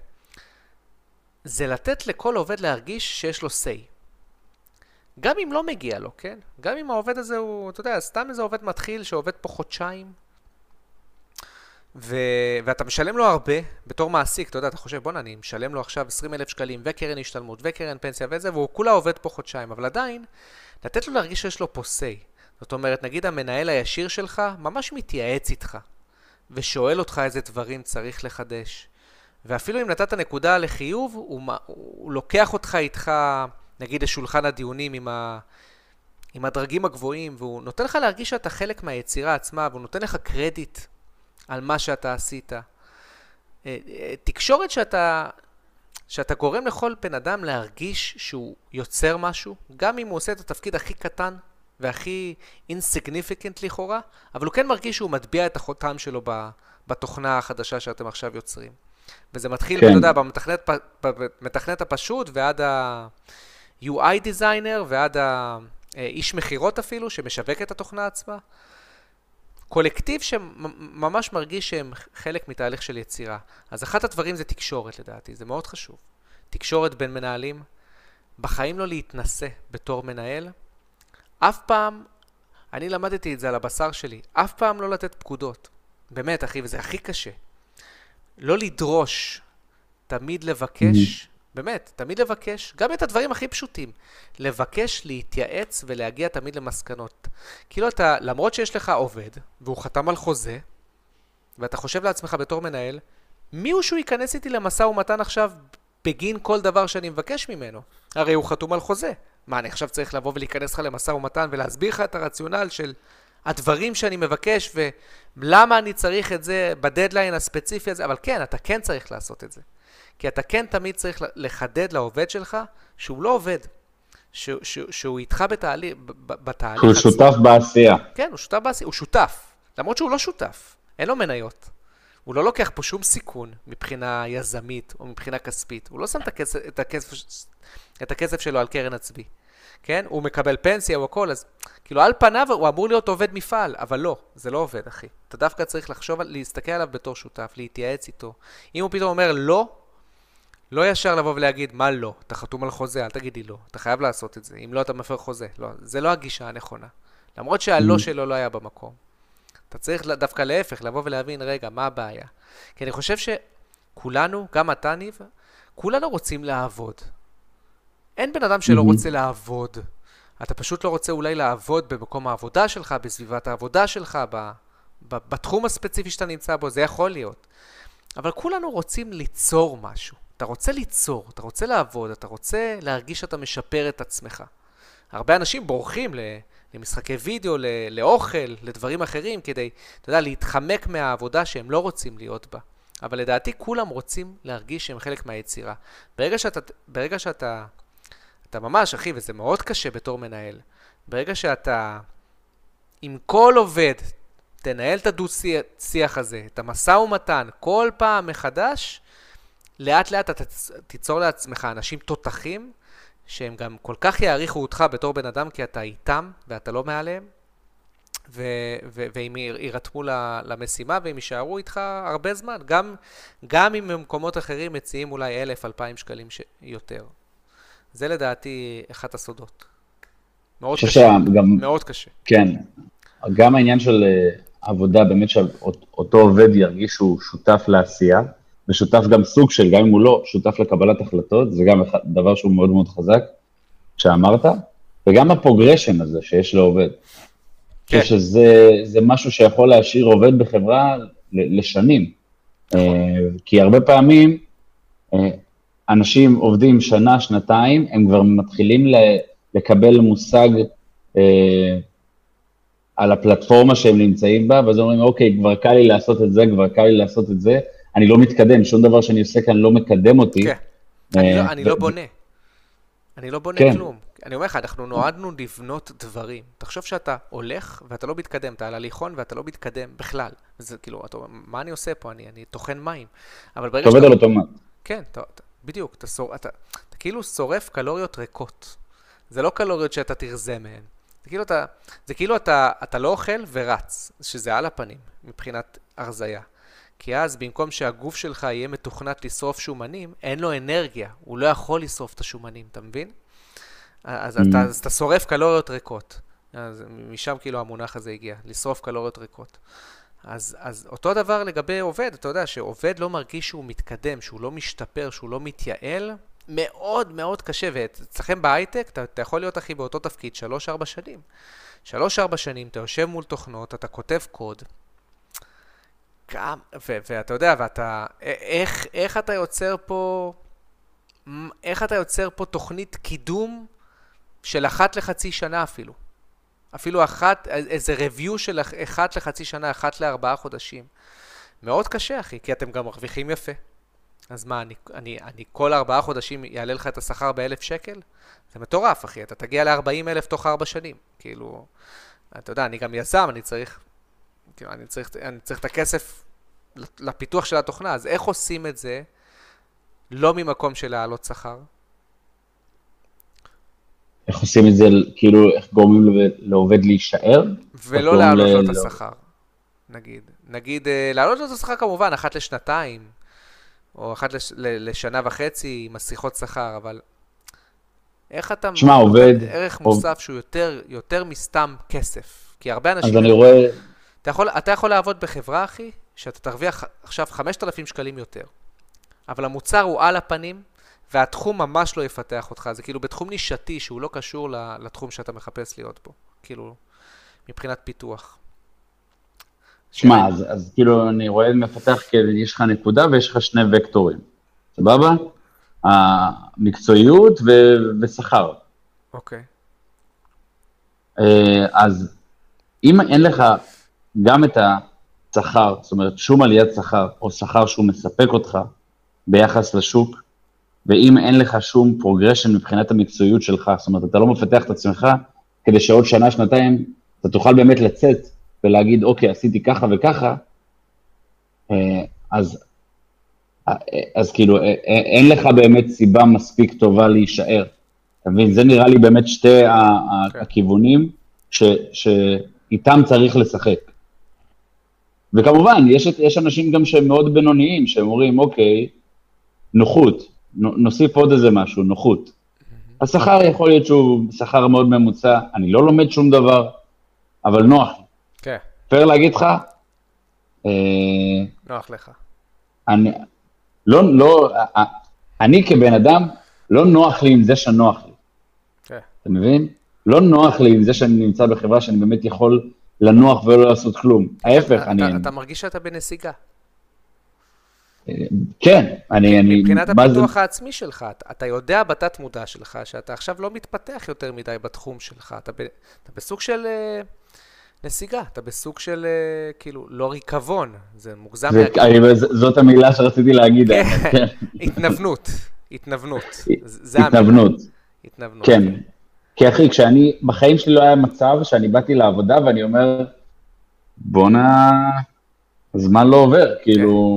זה לתת לכל עובד להרגיש שיש לו say. גם אם לא מגיע לו, כן? גם אם העובד הזה הוא, אתה יודע, סתם איזה עובד מתחיל שעובד פה חודשיים, ואתה משלם לו הרבה בתור מעסיק, אתה יודע, אתה חושב, בוא אני משלם לו עכשיו 20,000 שקלים וקרן השתלמות וקרן פנסיה וזה, והוא כולה עובד פה חודשיים, אבל עדיין, לתת לו להרגיש שיש לו פה say. זאת אומרת, נגיד המנהל הישיר שלך ממש מתייעץ איתך, ושואל אותך איזה דברים צריך לחדש. ואפילו אם נתת נקודה לחיוב, הוא לוקח אותך איתך, נגיד, לשולחן הדיונים עם הדרגים הגבוהים, והוא נותן לך להרגיש שאתה חלק מהיצירה עצמה, והוא נותן לך קרדיט על מה שאתה עשית. תקשורת שאתה גורם לכל בן אדם להרגיש שהוא יוצר משהו, גם אם הוא עושה את התפקיד הכי קטן והכי insignificant לכאורה, אבל הוא כן מרגיש שהוא מטביע את החותם שלו בתוכנה החדשה שאתם עכשיו יוצרים. וזה מתחיל, אתה יודע, במתכנת הפשוט ועד ה-UI designer ועד האיש מחירות אפילו, שמשווק את התוכנה עצמה. קולקטיב שממש מרגיש שהם חלק מתהליך של יצירה. אז אחת הדברים זה תקשורת לדעתי, זה מאוד חשוב. תקשורת בין מנהלים, בחיים לא להתנסה בתור מנהל. אף פעם, אני למדתי את זה על הבשר שלי, אף פעם לא לתת פקודות. באמת אחי, וזה הכי קשה. לא לדרוש, תמיד לבקש, באמת, תמיד לבקש, גם את הדברים הכי פשוטים, לבקש, להתייעץ ולהגיע תמיד למסקנות. כאילו אתה, למרות שיש לך עובד, והוא חתם על חוזה, ואתה חושב לעצמך בתור מנהל, מיהו שהוא ייכנס איתי למשא ומתן עכשיו בגין כל דבר שאני מבקש ממנו? הרי הוא חתום על חוזה. מה, אני עכשיו צריך לבוא ולהיכנס לך למשא ומתן ולהסביר לך את הרציונל של הדברים שאני מבקש ולמה אני צריך את זה בדדליין הספציפי הזה, אבל כן, אתה כן צריך לעשות את זה. כי אתה כן תמיד צריך לחדד לעובד שלך שהוא לא עובד, שהוא איתך בתהליך שהוא שותף בעשייה. כן, הוא שותף בעשייה, הוא שותף, למרות שהוא לא שותף, אין לו מניות. הוא לא לוקח פה שום סיכון מבחינה יזמית או מבחינה כספית. הוא לא שם את הכסף שלו על קרן הצבי. כן? הוא מקבל פנסיה או הכל, אז כאילו על פניו הוא אמור להיות עובד מפעל, אבל לא, זה לא עובד, אחי. אתה דווקא צריך לחשוב, להסתכל עליו בתור שותף, להתייעץ איתו. אם הוא פתאום אומר לא, לא ישר לבוא ולהגיד מה לא, אתה חתום על חוזה, אל תגידי לא, אתה חייב לעשות את זה, אם לא אתה מפר חוזה. לא, זה לא הגישה הנכונה. למרות שהלא שלו לא היה במקום. אתה צריך דווקא להפך, לבוא ולהבין, רגע, מה הבעיה? כי אני חושב שכולנו, גם אתה ניב, כולנו רוצים לעבוד. אין בן אדם שלא רוצה לעבוד. אתה פשוט לא רוצה אולי לעבוד במקום העבודה שלך, בסביבת העבודה שלך, בתחום הספציפי שאתה נמצא בו, זה יכול להיות. אבל כולנו רוצים ליצור משהו. אתה רוצה ליצור, אתה רוצה לעבוד, אתה רוצה להרגיש שאתה משפר את עצמך. הרבה אנשים בורחים למשחקי וידאו, לאוכל, לדברים אחרים, כדי, אתה יודע, להתחמק מהעבודה שהם לא רוצים להיות בה. אבל לדעתי כולם רוצים להרגיש שהם חלק מהיצירה. ברגע שאתה ממש, אחי, וזה מאוד קשה בתור מנהל, ברגע שאתה עם כל עובד, תנהל את הדו-שיח הזה, את המשא ומתן, כל פעם מחדש, לאט לאט אתה תיצור לעצמך אנשים תותחים, שהם גם כל כך יעריכו אותך בתור בן אדם, כי אתה איתם ואתה לא מעליהם, והם יירתמו למשימה, והם יישארו איתך הרבה זמן, גם אם במקומות אחרים מציעים אולי 1,000-2,000 שקלים יותר. זה לדעתי אחד הסודות. מאוד קשה, מאוד קשה. כן, גם העניין של עבודה, באמת שאותו עובד ירגיש שהוא שותף לעשייה, ושותף גם סוג של, גם אם הוא לא שותף לקבלת החלטות, זה גם דבר שהוא מאוד מאוד חזק, שאמרת, וגם הפרוגרשן הזה שיש לעובד. כן. שזה משהו שיכול להשאיר עובד בחברה לשנים. כי הרבה פעמים, אנשים עובדים שנה, שנתיים, הם כבר מתחילים לקבל מושג על הפלטפורמה שהם נמצאים בה, ואז אומרים, אוקיי, כבר קל לי לעשות את זה, כבר קל לי לעשות את זה, אני לא מתקדם, שום דבר שאני עושה כאן לא מקדם אותי. כן, אני לא בונה. אני לא בונה כלום. אני אומר לך, אנחנו נועדנו לבנות דברים. תחשוב שאתה הולך ואתה לא מתקדם, אתה על הליכון ואתה לא מתקדם בכלל. זה כאילו, מה אני עושה פה? אני טוחן מים. אבל ברגע שאתה... עובד על אוטומט. כן, בדיוק. אתה כאילו שורף קלוריות ריקות. זה לא קלוריות שאתה תרזה מהן. זה כאילו אתה לא אוכל ורץ, שזה על הפנים, מבחינת הרזיה. כי אז במקום שהגוף שלך יהיה מתוכנת לשרוף שומנים, אין לו אנרגיה, הוא לא יכול לשרוף את השומנים, אתה מבין? אז אתה שורף קלוריות ריקות. אז משם כאילו המונח הזה הגיע, לשרוף קלוריות ריקות. אז אותו דבר לגבי עובד, אתה יודע שעובד לא מרגיש שהוא מתקדם, שהוא לא משתפר, שהוא לא מתייעל, מאוד מאוד קשה, ואצלכם בהייטק אתה יכול להיות אחי באותו תפקיד 3-4 שנים. 3-4 שנים אתה יושב מול תוכנות, אתה כותב קוד, ואתה יודע, איך אתה יוצר פה, תוכנית קידום של 1 לחצי שנה אפילו. אפילו איזה review של 1 לחצי שנה, 1 ל4 חודשים. מאוד קשה אחי, כי אתם גם מרוויחים יפה. אז מה, אני כל 4 חודשים יעלה לך את השכר ב1,000 שקל? זה מטורף, אחי. אתה תגיע ל40,000 תוך 4 שנים. כאילו, אתה יודע, אני גם יזם, אני צריך את הכסף לפיתוח של התוכנה. אז איך עושים את זה לא ממקום של להעלות שכר? איך עושים את זה, כאילו, איך גורמים לעובד להישאר? ולא להעלות לו את השכר, נגיד, להעלות לו את השכר כמובן, 1 לשנתיים, או 1 לשנה וחצי עם השיחות שכר, אבל איך אתה עובד ערך מוסף שהוא יותר מסתם כסף? כי הרבה אנשים... אז אני רואה... אתה יכול לעבוד בחברה, אחי, שאתה תרוויח עכשיו 5,000 שקלים יותר, אבל המוצר הוא על הפנים, והתחום ממש לא יפתח אותך. זה כאילו בתחום נישתי שהוא לא קשור לתחום שאתה מחפש להיות בו. כאילו, מבחינת פיתוח. שמע, אז כאילו אני רואה מפתח כאילו יש לך נקודה ויש לך 2 וקטורים. סבבה? המקצועיות ושכר. אוקיי. אז אם אין לך גם את השכר, זאת אומרת שום עליית שכר, או שכר שהוא מספק אותך ביחס לשוק, ואם אין לך שום פרוגרשן מבחינת המקצועיות שלך, זאת אומרת, אתה לא מפתח את עצמך, כדי שעוד שנה, שנתיים, אתה תוכל באמת לצאת ולהגיד, אוקיי, עשיתי ככה וככה, אז כאילו, אין לך באמת סיבה מספיק טובה להישאר. אתה מבין? זה נראה לי באמת 2 הכיוונים שאיתם צריך לשחק. וכמובן, יש אנשים גם שהם מאוד בינוניים, שהם אומרים, אוקיי, נוחות, נוסיף עוד איזה משהו, נוחות. השכר יכול להיות שהוא שכר מאוד ממוצע, אני לא לומד שום דבר, אבל נוח. כן. אפשר להגיד לך? נוח לך. אני כבן אדם, לא נוח לי עם זה שנוח לי. כן. אתה מבין? לא נוח לי עם זה שאני נמצא בחברה שאני באמת יכול לנוח ולא לעשות כלום. ההפך, אתה מרגיש שאתה בנסיגה. כן, מבחינת הפיתוח העצמי שלך, אתה יודע בתת מודע שלך, שאתה עכשיו לא מתפתח יותר מדי בתחום שלך, אתה בסוג של נסיגה, אתה בסוג של, כאילו, לא ריקבון, זה מוגזם להגיד. זאת המילה שרציתי להגיד. התנוונות, התנוונות. התנוונות. כן. כי אחי, בחיים שלי לא היה מצב שאני באתי לעבודה ואני אומר, בונה, הזמן לא עובר, כאילו,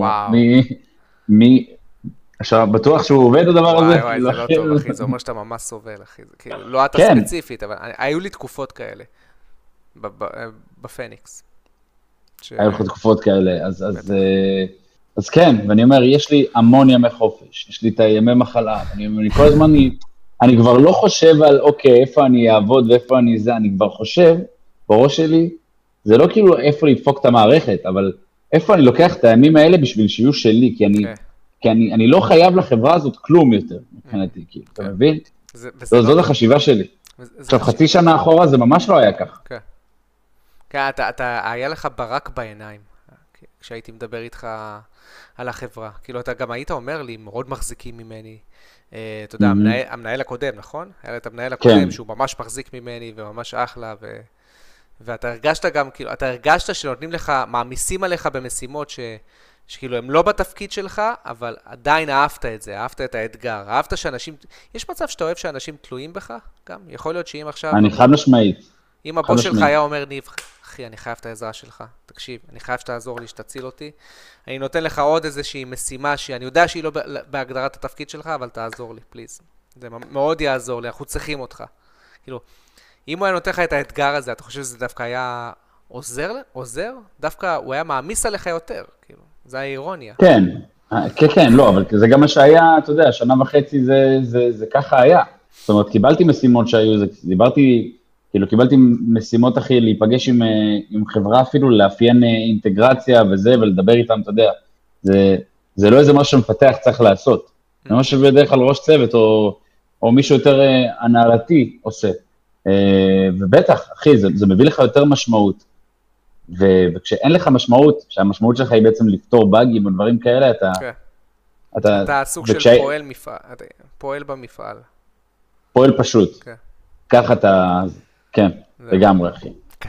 עכשיו, בטוח שהוא עובד הדבר הזה? וואי, זה לא טוב, אחי, זה אומר שאתה ממש סובל, אחי, זה כאילו, לא אתה ספציפית, אבל היו לי תקופות כאלה, בפניקס. היו לך תקופות כאלה, אז כן, ואני אומר, יש לי המון ימי חופש, יש לי את הימי מחלה, אני כל הזמן, אני כבר לא חושב על, אוקיי, איפה אני אעבוד ואיפה אני זה, אני כבר חושב, בראש שלי, זה לא כאילו איפה לדפוק את המערכת, אבל איפה אני לוקח את הימים האלה בשביל שיהיו שלי, כי אני לא חייב לחברה הזאת כלום יותר, מבחינתי, כאילו, אתה מבין? זאת החשיבה שלי. עכשיו, חצי שנה אחורה זה ממש לא היה כך. כן, היה לך ברק בעיניים, כשהייתי מדבר איתך על החברה. כאילו, אתה גם היית אומר לי, מאוד מחזיקים ממני. אתה יודע, המנהל הקודם, נכון? היה את המנהל הקודם שהוא ממש מחזיק ממני וממש אחלה, ואתה הרגשת גם, כאילו, אתה הרגשת שנותנים לך, מעמיסים עליך במשימות שכאילו הם לא בתפקיד שלך, אבל עדיין אהבת את זה, אהבת את האתגר, אהבת שאנשים, יש מצב שאתה אוהב שאנשים תלויים בך גם? יכול להיות שאם עכשיו... אני חד משמעית. אם הבוס שלך היה אומר, ניב, אחי, אני חייב את העזרה שלך, תקשיב, אני חייב שתעזור לי, שתציל אותי, אני נותן לך עוד איזושהי משימה שאני יודע שהיא לא בהגדרת התפקיד שלך, אבל תעזור לי, פליז. זה מאוד יעזור לי, אנחנו צריכים אותך. כאילו, אם הוא היה נותן לך את האתגר הזה, אתה חושב שזה דווקא היה עוזר? דווקא הוא היה מעמיס עליך יותר, כאילו, זה האירוניה. כן, כן, לא, אבל זה גם מה שהיה, אתה יודע, שנה וחצי זה ככה היה. זאת אומרת, קיבלתי משימות שהיו, קיבלתי משימות, אחי, להיפגש עם חברה אפילו, לאפיין אינטגרציה וזה, ולדבר איתם, אתה יודע, זה לא איזה משהו שמפתח צריך לעשות. זה משהו בדרך כלל ראש צוות, או מישהו יותר הנהלתי עושה. ובטח, אחי, זה מביא לך יותר משמעות. וכשאין לך משמעות, שהמשמעות שלך היא בעצם לפתור באגים או דברים כאלה, אתה סוג של פועל במפעל. פועל פשוט. ככה אתה, כן, לגמרי, אחי.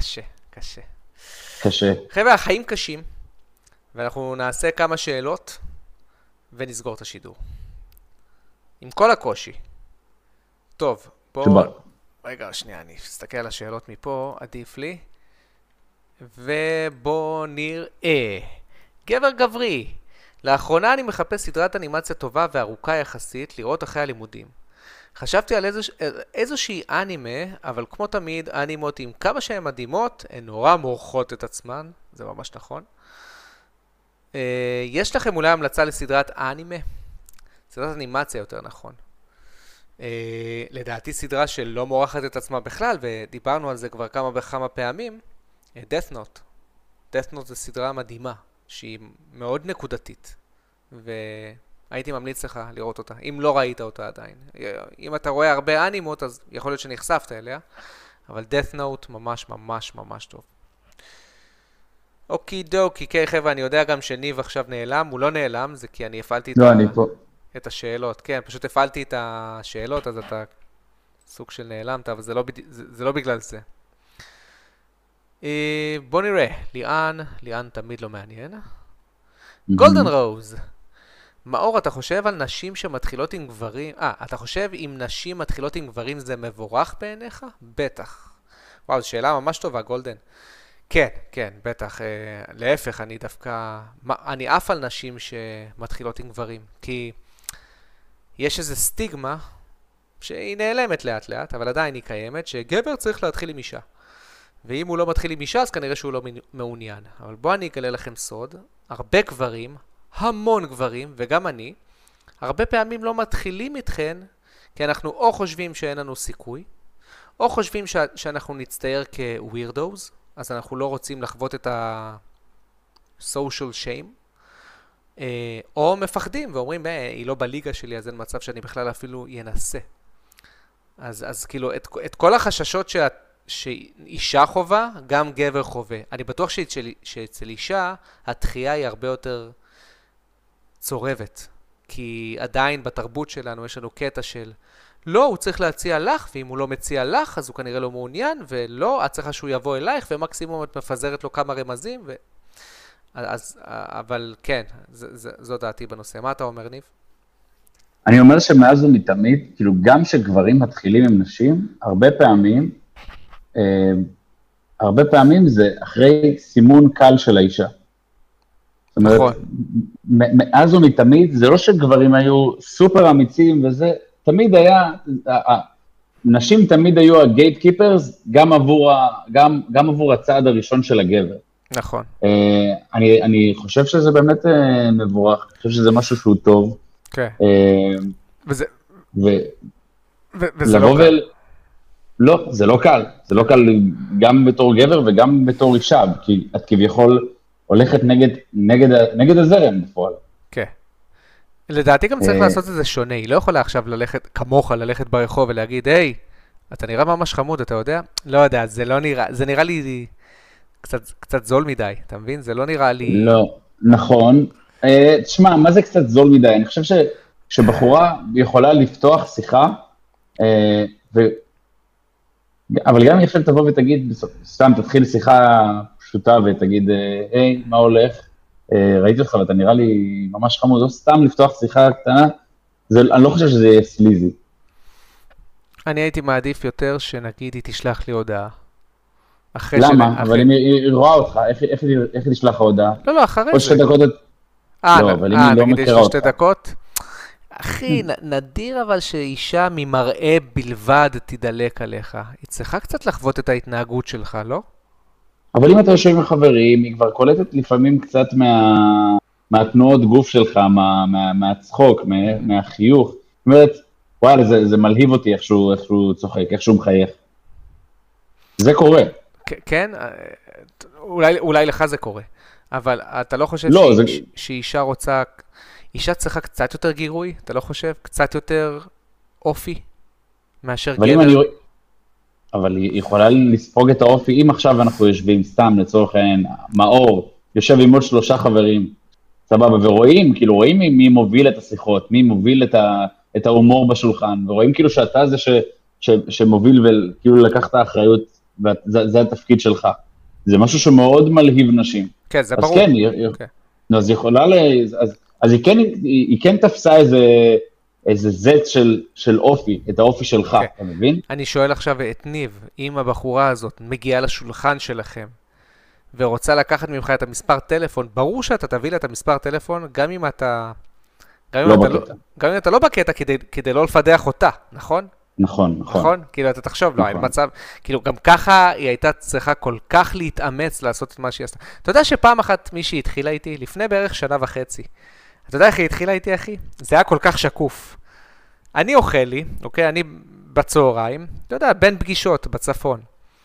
קשה. חבר'ה, החיים קשים, ואנחנו נעשה כמה שאלות, ונסגור את השידור. עם כל הקושי. טוב, רגע, שנייה, אני אסתכל על השאלות מפה, עדיף לי. ובוא נראה. גבר גברי, לאחרונה אני מחפש סדרת אנימציה טובה וארוכה יחסית לראות אחרי הלימודים. חשבתי על איזושהי אנימה, אבל כמו תמיד, אנימות עם כמה שהן מדהימות, הן נורא מורחות את עצמן, זה ממש נכון. יש לכם אולי המלצה לסדרת אנימה? סדרת אנימציה יותר נכון. לדעתי סדרה שלא מורחת את עצמה בכלל, ודיברנו על זה כבר כמה פעמים, Death Note. Death Note זה סדרה מדהימה, שהיא מאוד נקודתית, והייתי ממליץ לך לראות אותה, אם לא ראית אותה עדיין. אם אתה רואה הרבה אנימות, אז יכול להיות שנחשפת אליה, אבל Death Note ממש ממש ממש טוב. אוקיי דוקי, כן חבר'ה, אני יודע גם שניב עכשיו נעלם, הוא לא נעלם, זה כי אני הפעלתי את השאלות. כן, פשוט הפעלתי את השאלות, אז אתה סוג של נעלמת, אבל זה לא בגלל זה. בוא נראה, ליאן תמיד לא מעניין. גולדן רוז, מאור, אתה חושב על נשים שמתחילות עם גברים, אתה חושב אם נשים מתחילות עם גברים זה מבורך בעיניך? בטח. וואו, זו שאלה ממש טובה, גולדן. כן, בטח. להפך, אני עף על נשים שמתחילות עם גברים, כי יש איזו סטיגמה שהיא נעלמת לאט לאט, אבל עדיין היא קיימת, שגבר צריך להתחיל עם אישה. ואם הוא לא מתחיל עם אישה, אז כנראה שהוא לא מעוניין. אבל בואו אני אגלה לכם סוד. הרבה גברים, המון גברים, וגם אני, הרבה פעמים לא מתחילים איתכן, כי אנחנו או חושבים שאין לנו סיכוי, או חושבים שאנחנו נצטייר כווירדוז, אז אנחנו לא רוצים לחוות את ה-social shame, או מפחדים ואומרים, היא לא בליגה שלי, אז אין מצב שאני בכלל אפילו ינסה. אז כאילו, את כל החששות שאישה חובה, גם גבר חווה. אני בטוח שאצל אישה, התחייה היא הרבה יותר צורבת. כי עדיין בתרבות שלנו יש לנו קטע של, לא, הוא צריך להציע לך, ואם הוא לא מציע לך, אז הוא כנראה לא מעוניין, ולא, את צריכה שהוא יבוא אלייך, ומקסימום את מפזרת לו כמה רמזים, אבל כן, זו דעתי בנושא. מה אתה אומר, ניב? אני אומר שמאז ומתמיד, כאילו גם שגברים מתחילים עם נשים, הרבה פעמים זה אחרי סימון קל של האישה. זאת אומרת, מאז ומתמיד, זה לא שגברים היו סופר אמיצים וזה, תמיד היה, נשים תמיד היו הגייט קיפרס, גם עבור הצעד הראשון של הגבר. נכון. אני חושב שזה באמת מבורך, אני חושב שזה משהו שהוא טוב. כן. וזה לא קל. לא, זה לא קל. זה לא קל גם בתור גבר וגם בתור אישה, כי את כביכול הולכת נגד הזרם בפועל. כן. לדעתי גם צריך לעשות את זה שונה. היא לא יכולה עכשיו ללכת, כמוך, ללכת ברחוב ולהגיד, היי, אתה נראה ממש חמוד, אתה יודע? לא יודע, זה נראה לי קצת זול מדי, אתה מבין? זה לא נראה לי... לא, נכון. תשמע, מה זה קצת זול מדי? אני חושב שבחורה יכולה לפתוח שיחה, אבל גם יפה תבוא ותגיד, סתם תתחיל שיחה פשוטה ותגיד, היי, מה הולך? ראיתי אותך ואתה נראה לי ממש חמוד, או סתם לפתוח שיחה קטנה, אני לא חושב שזה יהיה סליזי. אני הייתי מעדיף יותר שנגיד היא תשלח לי הודעה. למה? אבל אם היא רואה אותך, איך היא תשלח ההודעה? לא, אחרי זה. עוד 2 דקות... לא, אבל אם היא לא מכירה אותך. 2 דקות? אחי, נדיר אבל שאישה ממראה בלבד תדלק עליך. היא צריכה קצת לחוות את ההתנהגות שלך, לא? אבל אם אתה יושב עם החברים, היא כבר קולטת לפעמים קצת מהתנועות גוף שלך, מהצחוק, מהחיוך. זאת אומרת, וואלה, זה מלהיב אותי איך שהוא צוחק, איך שהוא מחייך. זה קורה. כן, אולי לך זה קורה. אבל אתה לא חושב שאישה רוצה... אישה צריכה קצת יותר גירוי, אתה לא חושב? קצת יותר אופי מאשר גבר? אבל היא יכולה לספוג את האופי, אם עכשיו אנחנו יושבים סתם לצורך העניין, מאור, יושב עם עוד 3 חברים, סבבה, ורואים, כאילו רואים מי מוביל את השיחות, מי מוביל את ההומור בשולחן, ורואים כאילו שאתה זה שמוביל וכאילו לקח את האחריות, וזה התפקיד שלך. זה משהו שמאוד מלהיב נשים. כן, זה ברור. אז יכולה, אז היא כן תפסה איזה זט של אופי, את האופי שלך, אתה מבין? אני שואל עכשיו את ניב, אם הבחורה הזאת מגיעה לשולחן שלכם, ורוצה לקחת ממך את המספר טלפון, ברור שאתה תביא לה את המספר טלפון, גם אם אתה לא בקטע כדי לא לפדח אותה, נכון? נכון. כאילו אתה תחשוב, לא, אין מצב, כאילו גם ככה היא הייתה צריכה כל כך להתאמץ לעשות את מה שהיא עשתה. אתה יודע שפעם אחת מישהי התחילה איתי, לפני בערך 1.5 שנה, אתה יודע איך היא התחילה איתי, אחי? זה היה כל כך שקוף. אני אוכל לי, אוקיי? אני בצהריים, אתה יודע, בין פגישות בצפון.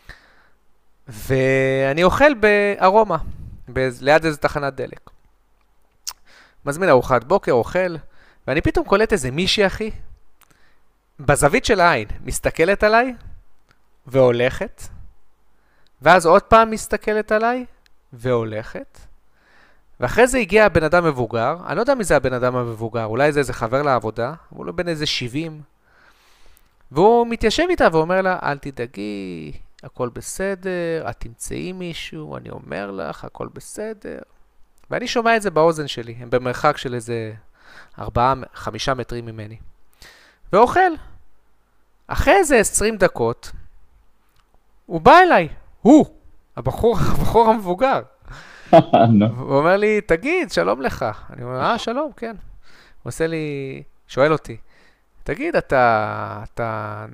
ואני אוכל בארומה, ליד איזו תחנת דלק. מזמין ארוחת בוקר, אוכל, ואני פתאום קולט איזה מישהי, אחי, בזווית של העין, מסתכלת עליי, והולכת, ואז עוד פעם מסתכלת עליי, והולכת, ואחרי זה הגיע הבן אדם מבוגר, אני לא יודע מי זה הבן אדם המבוגר, אולי זה איזה חבר לעבודה, הוא לא בין איזה 70, והוא מתיישב איתה ואומר לה, אל תדאגי, הכל בסדר, את תמצאי מישהו, אני אומר לך, הכל בסדר. ואני שומע את זה באוזן שלי, הם במרחק של איזה 4-5 מטרים ממני. ואוכל. אחרי איזה 20 דקות, הוא בא אליי, הבחור המבוגר. הוא אומר לי, תגיד, שלום לך. אני אומר, שלום, כן. הוא עושה לי, שואל אותי, תגיד, אתה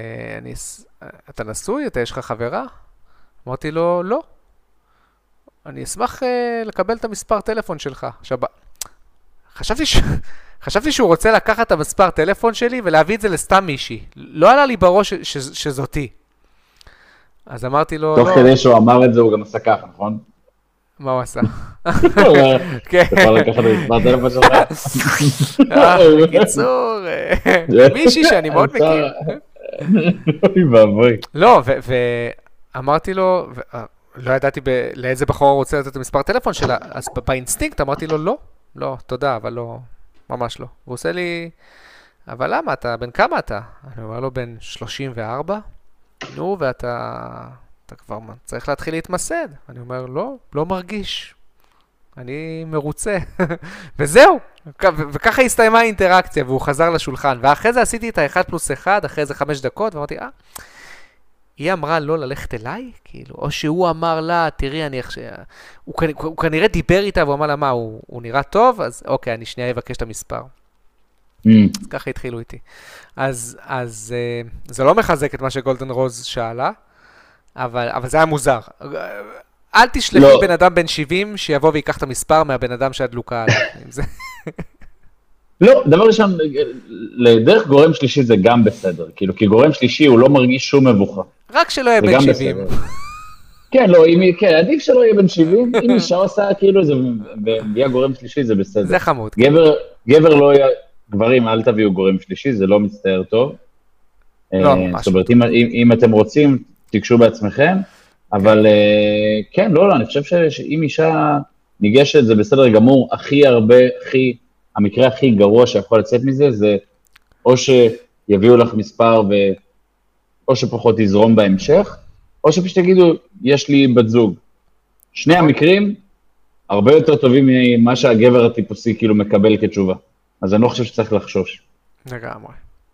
נשוי? יש לך חברה? אמרתי לו, לא. אני אשמח לקבל את המספר טלפון שלך. עכשיו, חשבתי שהוא רוצה לקחת את המספר טלפון שלי ולהביא את זה לסתם מישהי. לא עלה לי בראש שזאתי. אז אמרתי לו, תוך כדי שהוא אמר את זה, הוא גם עשה ככה, נכון? מה הוא עשה? אתה יכול לקחת את המספר טלפון שלך? בקיצור, מישהי שאני מאוד מכיר. אוי ואבוי. לא, ואמרתי לו, לא ידעתי לאיזה בחור רוצה לתת את המספר טלפון שלה, אז באינסטינקט אמרתי לו לא. לא, תודה, אבל לא, ממש לא. הוא עושה לי, אבל למה אתה, בן כמה אתה? אני אומר לו, בן 34? נו, אתה כבר צריך להתחיל להתמסד. אני אומר, לא, לא מרגיש. אני מרוצה. וזהו. וככה הסתיימה האינטראקציה, והוא חזר לשולחן. ואחרי זה עשיתי את ה1+1, אחרי איזה 5 דקות, ואמרתי, היא אמרה לא ללכת אליי? כאילו, או שהוא אמר לה, תראי, הוא כנראה דיבר איתה, והוא אמר לה, מה, הוא נראה טוב? אז אוקיי, אני שנייה אבקש את המספר. אז ככה התחילו איתי. אז זה לא מחזק את מה שגולדן רוז שאלה, אבל זה היה מוזר. אל תשלחי בן אדם בן 70 שיבוא ויקח את המספר מהבן אדם שהדלוקה עליו. לא, דבר ראשון, לדרך גורם שלישי זה גם בסדר, כאילו, כי גורם שלישי הוא לא מרגיש שום מבוכה. רק שלא יהיה בן 70. כן, לא, כן, עדיף שלא יהיה בן 70, אם אישה עושה כאילו זה, ומביאה גורם שלישי זה בסדר. זה חמוד. גבר לא יהיה, גברים, אל תביאו גורם שלישי, זה לא מצטער טוב. לא, ממש. זאת אומרת, אם אתם רוצים, תיגשו בעצמכם, אבל כן, לא, אני חושב שאם אישה ניגשת, זה בסדר גמור, המקרה הכי גרוע שיכול לצאת מזה, זה או שיביאו לך מספר, או שפחות יזרום בהמשך, או שפשוט תגידו, יש לי בת זוג. שני המקרים, הרבה יותר טובים ממה שהגבר הטיפוסי כאילו מקבל כתשובה. אז אני לא חושב שצריך לחשוש. לגמרי.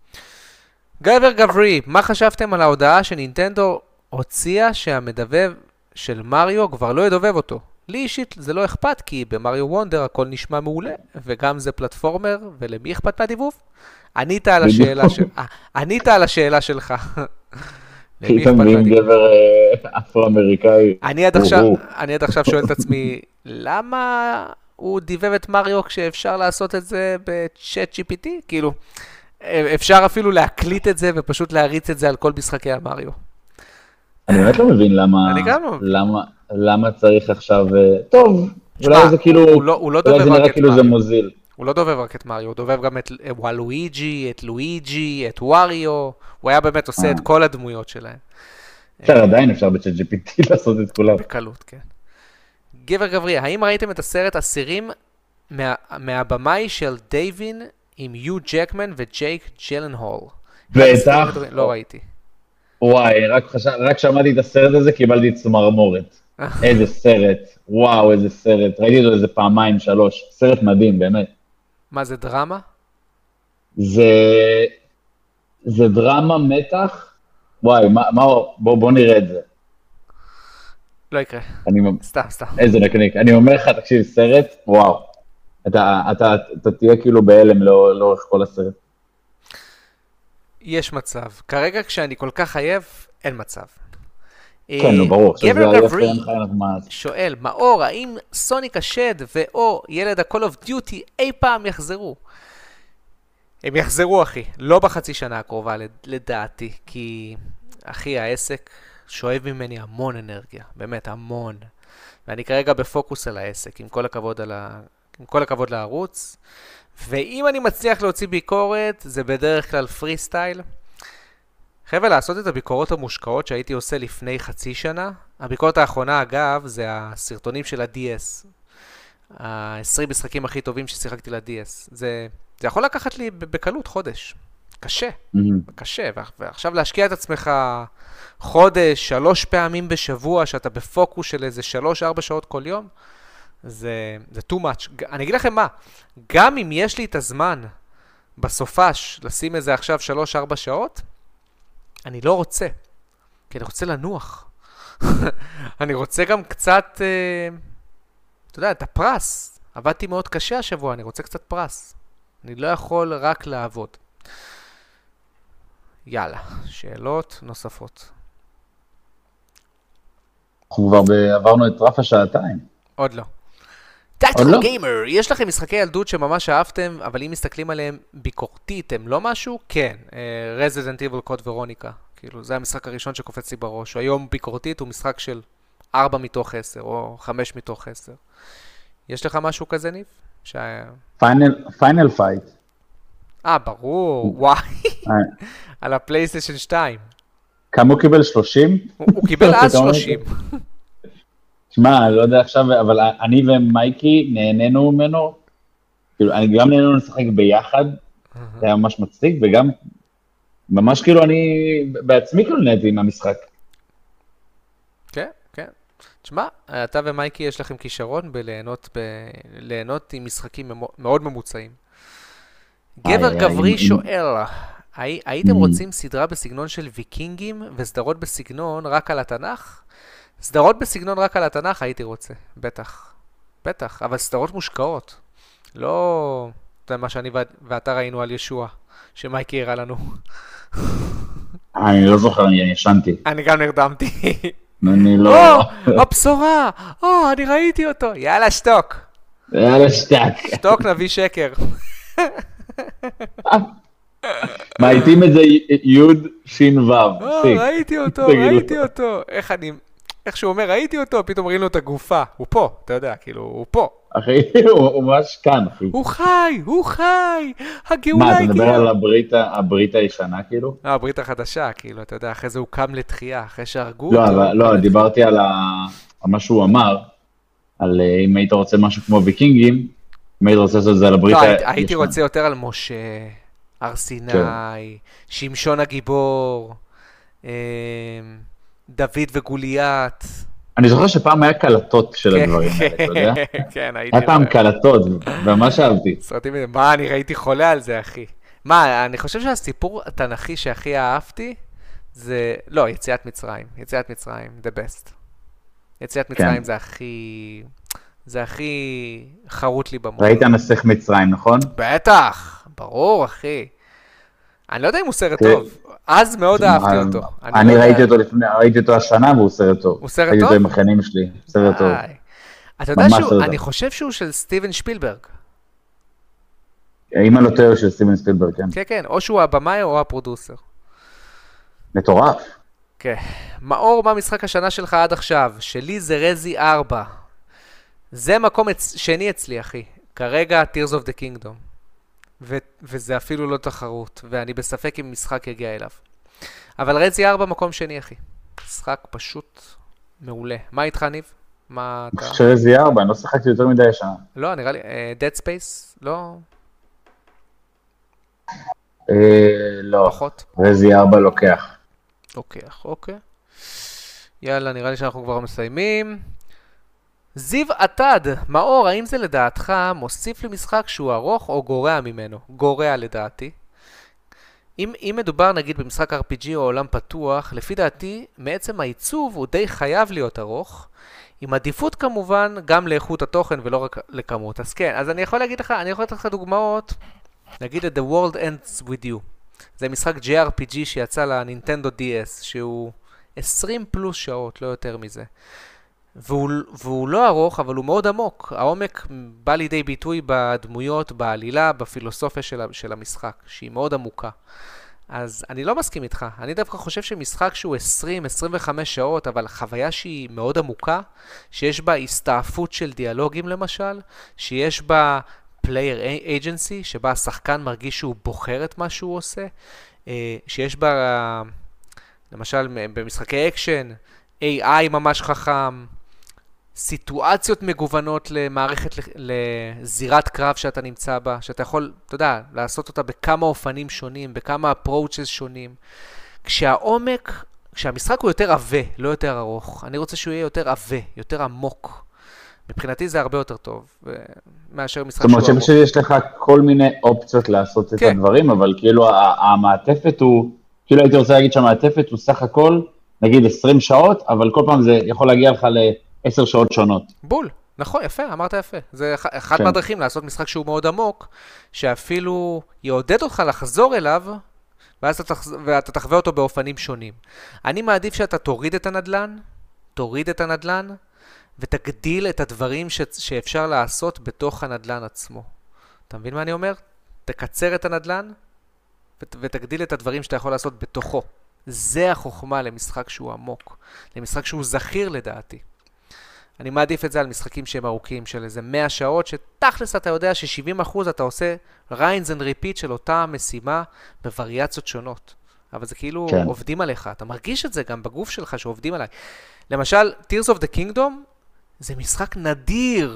גבר גברי, מה חשבתם על ההודעה שנינטנדו הוציאה שהמדבב של מריו כבר לא ידובב אותו? לי אישית זה לא אכפת, כי במריו וונדר הכל נשמע מעולה, וגם זה פלטפורמר, ולמי אכפת מהדיבוב? ענית על השאלה שלך. פתאום מביאים גבר אפרו-אמריקאי. אני עד עכשיו שואל את עצמי, למה הוא דיבב את מריו כשאפשר לעשות את זה בצ'אט GPT? כאילו, אפשר אפילו להקליט את זה ופשוט להריץ את זה על כל משחקי המריו. אני באמת לא מבין למה צריך עכשיו, טוב, אולי זה כאילו, אולי זה נראה כאילו זה מוזיל. הוא לא דובב רק את מריו, הוא דובב גם את וואלואיג'י, את לואיג'י, את ווריו, הוא היה באמת עושה את כל הדמויות שלהם. עדיין אפשר בצ'אט GPT לעשות את כולם. בקלות, כן. גבר גברי, האם ראיתם את הסרט אסירים מהבמאי של דייבין עם יו ג'קמן וג'ייק ג'לנהול? בטח. לא ראיתי. וואי, רק שמעתי את הסרט הזה, קיבלתי צמרמורת. איזה סרט, וואו, איזה סרט. ראיתי אותו איזה 2-3, סרט מדהים, באמת. מה, זה דרמה? זה דרמה מתח. וואי, בוא נראה את זה. לא יקרה. סתם. איזה נקניק. אני אומר לך, תקשיב, סרט, וואו. אתה תהיה כאילו בהלם לאורך כל הסרט. יש מצב. כרגע כשאני כל כך עייף, אין מצב. כן, לא ברור. גבר גברי שואל, מאור, האם סוניק השד ואו ילד ה-Call of Duty אי פעם יחזרו? הם יחזרו, אחי. לא בחצי שנה הקרובה, לדעתי. כי, אחי, העסק שואב ממני המון אנרגיה. באמת, המון. ואני כרגע בפוקוס על העסק, עם כל הכבוד לערוץ. ואם אני מצליח להוציא ביקורת, זה בדרך כלל פרי סטייל. חבר'ה, לעשות את הביקורות המושקעות שהייתי עושה לפני חצי שנה. הביקורת האחרונה, אגב, זה הסרטונים של ה-DS. ה-20 משחקים הכי טובים ששיחקתי ל-DS. זה יכול לקחת לי בקלות חודש. קשה. קשה. ועכשיו להשקיע את עצמך חודש, 3 פעמים בשבוע, שאתה בפוקוס של איזה 3-4 שעות כל יום, זה too much. אני אגיד לכם מה, גם אם יש לי את הזמן בסופש לשים איזה עכשיו 3-4 שעות, אני לא רוצה, כי אני רוצה לנוח. אני רוצה גם קצת, אתה יודע, את הפרס. עבדתי מאוד קשה השבוע, אני רוצה קצת פרס. אני לא יכול רק לעבוד. יאללה, שאלות נוספות. אנחנו כבר עברנו את רף השעתיים. עוד לא. טקטיקל גיימר, יש לכם משחקי ילדות שממש אהבתם, אבל אם מסתכלים עליהם ביקורתית, הם לא משהו? כן. Resident Evil Code Veronica. כאילו, זה המשחק הראשון שקופץ לי בראש. היום ביקורתית הוא משחק של 4 מתוך 10, או 5 מתוך 10. יש לך משהו כזה, ניב? Final Fight. ברור. וואי. על הפלייסטיישן 2. כמה הוא קיבל? 30? הוא קיבל אז 30. שמע, לא יודע עכשיו, אבל אני ומייקי נהנינו ממנו כאילו, אני גם נהנינו לשחק ביחד, זה היה ממש מצחיק, וגם ממש כאילו אני בעצמי כאילו נהניתי מהמשחק. כן, כן. תשמע, אתה ומייקי יש לכם כישרון ליהנות עם משחקים מאוד ממוצעים. גבר גברי שואל, הייתם רוצים סדרה בסגנון של ויקינגים וסדרות בסגנון רק על התנ"ך? סדרות בסגנון רק על התנ"ך הייתי רוצה, בטח. בטח, אבל סדרות מושקעות. לא, זה מה שאני ואתה ראינו על ישוע, שמייקי הראה לנו. אני לא זוכר, אני ישנתי. אני גם נרדמתי. אני לא... הבשורה! אני ראיתי אותו. יאללה, שתוק. יאללה, שתק. שתוק, נביא שקר. מעיטים את זה יוד שין וו. ראיתי אותו. איך שהוא אומר, ראיתי אותו, פתאום רואים לו את הגופה. הוא פה, אתה יודע, כאילו, הוא פה. אחי, הוא ממש כאן, אחי. הוא חי, הגאולה הגיעה. הגיעה. מה, אתה מדבר על הברית הישנה, כאילו? לא, הברית החדשה, כאילו, אתה יודע, אחרי זה הוא קם לתחייה, אחרי שהרגו אותו. לא, דיברתי על מה שהוא אמר, על אם היית רוצה משהו כמו ויקינגים, אם היית רוצה לעשות את זה על הברית הישנה. לא, הייתי רוצה יותר על משה, הר סיני, שמשון הגיבור, דוד וגוליית. אני זוכר שפעם היה קלטות של הדברים האלה, אתה יודע? כן, הייתי... היה פעם קלטות, וממש אהבתי. סרטים, מה, אני ראיתי חולה על זה, אחי. מה, אני חושב שהסיפור התנ"כי שהכי אהבתי, זה... לא, יציאת מצרים. יציאת מצרים, the best. יציאת מצרים זה הכי חרוט לי במוח. ראית נסך מצרים, נכון? בטח, ברור, אחי. אני לא יודע אם הוא סרט טוב. אז מאוד אהבתי אותו. אני ראיתי אותו השנה והוא סרט טוב. הוא סרט טוב? ראיתי אותו עם החיינים שלי, סרט טוב. אתה יודע אני חושב שהוא של סטיבן שפילברג. אם אני לא טועה של סטיבן שפילברג, כן. כן, כן, או שהוא הבמאי או הפרודוסר. מטורף. כן. מאור, מה משחק השנה שלך עד עכשיו? שלי זה רזי 4. זה מקום שני אצלי, אחי. כרגע Tears of the Kingdom. וזה אפילו לא תחרות, ואני בספק אם משחק יגיע אליו. אבל רזי 4 מקום שני, אחי. משחק פשוט מעולה. מה איתך, ניב? מה אתה... אני חושב רזי 4, אני לא שחקתי יותר מדי השנה. לא, נראה לי, Dead Space, לא? לא. פחות? רזי 4 לוקח. לוקח, אוקיי. יאללה, נראה לי שאנחנו כבר מסיימים. זיו עתד, מאור, האם זה לדעתך מוסיף למשחק שהוא ארוך או גורע ממנו? גורע לדעתי. אם מדובר נגיד במשחק RPG או עולם פתוח, לפי דעתי מעצם העיצוב הוא די חייב להיות ארוך, עם עדיפות כמובן גם לאיכות התוכן ולא רק לכמות. אז כן, אז אני יכול לתת לך דוגמאות, נגיד את The World Ends With You. זה משחק JRPG שיצא לנינטנדו DS, שהוא 20 פלוס שעות, לא יותר מזה. והוא לא ארוך, אבל הוא מאוד עמוק. העומק בא לידי ביטוי בדמויות, בעלילה, בפילוסופיה של המשחק, שהיא מאוד עמוקה. אז אני לא מסכים איתך. אני דווקא חושב שמשחק שהוא 20-25 שעות, אבל חוויה שהיא מאוד עמוקה, שיש בה הסתעפות של דיאלוגים למשל, שיש בה player agency, שבה השחקן מרגיש שהוא בוחר את מה שהוא עושה, שיש בה, למשל במשחקי אקשן, AI ממש חכם, סיטואציות מגוונות למערכת, לזירת קרב שאתה נמצא בה, שאתה יכול, אתה יודע, לעשות אותה בכמה אופנים שונים, בכמה approaches שונים. כשהמשחק הוא יותר עבה, לא יותר ארוך, אני רוצה שהוא יהיה יותר עבה, יותר עמוק. מבחינתי זה הרבה יותר טוב, מאשר משחק שהוא ארוך. זאת אומרת שיש לך כל מיני אופציות לעשות את הדברים, אבל כאילו המעטפת הוא, כאילו הייתי רוצה להגיד שהמעטפת הוא סך הכל, נגיד 20 שעות, אבל כל פעם זה יכול להגיע לך ל10 שעות שונות. בול, נכון, יפה, אמרת יפה. זה אחד מהדרכים לעשות משחק שהוא מאוד עמוק, שאפילו יעודד אותך לחזור אליו, ואז אתה תחווה אותו באופנים שונים. אני מעדיף שאתה תוריד את הנדלן, ותגדיל את הדברים שאפשר לעשות בתוך הנדלן עצמו. אתה מבין מה אני אומר? תקצר את הנדלן, ותגדיל את הדברים שאתה יכול לעשות בתוכו. זה החוכמה למשחק שהוא עמוק, למשחק שהוא זכיר לדעתי. אני מעדיף את זה על משחקים שהם ארוכים, של איזה 100 שעות, שתכלס אתה יודע ש70% אתה עושה ריינס אנד ריפיט של אותה משימה בווריאציות שונות. אבל זה כאילו עובדים עליך, אתה מרגיש את זה גם בגוף שלך שעובדים עליי. למשל, Tears of the Kingdom זה משחק נדיר,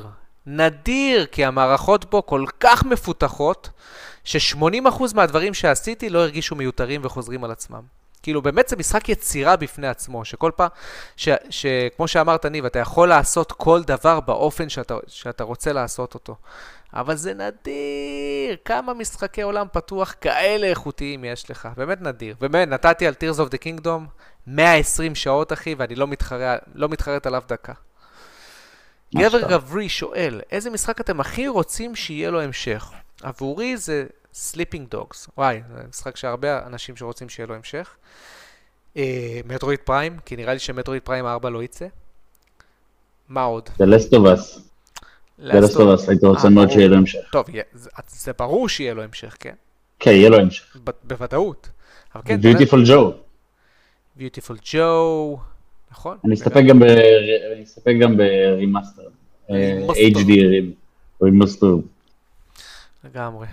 נדיר, כי המערכות בו כל כך מפותחות, ש80% מהדברים שעשיתי לא הרגישו מיותרים וחוזרים על עצמם. כאילו באמת זה משחק יצירה בפני עצמו, שכל פעם, כמו שאמרת ניב, אתה יכול לעשות כל דבר באופן שאתה רוצה לעשות אותו. אבל זה נדיר, כמה משחקי עולם פתוח כאלה איכותיים יש לך, באמת נדיר. באמת, נתתי על Tears of the Kingdom 120 שעות אחי, ואני לא מתחרט עליו דקה. גבר גברי שואל, איזה משחק אתם הכי רוצים שיהיה לו המשך? עבורי זה Sleeping Dogs. וואי, זה משחק שהרבה אנשים שרוצים שיהיה לו המשך. מטרויד פריים, כי נראה לי שמטרויד פריים 4 לא יצא. מה עוד? The Last of Us. The Last of Us, הייתי רוצה מאוד שיהיה לו המשך. טוב, זה ברור שיהיה לו המשך, כן? כן, יהיה לו המשך. בוודאות. Beautiful Joe. Beautiful Joe, נכון? אני אסתפק גם ברימאסטר. HD רימאסטר. לגמרי.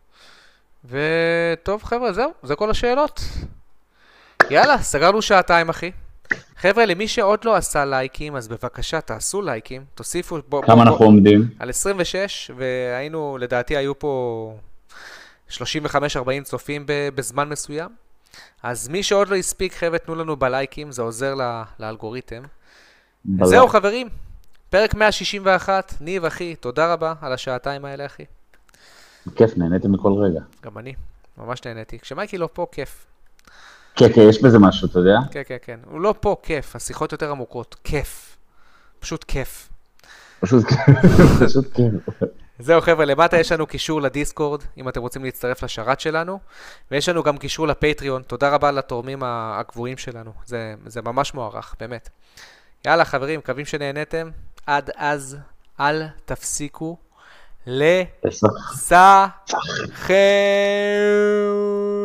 וטוב חבר'ה, זהו, זה כל השאלות. יאללה, סגרנו שעתיים אחי. חבר'ה, למי שעוד לא עשה לייקים, אז בבקשה תעשו לייקים, תוסיפו... כמה אנחנו עומדים? על 26, והיינו, לדעתי היו פה 35-40 צופים בזמן מסוים. אז מי שעוד לא הספיק, חבר'ה, תנו לנו בלייקים, זה עוזר לאלגוריתם. זהו חברים, פרק 161, ניב אחי, תודה רבה על השעתיים האלה אחי. כיף, נהניתי מכל רגע. גם אני, ממש נהניתי. כשמייקי לא פה, כיף. כן, כן, יש בזה משהו, אתה יודע? כן, כן, כן. הוא לא פה, כיף. השיחות יותר עמוקות. כיף. פשוט כיף. פשוט כיף. זהו חבר'ה, למטה יש לנו קישור לדיסקורד, אם אתם רוצים להצטרף לשרת שלנו, ויש לנו גם קישור לפטריון. תודה רבה לתורמים הקבועים שלנו. זה ממש מוערך, באמת. יאללה חברים, מקווים שנהנתם. עד אז, אל תפסיקו לשחק.